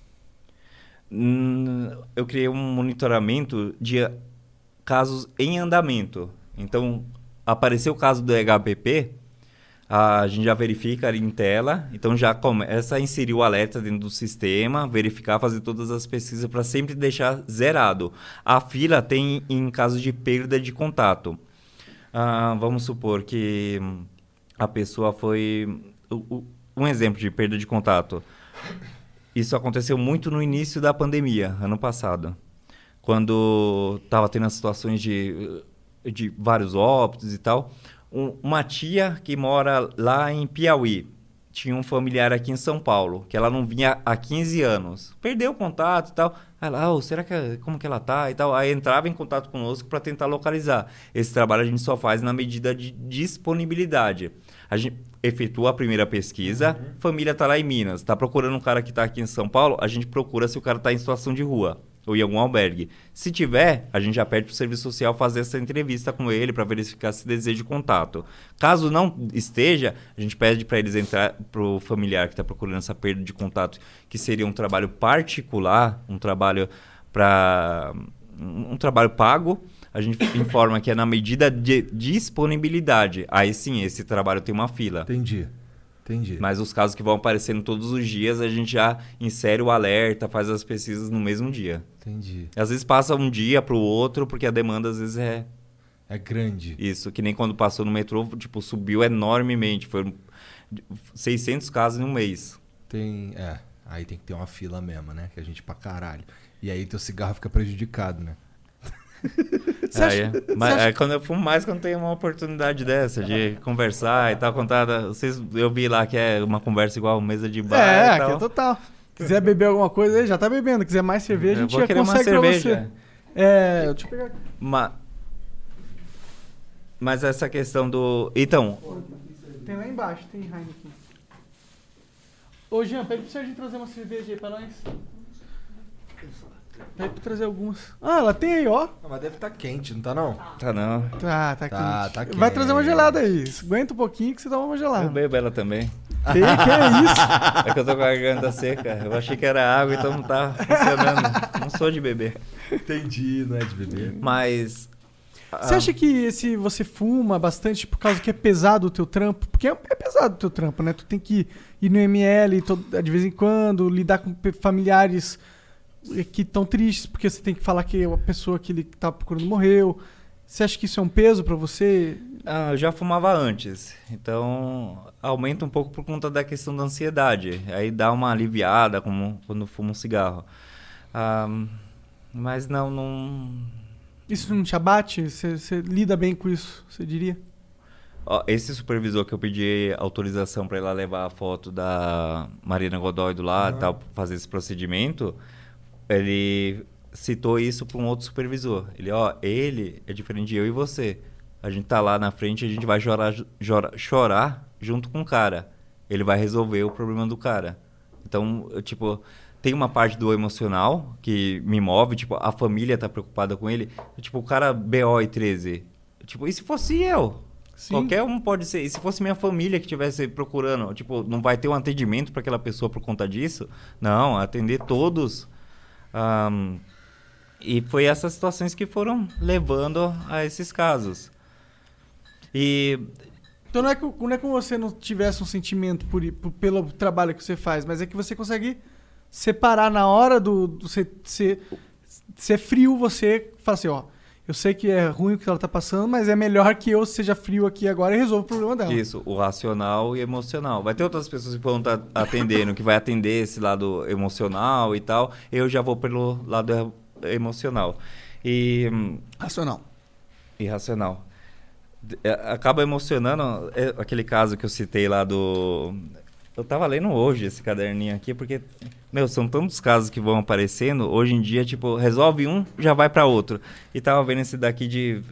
Eu criei um monitoramento de casos em andamento. Então, apareceu o caso do HPP, a gente já verifica ali em tela. Então, já começa a inserir o alerta dentro do sistema, verificar, fazer todas as pesquisas para sempre deixar zerado. A fila tem em caso de perda de contato. Vamos supor que... a pessoa foi... Um exemplo de perda de contato. Isso aconteceu muito no início da pandemia, ano passado. Quando estava tendo as situações de vários óbitos e tal. Uma tia que mora lá em Piauí tinha um familiar aqui em São Paulo, que ela não vinha há 15 anos. Perdeu o contato e tal. Aí ela, será que como que ela tá e tal? Aí entrava em contato conosco para tentar localizar. Esse trabalho a gente só faz na medida de disponibilidade. A gente efetua a primeira pesquisa, família tá lá em Minas, tá procurando um cara que tá aqui em São Paulo, a gente procura se o cara tá em situação de rua ou em algum albergue. Se tiver, a gente já pede pro serviço social fazer essa entrevista com ele para verificar se deseja contato. Caso não esteja, a gente pede para eles entrar pro familiar que está procurando essa perda de contato, que seria um trabalho particular, um trabalho pago. A gente informa que é na medida de disponibilidade. Aí sim, esse trabalho tem uma fila. Entendi. Mas os casos que vão aparecendo todos os dias, a gente já insere o alerta, faz as pesquisas no mesmo dia. Entendi. Às vezes passa um dia para o outro, porque a demanda às vezes é grande. Isso, que nem quando passou no metrô, tipo, subiu enormemente. Foram 600 casos em um mês. Aí tem que ter uma fila mesmo, né? Que a gente pra caralho. E aí teu cigarro fica prejudicado, né? Mas quando eu fumo mais, quando tem uma oportunidade dessa de conversar e tal, eu vi lá que é uma conversa igual mesa de bar e tal. Aqui é total. Quiser beber alguma coisa aí, já tá bebendo. Quiser mais cerveja, a gente já consegue pra você. Deixa eu pegar aqui. Mas essa questão do... Então... Tem lá embaixo, tem Heineken. Ô, Jean, pede pro Serginho trazer uma cerveja aí pra nós. Pede pra trazer algumas. Ela tem aí, ó. Mas deve estar quente, não tá não? Tá não. Tá quente. Tá quente. Vai trazer uma gelada aí. Aguenta um pouquinho que você toma uma gelada. Eu bebo ela também. Que é isso? É que eu tô com a garganta seca. Eu achei que era água, então não tá funcionando. Não sou de beber. Entendi, não é de beber. Mas... Você acha que se você fuma bastante por causa que é pesado o teu trampo? Porque é pesado o teu trampo, né? Tu tem que ir no ML de vez em quando, lidar com familiares que estão tristes, porque você tem que falar que a pessoa que ele tá procurando morreu. Você acha que isso é um peso pra você? Eu já fumava antes, então aumenta um pouco por conta da questão da ansiedade. Aí dá uma aliviada, como quando fuma um cigarro. Mas não... Isso não te abate? Você lida bem com isso, você diria? Esse supervisor que eu pedi autorização para ir lá levar a foto da Marina Godoy do lado, tal, fazer esse procedimento, ele citou isso para um outro supervisor. Ele é diferente de eu e você. A gente tá lá na frente, a gente vai chorar junto com o cara. Ele vai resolver o problema do cara. Então, tem uma parte do emocional que me move, a família tá preocupada com ele. O cara BO e 13. E se fosse eu? Sim. Qualquer um pode ser. E se fosse minha família que estivesse procurando? Não vai ter um atendimento para aquela pessoa por conta disso? Não, atender todos. E foi essas situações que foram levando a esses casos. E Então não é que você não tivesse um sentimento pelo trabalho que você faz, mas é que você consegue separar na hora do ser frio, você fala assim, ó, eu sei que é ruim o que ela tá passando, mas é melhor que eu seja frio aqui agora e resolva o problema dela. isso, o racional e emocional. Vai ter outras pessoas que vão estar atendendo, que vai atender esse lado emocional e tal. Eu já vou pelo lado emocional. Racional. Irracional. Acaba emocionando aquele caso que eu citei lá do... Eu tava lendo hoje esse caderninho aqui, porque, são tantos casos que vão aparecendo. Hoje em dia, tipo, resolve um, já vai para outro. E tava vendo esse daqui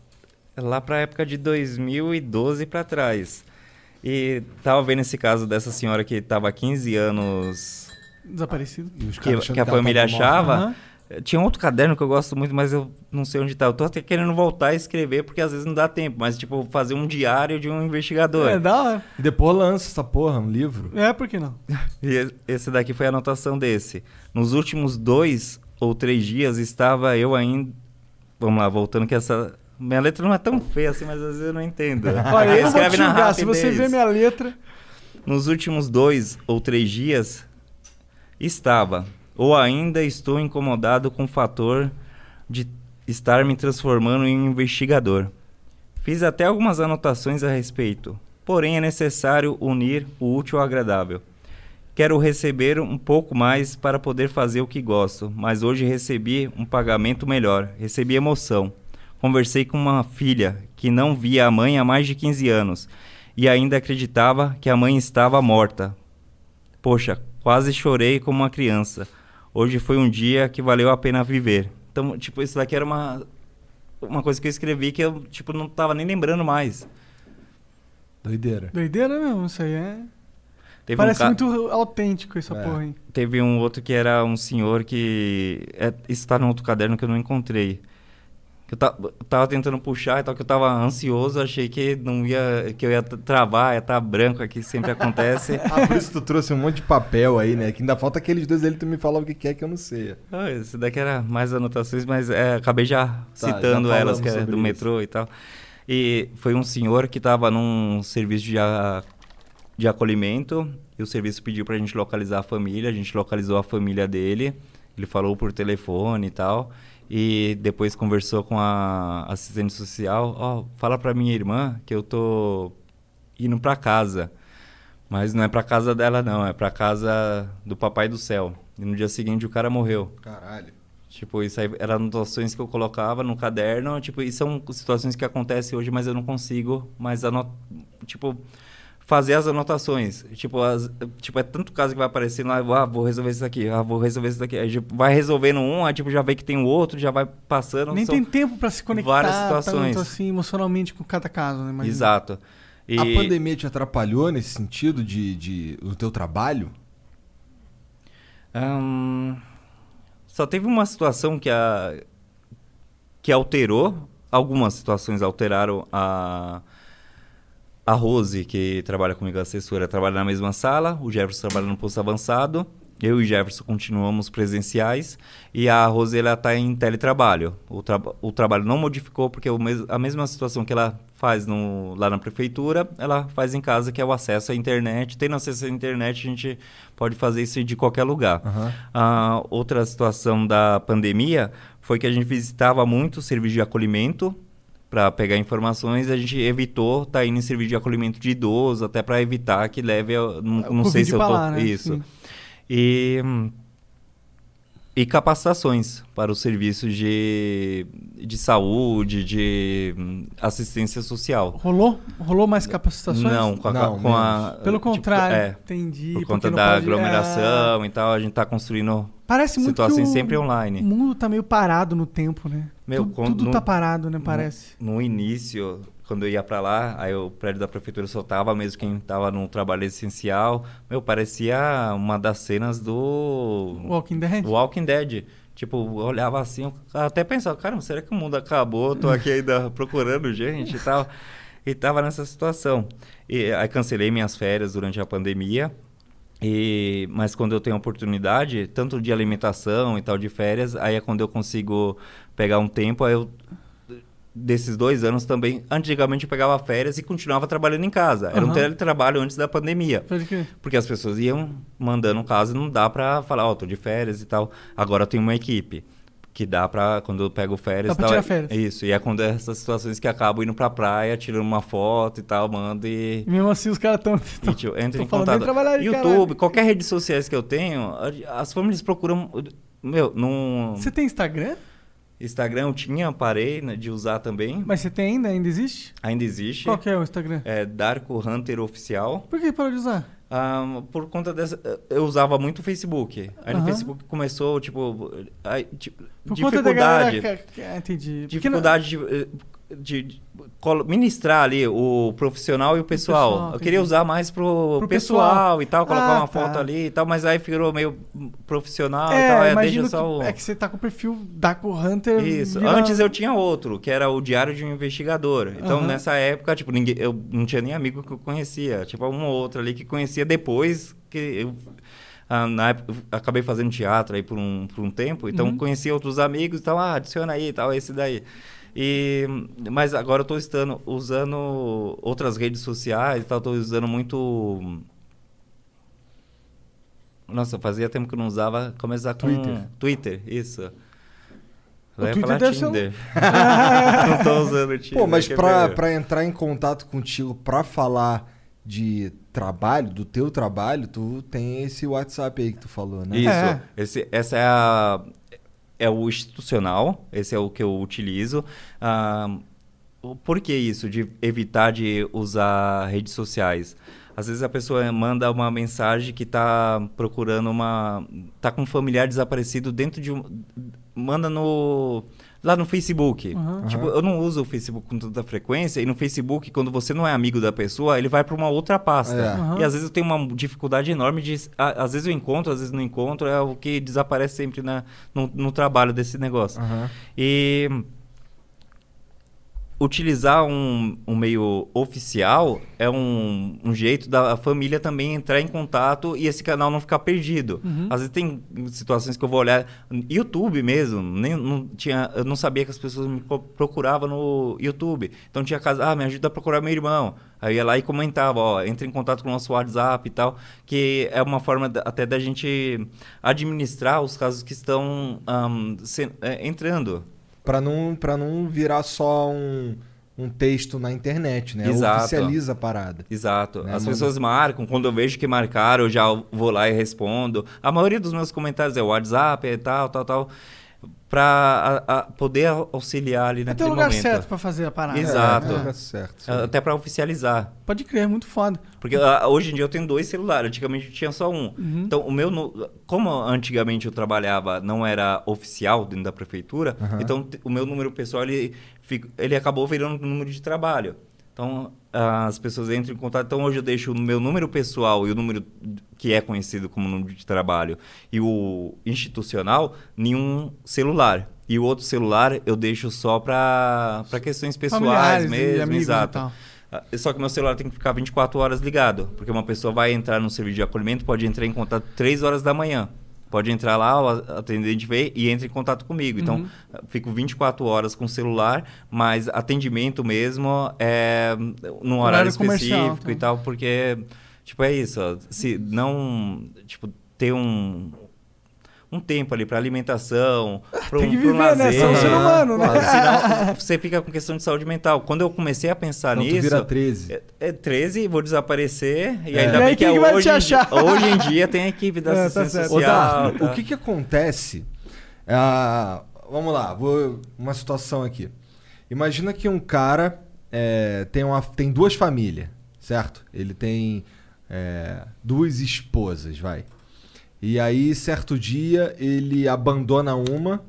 lá pra época de 2012 para trás. E tava vendo esse caso dessa senhora que tava há 15 anos... Desaparecido. Que a família achava... Uhum. Tinha outro caderno que eu gosto muito, mas eu não sei onde tá. Eu tô até querendo voltar a escrever, porque às vezes não dá tempo. Mas, tipo, fazer um diário de um investigador. Da hora. E depois lança essa porra, um livro. Por que não? E esse daqui foi a anotação desse. Nos últimos 2 ou 3 dias estava eu ainda... Vamos lá, voltando que essa... Minha letra não é tão feia assim, mas às vezes eu não entendo. Olha, eu vou te julgar, se você ver minha letra... Nos últimos 2 ou 3 dias estava... Ou ainda estou incomodado com o fator de estar me transformando em investigador. Fiz até algumas anotações a respeito, porém é necessário unir o útil ao agradável. Quero receber um pouco mais para poder fazer o que gosto, mas hoje recebi um pagamento melhor, recebi emoção. Conversei com uma filha que não via a mãe há mais de 15 anos e ainda acreditava que a mãe estava morta. Poxa, quase chorei como uma criança. Hoje foi um dia que valeu a pena viver. Então, tipo, isso daqui era uma coisa que eu escrevi que eu, tipo, não tava nem lembrando mais. Doideira. Doideira mesmo, isso aí Parece muito autêntico essa porra, hein? Teve um outro que era um senhor que... isso tá no outro caderno que eu não encontrei. Que eu tava tentando puxar e tal, que eu tava ansioso, achei que que eu ia travar, ia estar branco aqui, sempre acontece. Por isso tu trouxe um monte de papel aí, né? Que ainda falta aqueles 2 ali, tu me falava o que é que eu não sei. Esse daqui era mais anotações, mas acabei já citando já elas, que é do metrô e tal. E foi um senhor que tava num serviço de acolhimento, e o serviço pediu pra gente localizar a família, a gente localizou a família dele, ele falou por telefone e tal... E depois conversou com a assistente social. Fala pra minha irmã que eu tô indo pra casa. Mas não é pra casa dela, não. É pra casa do Papai do Céu. E no dia seguinte o cara morreu. Caralho. Tipo, isso aí eram anotações que eu colocava no caderno. Tipo, e são situações que acontecem hoje, mas eu não consigo mais fazer as anotações. Tipo, é tanto caso que vai aparecendo lá, vou resolver isso aqui, vou resolver isso daqui. Aí vai resolvendo um, aí tipo, já vê que tem o outro, já vai passando. Nem tem tempo pra se conectar várias situações. Tanto assim, emocionalmente com cada caso, né? Imagina. Exato. E... A pandemia te atrapalhou nesse sentido do teu trabalho? Só teve uma situação que alterou, algumas situações alteraram a Rose, que trabalha comigo, a assessora, trabalha na mesma sala, o Jefferson trabalha no posto avançado, eu e o Jefferson continuamos presenciais, e a Rose, ela está em teletrabalho. O trabalho não modificou, porque a mesma situação que ela faz lá na prefeitura, ela faz em casa, que é o acesso à internet. Tendo acesso à internet, a gente pode fazer isso de qualquer lugar. Uhum. A outra situação da pandemia foi que a gente visitava muito o serviço de acolhimento, para pegar informações, a gente evitou estar indo em serviço de acolhimento de idoso, até para evitar que leve... Não sei se eu tô... Lá, né? Isso. Sim. E capacitações para os serviços de saúde, de assistência social. Rolou mais capacitações? Não, Pelo contrário, entendi. Por conta da aglomeração e tal, a gente está construindo situações sempre online. O mundo tá meio parado no tempo, né? Tudo tá parado, né? Parece. No início, quando eu ia para lá, aí o prédio da prefeitura soltava mesmo quem estava no trabalho essencial. Parecia uma das cenas do... Walking Dead. Tipo, eu olhava assim, eu até pensava, caramba, será que o mundo acabou? Tô aqui ainda procurando gente e tal. E tava nessa situação. E aí cancelei minhas férias durante a pandemia. Mas quando eu tenho oportunidade, tanto de alimentação e tal, de férias, aí é quando eu consigo pegar um tempo, aí eu desses 2 anos também, antigamente eu pegava férias e continuava trabalhando em casa. Era um teletrabalho antes da pandemia. Porque as pessoas iam mandando caso e não dá pra falar, tô de férias e tal. Agora eu tenho uma equipe que dá pra, quando eu pego férias... Dá pra tirar férias. Isso, e é quando essas situações que acabam indo pra praia, tirando uma foto e tal, mando e... Mesmo assim os caras estão... Entra em contato. YouTube, qualquer rede sociais que eu tenho, as famílias procuram... Você tem Instagram? Instagram eu parei, né, de usar também. Mas você tem ainda? Ainda existe? Ainda existe. Qual que é o Instagram? É Darko Hunter Oficial. Por que parou de usar? Por conta dessa... Eu usava muito o Facebook. Aí no Facebook começou, por dificuldade. Conta da galera... Entendi. Dificuldade de ministrar ali o profissional e o pessoal. Eu queria usar mais pro pessoal e tal, colocar uma foto ali e tal, mas aí virou meio profissional e tal. Imagino que você tá com o perfil Darko Hunter. Isso. Antes eu tinha outro, que era o Diário de um Investigador. Então, nessa época, eu não tinha nem amigo que eu conhecia. Um ou outro ali que conhecia depois que eu... na época, eu acabei fazendo teatro aí por um tempo, então conheci outros amigos e tal, adiciona aí e tal, esse daí. Mas agora eu estou usando outras redes sociais e tal, estou usando muito... Nossa, fazia tempo que eu não usava, começar com... Twitter, isso. O Twitter deve ser... Não estou usando o Twitter. Pô, mas pra entrar em contato contigo, pra falar de trabalho, do teu trabalho, tu tem esse WhatsApp aí que tu falou, né? Isso. Essa é o institucional, esse é o que eu utilizo. Por que isso, de evitar de usar redes sociais? Às vezes a pessoa manda uma mensagem que está procurando está com um familiar desaparecido dentro de manda lá no Facebook. Eu não uso o Facebook com tanta frequência, e no Facebook, quando você não é amigo da pessoa, ele vai para uma outra pasta. E às vezes eu tenho uma dificuldade enorme de... Às vezes eu encontro, às vezes não encontro, é o que desaparece sempre no trabalho desse negócio. E utilizar um meio oficial é um jeito da família também entrar em contato e esse canal não ficar perdido. Às vezes tem situações que eu vou olhar... YouTube mesmo, eu não sabia que as pessoas me procuravam no YouTube. Então tinha caso, me ajuda a procurar meu irmão. Aí eu ia lá e comentava, entra em contato com o nosso WhatsApp e tal, que é uma forma até da gente administrar os casos que estão entrando. Pra não virar só um texto na internet, né? Exato. Oficializa a parada. Exato. Né? As pessoas marcam. Quando eu vejo que marcaram, eu já vou lá e respondo. A maioria dos meus comentários é WhatsApp, é tal. Pra poder auxiliar ali naquele momento. Tem um lugar certo pra fazer a parada. Exato. Tem um lugar certo. Até pra oficializar. Pode crer, é muito foda. Porque hoje em dia eu tenho 2 celulares. Antigamente eu tinha só um. Então, como antigamente eu trabalhava, não era oficial dentro da prefeitura, então o meu número pessoal ele acabou virando um número de trabalho. Então, as pessoas entram em contato. Então, hoje eu deixo o meu número pessoal e o número que é conhecido como número de trabalho e o institucional em um celular. E o outro celular eu deixo só para questões pessoais familiares mesmo. Amigos exato. E tal. Só que meu celular tem que ficar 24 horas ligado. Porque uma pessoa vai entrar no serviço de acolhimento, pode entrar em contato 3 horas da manhã. Pode entrar lá, o atendente vê e entra em contato comigo. Então, fico 24 horas com o celular, mas atendimento mesmo é num horário específico e tal, porque, é isso. Se não, ter um tempo ali para alimentação, para um lazer. Né? Você é um ser humano, né? Senão você fica com questão de saúde mental. Quando eu comecei a pensar nisso... Tu vira 13. 13, vou desaparecer. E ainda bem que hoje em dia tem a equipe da assistência social. O que acontece... vamos lá, uma situação aqui. Imagina que um cara tem 2 famílias, certo? Ele tem 2 esposas, vai. E aí, certo dia, ele abandona uma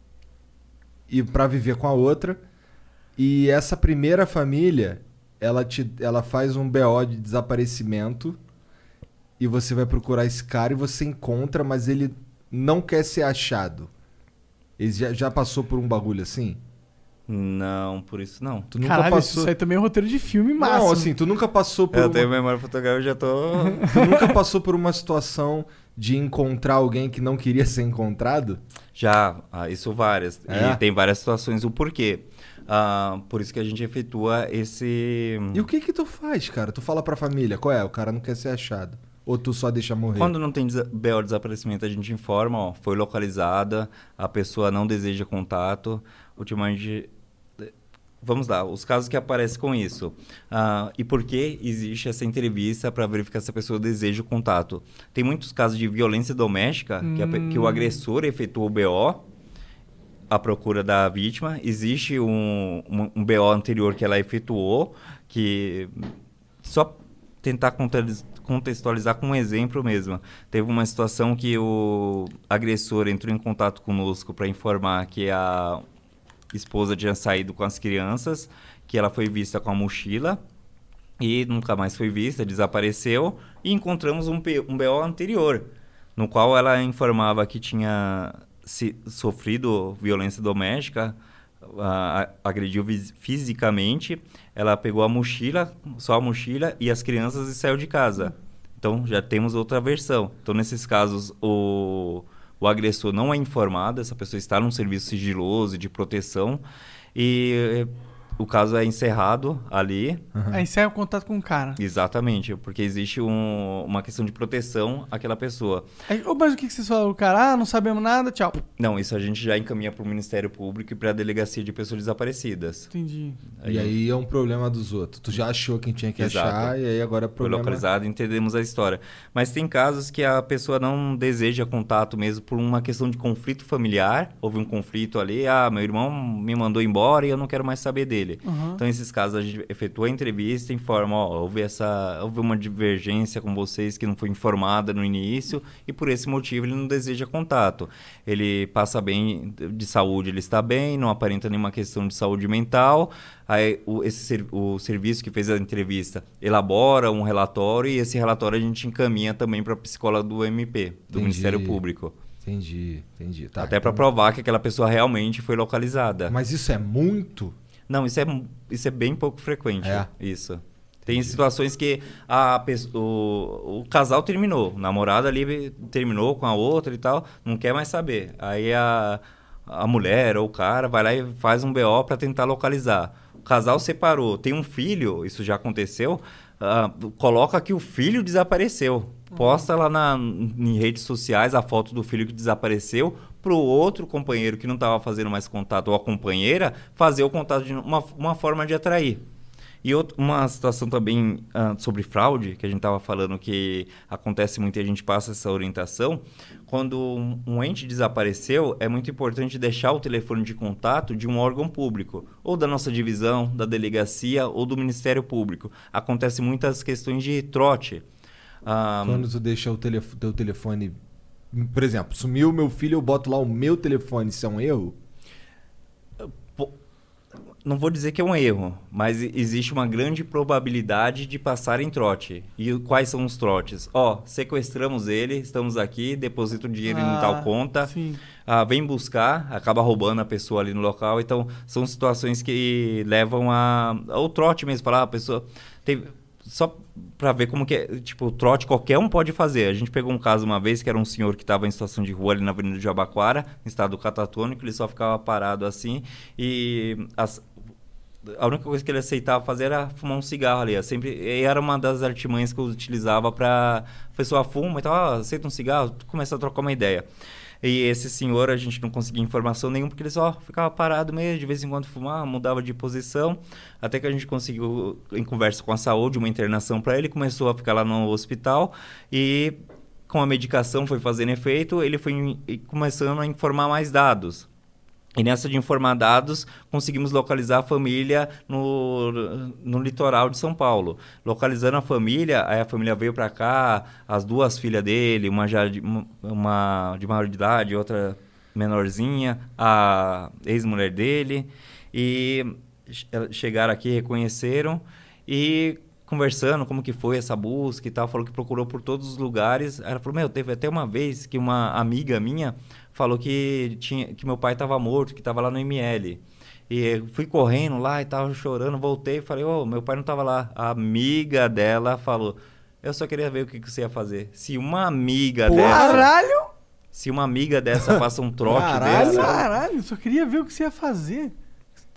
pra viver com a outra. E essa primeira família, ela faz um BO de desaparecimento. E você vai procurar esse cara e você encontra, mas ele não quer ser achado. Ele já passou por um bagulho assim? Não, por isso não. Tu nunca passou... isso aí também é um roteiro de filme massa. Não, assim, tu nunca passou por Eu tenho memória fotográfica, eu já tô... Tu nunca passou por uma situação de encontrar alguém que não queria ser encontrado? Já, isso várias. E tem várias situações. O porquê? Por isso que a gente efetua esse... E o que tu faz, cara? Tu fala pra família, qual é? O cara não quer ser achado. Ou tu só deixa morrer? Quando não tem BO de desaparecimento, a gente informa, ó, foi localizada, a pessoa não deseja contato. Ultimamente, vamos lá, os casos que aparecem com isso. E por que existe essa entrevista para verificar se a pessoa deseja o contato? Tem muitos casos de violência doméstica que o agressor efetuou o BO, a procura da vítima. Existe um BO anterior que ela efetuou, que só tentar contextualizar com um exemplo mesmo. Teve uma situação que o agressor entrou em contato conosco para informar que a esposa tinha saído com as crianças, que ela foi vista com a mochila e nunca mais foi vista, desapareceu, e encontramos um BO anterior, no qual ela informava que tinha sofrido violência doméstica, agrediu fisicamente. Ela pegou a mochila, só a mochila e as crianças e saiu de casa. Então já temos outra versão. Então nesses casos o agressor não é informado, essa pessoa está num serviço sigiloso de proteção e o caso é encerrado ali. Aí encerra o contato com o cara. Exatamente, porque existe uma questão de proteção àquela pessoa. Mas o que vocês falaram? Cara, não sabemos nada, tchau. Não, isso a gente já encaminha para o Ministério Público e para a Delegacia de Pessoas Desaparecidas. Entendi. E aí é um problema dos outros. Tu já achou quem tinha que achar e aí agora é problema... Foi localizado, entendemos a história. Mas tem casos que a pessoa não deseja contato mesmo por uma questão de conflito familiar. Houve um conflito ali, meu irmão me mandou embora e eu não quero mais saber dele. Então, nesses casos, a gente efetua a entrevista, informa, houve uma divergência com vocês que não foi informada no início e por esse motivo ele não deseja contato. Ele passa bem de saúde, ele está bem, não aparenta nenhuma questão de saúde mental. Aí, o serviço que fez a entrevista elabora um relatório e esse relatório a gente encaminha também para a psicóloga do MP, do Ministério Público. Entendi. Tá, até para provar que aquela pessoa realmente foi localizada. Mas isso é muito... Não, isso é bem pouco frequente. Isso. Tem situações que o casal terminou, o namorado ali terminou com a outra e tal, não quer mais saber. Aí a mulher ou o cara vai lá e faz um BO para tentar localizar. O casal separou, tem um filho, isso já aconteceu, coloca que o filho desapareceu. Posta lá em redes sociais a foto do filho que desapareceu para o outro companheiro que não estava fazendo mais contato, ou a companheira, fazer o contato de uma forma de atrair. E uma situação também sobre fraude, que a gente estava falando que acontece muito e a gente passa essa orientação. Quando um ente desapareceu, é muito importante deixar o telefone de contato de um órgão público, ou da nossa divisão, da delegacia ou do Ministério Público. Acontece muitas questões de trote. Quando tu deixa o teu telefone... Por exemplo, sumiu meu filho, eu boto lá o meu telefone, isso é um erro? Não vou dizer que é um erro, mas existe uma grande probabilidade de passar em trote. E quais são os trotes? Sequestramos ele, estamos aqui, deposita o dinheiro em tal conta, vem buscar, acaba roubando a pessoa ali no local. Então, são situações que levam ao trote mesmo. Falar, a pessoa... Só para ver como que é, tipo, o trote qualquer um pode fazer. A gente pegou um caso uma vez que era um senhor que estava em situação de rua ali na Avenida de Jabaquara, em estado catatônico, ele só ficava parado assim e a única coisa que ele aceitava fazer era fumar um cigarro ali. Era uma das artimanhas que eu utilizava para a pessoa fuma e tal, aceita um cigarro, começa a trocar uma ideia. E esse senhor, a gente não conseguia informação nenhuma, porque ele só ficava parado mesmo, de vez em quando fumava, mudava de posição, até que a gente conseguiu, em conversa com a saúde, uma internação para ele, começou a ficar lá no hospital e com a medicação foi fazendo efeito, ele foi começando a informar mais dados. E nessa de informar dados, conseguimos localizar a família no litoral de São Paulo. Localizando a família, aí a família veio para cá, as duas filhas dele, uma de maior de idade, outra menorzinha, a ex-mulher dele. E chegaram aqui, reconheceram e conversando como que foi essa busca e tal, falou que procurou por todos os lugares. Ela falou, teve até uma vez que uma amiga minha falou que meu pai estava morto, que estava lá no ML. E fui correndo lá e tava chorando, voltei e falei, meu pai não estava lá. A amiga dela falou, eu só queria ver o que você ia fazer. Se uma amiga Se uma amiga dessa passa um trote dessa... Caralho, só queria ver o que você ia fazer.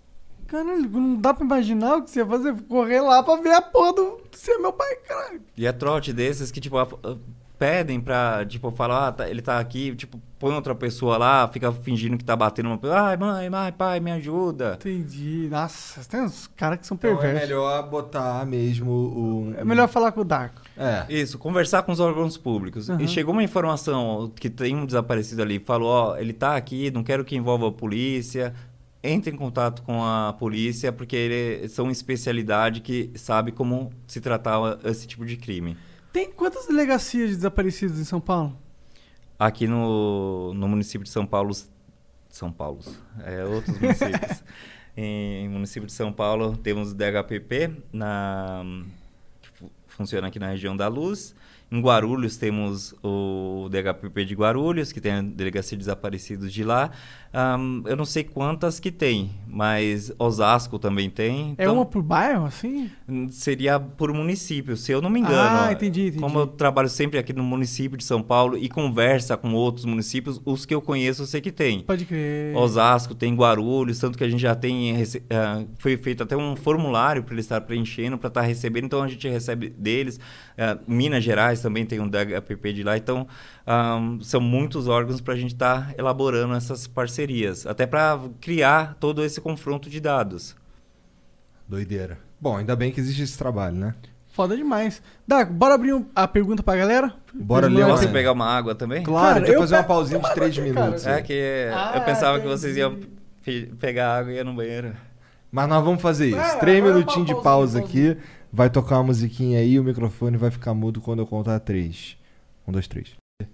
Caralho, não dá pra imaginar o que você ia fazer. Correr lá pra ver a porra do... Você é meu pai, caralho. E é trote desses que, tipo, pedem pra, tipo, falar, ele tá aqui, tipo, põe outra pessoa lá, fica fingindo que tá batendo uma pessoa. Ai, mãe, pai, me ajuda. Entendi. Nossa, tem uns caras que são Então perversos. é melhor botar mesmo o... É melhor falar com o Darko. Isso, conversar com os órgãos públicos. E chegou uma informação que tem um desaparecido ali, falou, ó, ele tá aqui, não quero que envolva a polícia. Entre em contato com a polícia, porque eles são especialidade que sabe como se tratar esse tipo de crime. Tem quantas delegacias de desaparecidos em São Paulo? Aqui no município de São Paulo... outros municípios. Em município de São Paulo, temos o DHPP, que funciona aqui na região da Luz. Em Guarulhos, temos o DHPP de Guarulhos, que tem a Delegacia de Desaparecidos de lá. Eu não sei quantas que tem, mas Osasco também tem. É uma por bairro, assim? Seria por município, se eu não me engano. Ah, entendi. Como eu trabalho sempre aqui no município de São Paulo e conversa com outros municípios, os que eu conheço eu sei que tem. Pode crer. Osasco, tem Guarulhos, tanto que a gente já tem... foi feito até um formulário para eles estar preenchendo, para estar recebendo, então a gente recebe deles. Minas Gerais também tem um DHPP de lá, então são muitos órgãos para a gente estar elaborando essas parcerias, até para criar todo esse confronto de dados. Doideira. Bom, ainda bem que existe esse trabalho, né? Foda demais. Darko, bora abrir a pergunta pra galera? Bora ler. Posso pegar uma água também? Claro, deixa eu fazer uma pausinha de 3 aqui, minutos. Eu pensava que vocês iam pegar água e ir no banheiro. Mas nós vamos fazer isso. 3 minutinhos de pausa aqui. Vai tocar uma musiquinha aí, o microfone vai ficar mudo quando eu contar 3. 1, 2, 3.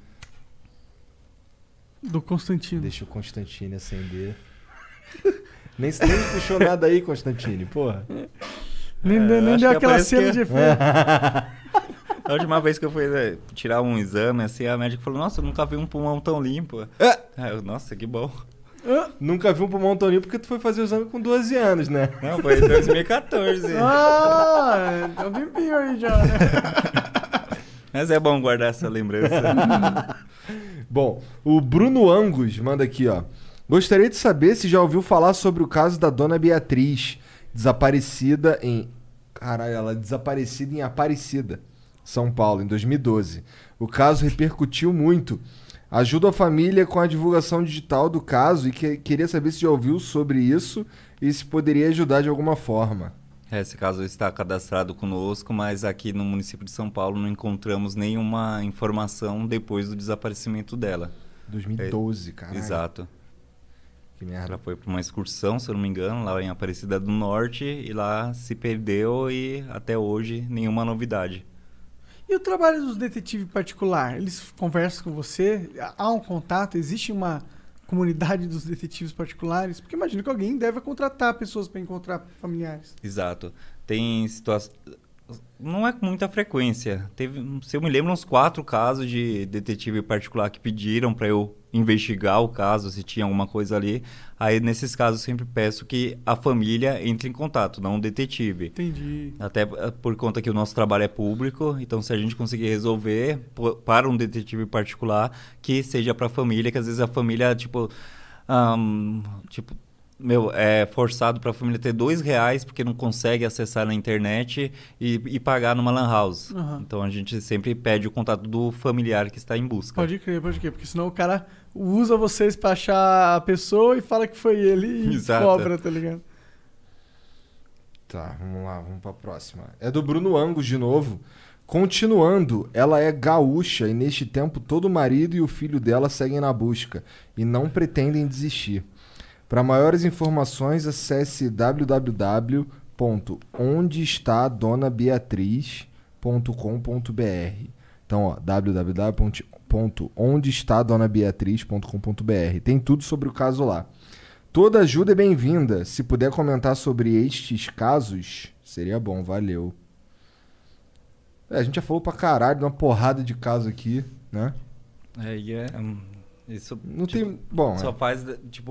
Do Constantino. Deixa o Constantino acender. nem puxou nada aí, Constantino, porra. Nem deu aquela cena de efeito. A última vez que eu fui tirar um exame, assim, a médica falou, nossa, eu nunca vi um pulmão tão limpo. Nossa, que bom. Nunca vi um pulmão tão limpo porque tu foi fazer o exame com 12 anos, né? Não, foi em 2014. Tá limpinho aí já, né? Mas é bom guardar essa lembrança. Bom, o Bruno Angus manda aqui, ó. Gostaria de saber se já ouviu falar sobre o caso da dona Beatriz, desaparecida em... Caralho, ela desaparecida em Aparecida, São Paulo, em 2012. O caso repercutiu muito. Ajuda a família com a divulgação digital do caso e queria saber se já ouviu sobre isso e se poderia ajudar de alguma forma. Esse caso está cadastrado conosco, mas aqui no município de São Paulo não encontramos nenhuma informação depois do desaparecimento dela. 2012, caralho. Exato. Que merda. Ela foi para uma excursão, se eu não me engano, lá em Aparecida do Norte, e lá se perdeu e até hoje nenhuma novidade. E o trabalho dos detetives particular? Eles conversam com você? Há um contato? Existe uma comunidade dos detetives particulares? Porque imagino que alguém deve contratar pessoas para encontrar familiares. Exato. Tem situações... Não é com muita frequência. Se eu me lembro, uns 4 casos de detetive particular que pediram para eu investigar o caso, se tinha alguma coisa ali. Aí, nesses casos, eu sempre peço que a família entre em contato, não o detetive. Entendi. Até por conta que o nosso trabalho é público, então se a gente conseguir resolver para um detetive particular, que seja para a família, que às vezes a família, é forçado para a família ter R$2 porque não consegue acessar na internet e pagar numa lan house. Uhum. Então a gente sempre pede o contato do familiar que está em busca. Pode crer, porque senão o cara usa vocês para achar a pessoa e fala que foi ele e Exato. cobra, tá ligado? Tá, vamos lá, vamos pra próxima. É do Bruno Angus de novo. Continuando, ela é gaúcha e neste tempo todo o marido e o filho dela seguem na busca e não pretendem desistir. Para maiores informações, acesse www.ondeestadonabeatriz.com.br. Então, ó, www.ondeestadonabeatriz.com.br. Tem tudo sobre o caso lá. Toda ajuda é bem-vinda. Se puder comentar sobre estes casos, seria bom. Valeu. A gente já falou pra caralho de uma porrada de casos aqui, né? Isso não tem... Bom, só faz,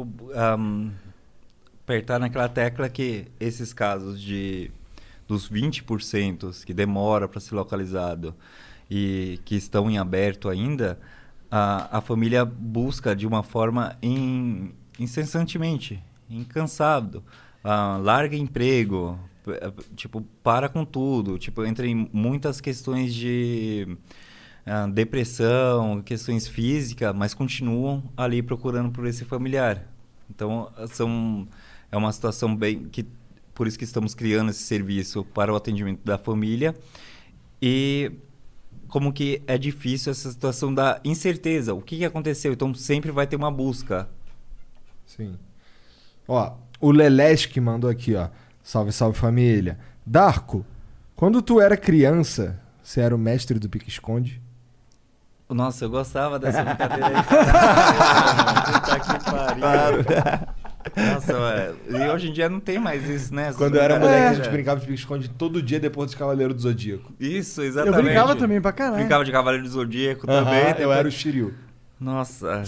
apertar naquela tecla que esses casos dos 20% que demora para ser localizado e que estão em aberto ainda, a família busca de uma forma incessantemente, incansado, larga emprego, tipo, para com tudo. Tipo, entra em muitas questões de depressão, questões físicas, mas continuam ali procurando por esse familiar. Então, é uma situação bem... Por isso que estamos criando esse serviço para o atendimento da família. E como que é difícil essa situação da incerteza. O que aconteceu? Então, sempre vai ter uma busca. Sim. Ó, o Leleski mandou aqui, ó. Salve, salve família. Darko, quando tu era criança, você era o mestre do pique-esconde? Nossa, eu gostava dessa brincadeira aí. Puta que pariu. Nossa, e hoje em dia não tem mais isso, né? Quando eu era moleque, a gente brincava de pique-esconde todo dia depois dos Cavaleiros do Zodíaco. Isso, exatamente. Eu brincava também pra caralho. Brincava de Cavaleiro do Zodíaco também. Eu era o Shiryu. Nossa.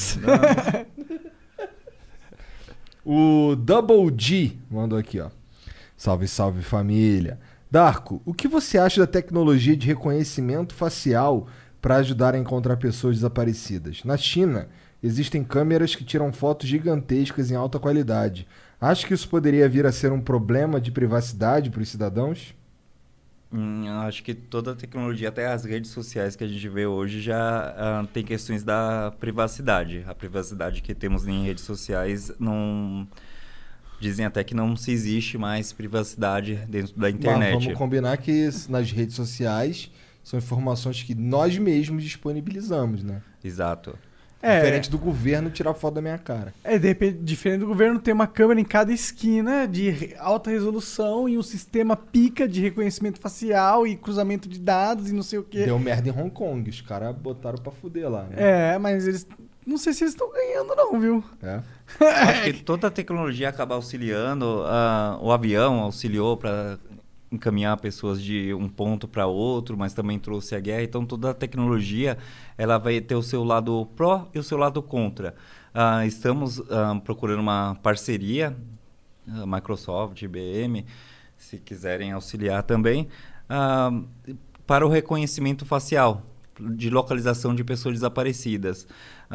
O Double G mandou aqui, ó. Salve, salve família. Darko, o que você acha da tecnologia de reconhecimento facial para ajudar a encontrar pessoas desaparecidas? Na China, existem câmeras que tiram fotos gigantescas em alta qualidade. Acha que isso poderia vir a ser um problema de privacidade para os cidadãos? Acho que toda a tecnologia, até as redes sociais que a gente vê hoje, já tem questões da privacidade. A privacidade que temos em redes sociais não... Dizem até que não se existe mais privacidade dentro da internet. Mas vamos combinar que nas redes sociais são informações que nós mesmos disponibilizamos, né? Exato. Diferente do governo tirar foto da minha cara. De repente, diferente do governo ter uma câmera em cada esquina de alta resolução e um sistema pica de reconhecimento facial e cruzamento de dados e não sei o quê. Deu merda em Hong Kong, os caras botaram pra fuder lá, né? Mas eles... Não sei se eles estão ganhando não, viu? Acho que toda a tecnologia acaba auxiliando. O avião auxiliou para encaminhar pessoas de um ponto para outro, mas também trouxe a guerra. Então, toda a tecnologia ela vai ter o seu lado pró e o seu lado contra. Estamos procurando uma parceria, Microsoft, IBM, se quiserem auxiliar também, para o reconhecimento facial, de localização de pessoas desaparecidas.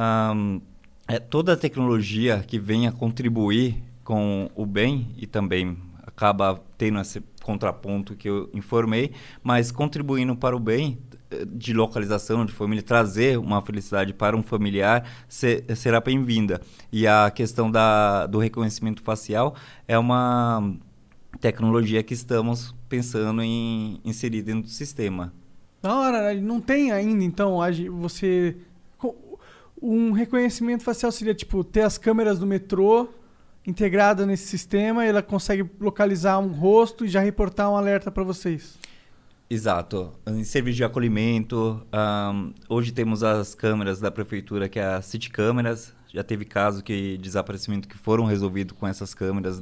Toda a tecnologia que venha contribuir com o bem e também acaba tendo esse contraponto que eu informei, mas contribuindo para o bem de localização de família, trazer uma felicidade para um familiar, será bem-vinda. E a questão do reconhecimento facial é uma tecnologia que estamos pensando em inserir dentro do sistema. Da hora, não tem ainda, então, você... Um reconhecimento facial seria, tipo, ter as câmeras do metrô integrada nesse sistema, ela consegue localizar um rosto e já reportar um alerta para vocês. Exato. Em serviço de acolhimento, hoje temos as câmeras da prefeitura, que é a City Câmeras. Já teve caso de desaparecimento que foram resolvidos com essas câmeras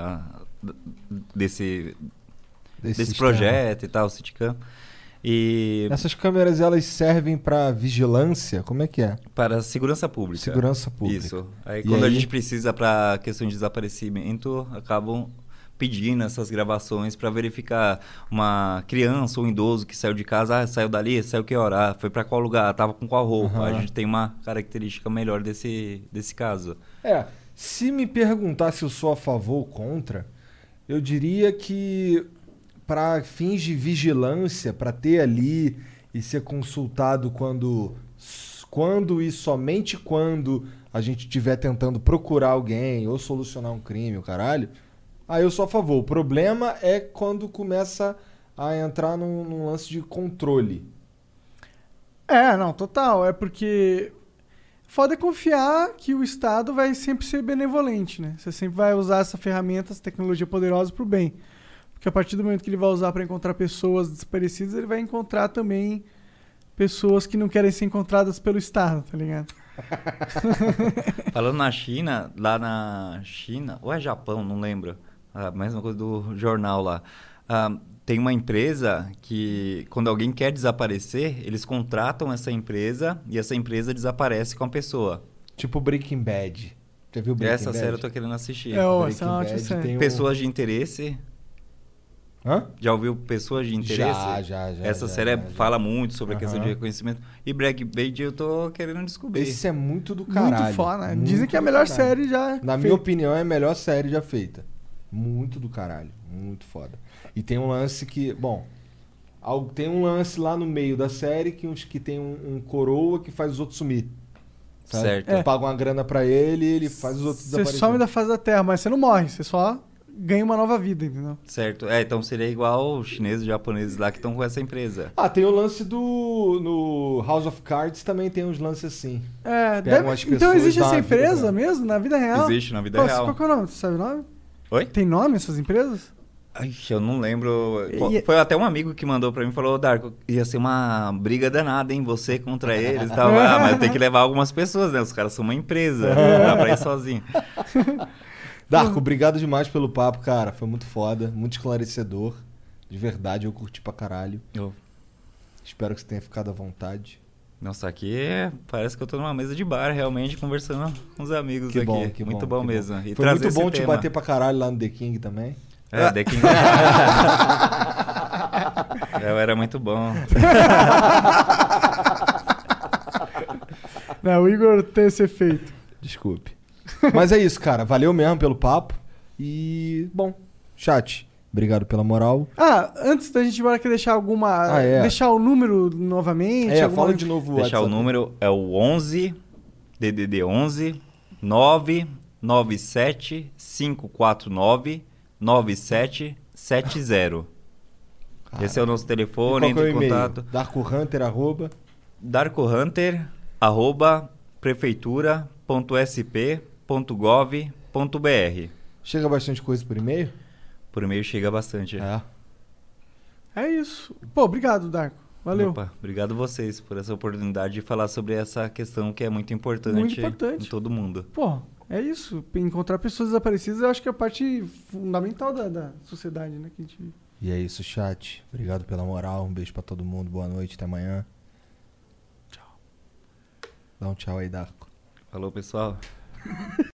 desse projeto e tal, City Cam. E essas câmeras, elas servem para vigilância? Como é que é? Para segurança pública. Segurança pública. Isso. Aí, quando a gente precisa para questão de desaparecimento, acabam pedindo essas gravações para verificar uma criança ou um idoso que saiu de casa, saiu dali, saiu que hora, foi para qual lugar, estava com qual roupa. A gente tem uma característica melhor desse caso. Se me perguntar se eu sou a favor ou contra, eu diria que para fins de vigilância, para ter ali e ser consultado quando e somente quando a gente estiver tentando procurar alguém ou solucionar um crime, o caralho, aí eu sou a favor. O problema é quando começa a entrar num lance de controle. Não, total. É porque foda é confiar que o Estado vai sempre ser benevolente, né? Você sempre vai usar essa ferramenta, essa tecnologia poderosa pro bem. Porque a partir do momento que ele vai usar para encontrar pessoas desaparecidas, ele vai encontrar também pessoas que não querem ser encontradas pelo Estado, tá ligado? Falando na China, lá na China, ou é Japão, não lembro, a mesma coisa do jornal lá, tem uma empresa que, quando alguém quer desaparecer, eles contratam essa empresa e essa empresa desaparece com a pessoa. Tipo Breaking Bad. Já viu Breaking Bad? Essa série eu tô querendo assistir. Essa é uma ótima série. Pessoas de interesse... Já ouviu Pessoas de Interesse? Já. Essa série fala muito sobre a questão de reconhecimento. E Breaking Bad eu tô querendo descobrir. Esse é muito do caralho. Muito foda. Dizem que é a melhor série já Na minha opinião, é a melhor série já feita. Muito do caralho. Muito foda. E tem um lance que... Bom, tem um lance lá no meio da série que tem um coroa que faz os outros sumir. Sabe? Certo. Paga uma grana pra ele e ele faz os outros Você desaparecer. some da face da Terra, mas você não morre, você só ganha uma nova vida, entendeu? Certo. Então seria igual os chineses e japoneses lá que estão com essa empresa. Tem o lance no House of Cards também tem uns lances assim. Pegam as Então pessoas, existe dá essa uma vida empresa pra- mesmo, na vida real? Existe na vida real. Qual que é o nome? Você sabe o nome? Oi? Tem nome essas empresas? Ai, eu não lembro. E- Foi até um amigo que mandou pra mim e falou: Darko, ia ser uma briga danada, hein? Você contra eles e tal. Mas eu tenho que levar algumas pessoas, né? Os caras são uma empresa. Não dá pra ir sozinho. Darko, obrigado demais pelo papo, cara. Foi muito foda, muito esclarecedor. De verdade, eu curti pra caralho. Espero que você tenha ficado à vontade. Nossa, aqui parece que eu tô numa mesa de bar, realmente, conversando com os amigos Que aqui. bom, que Muito bom, bom que mesmo. bom. E Foi trazer muito bom esse te tema. bater pra caralho lá no The King também. The King. Era muito bom. Não, o Igor tem esse efeito. Desculpe. Mas é isso, cara. Valeu mesmo pelo papo. E, bom, chat, obrigado pela moral. Antes da gente ir embora, quer deixar alguma... Deixar o número novamente? Fala de novo o Deixar o WhatsApp. número é o 11 DDD 11 997 549 9770. Esse é o nosso telefone, E qual que é entre o em e-mail? contato. Darkohunter, arroba... darkohunter@prefeitura.sp.gov.br. Chega bastante coisa por e-mail? Por e-mail chega bastante. É isso. Pô, obrigado, Darko. Valeu. Opa, obrigado vocês por essa oportunidade de falar sobre essa questão que é muito importante, Muito importante. em todo mundo. Pô, é isso. Encontrar pessoas desaparecidas eu acho que é a parte fundamental da sociedade, né? Que a gente vive. E é isso, chat. Obrigado pela moral. Um beijo pra todo mundo. Boa noite. Até amanhã. Tchau. Dá um tchau aí, Darko. Falou, pessoal.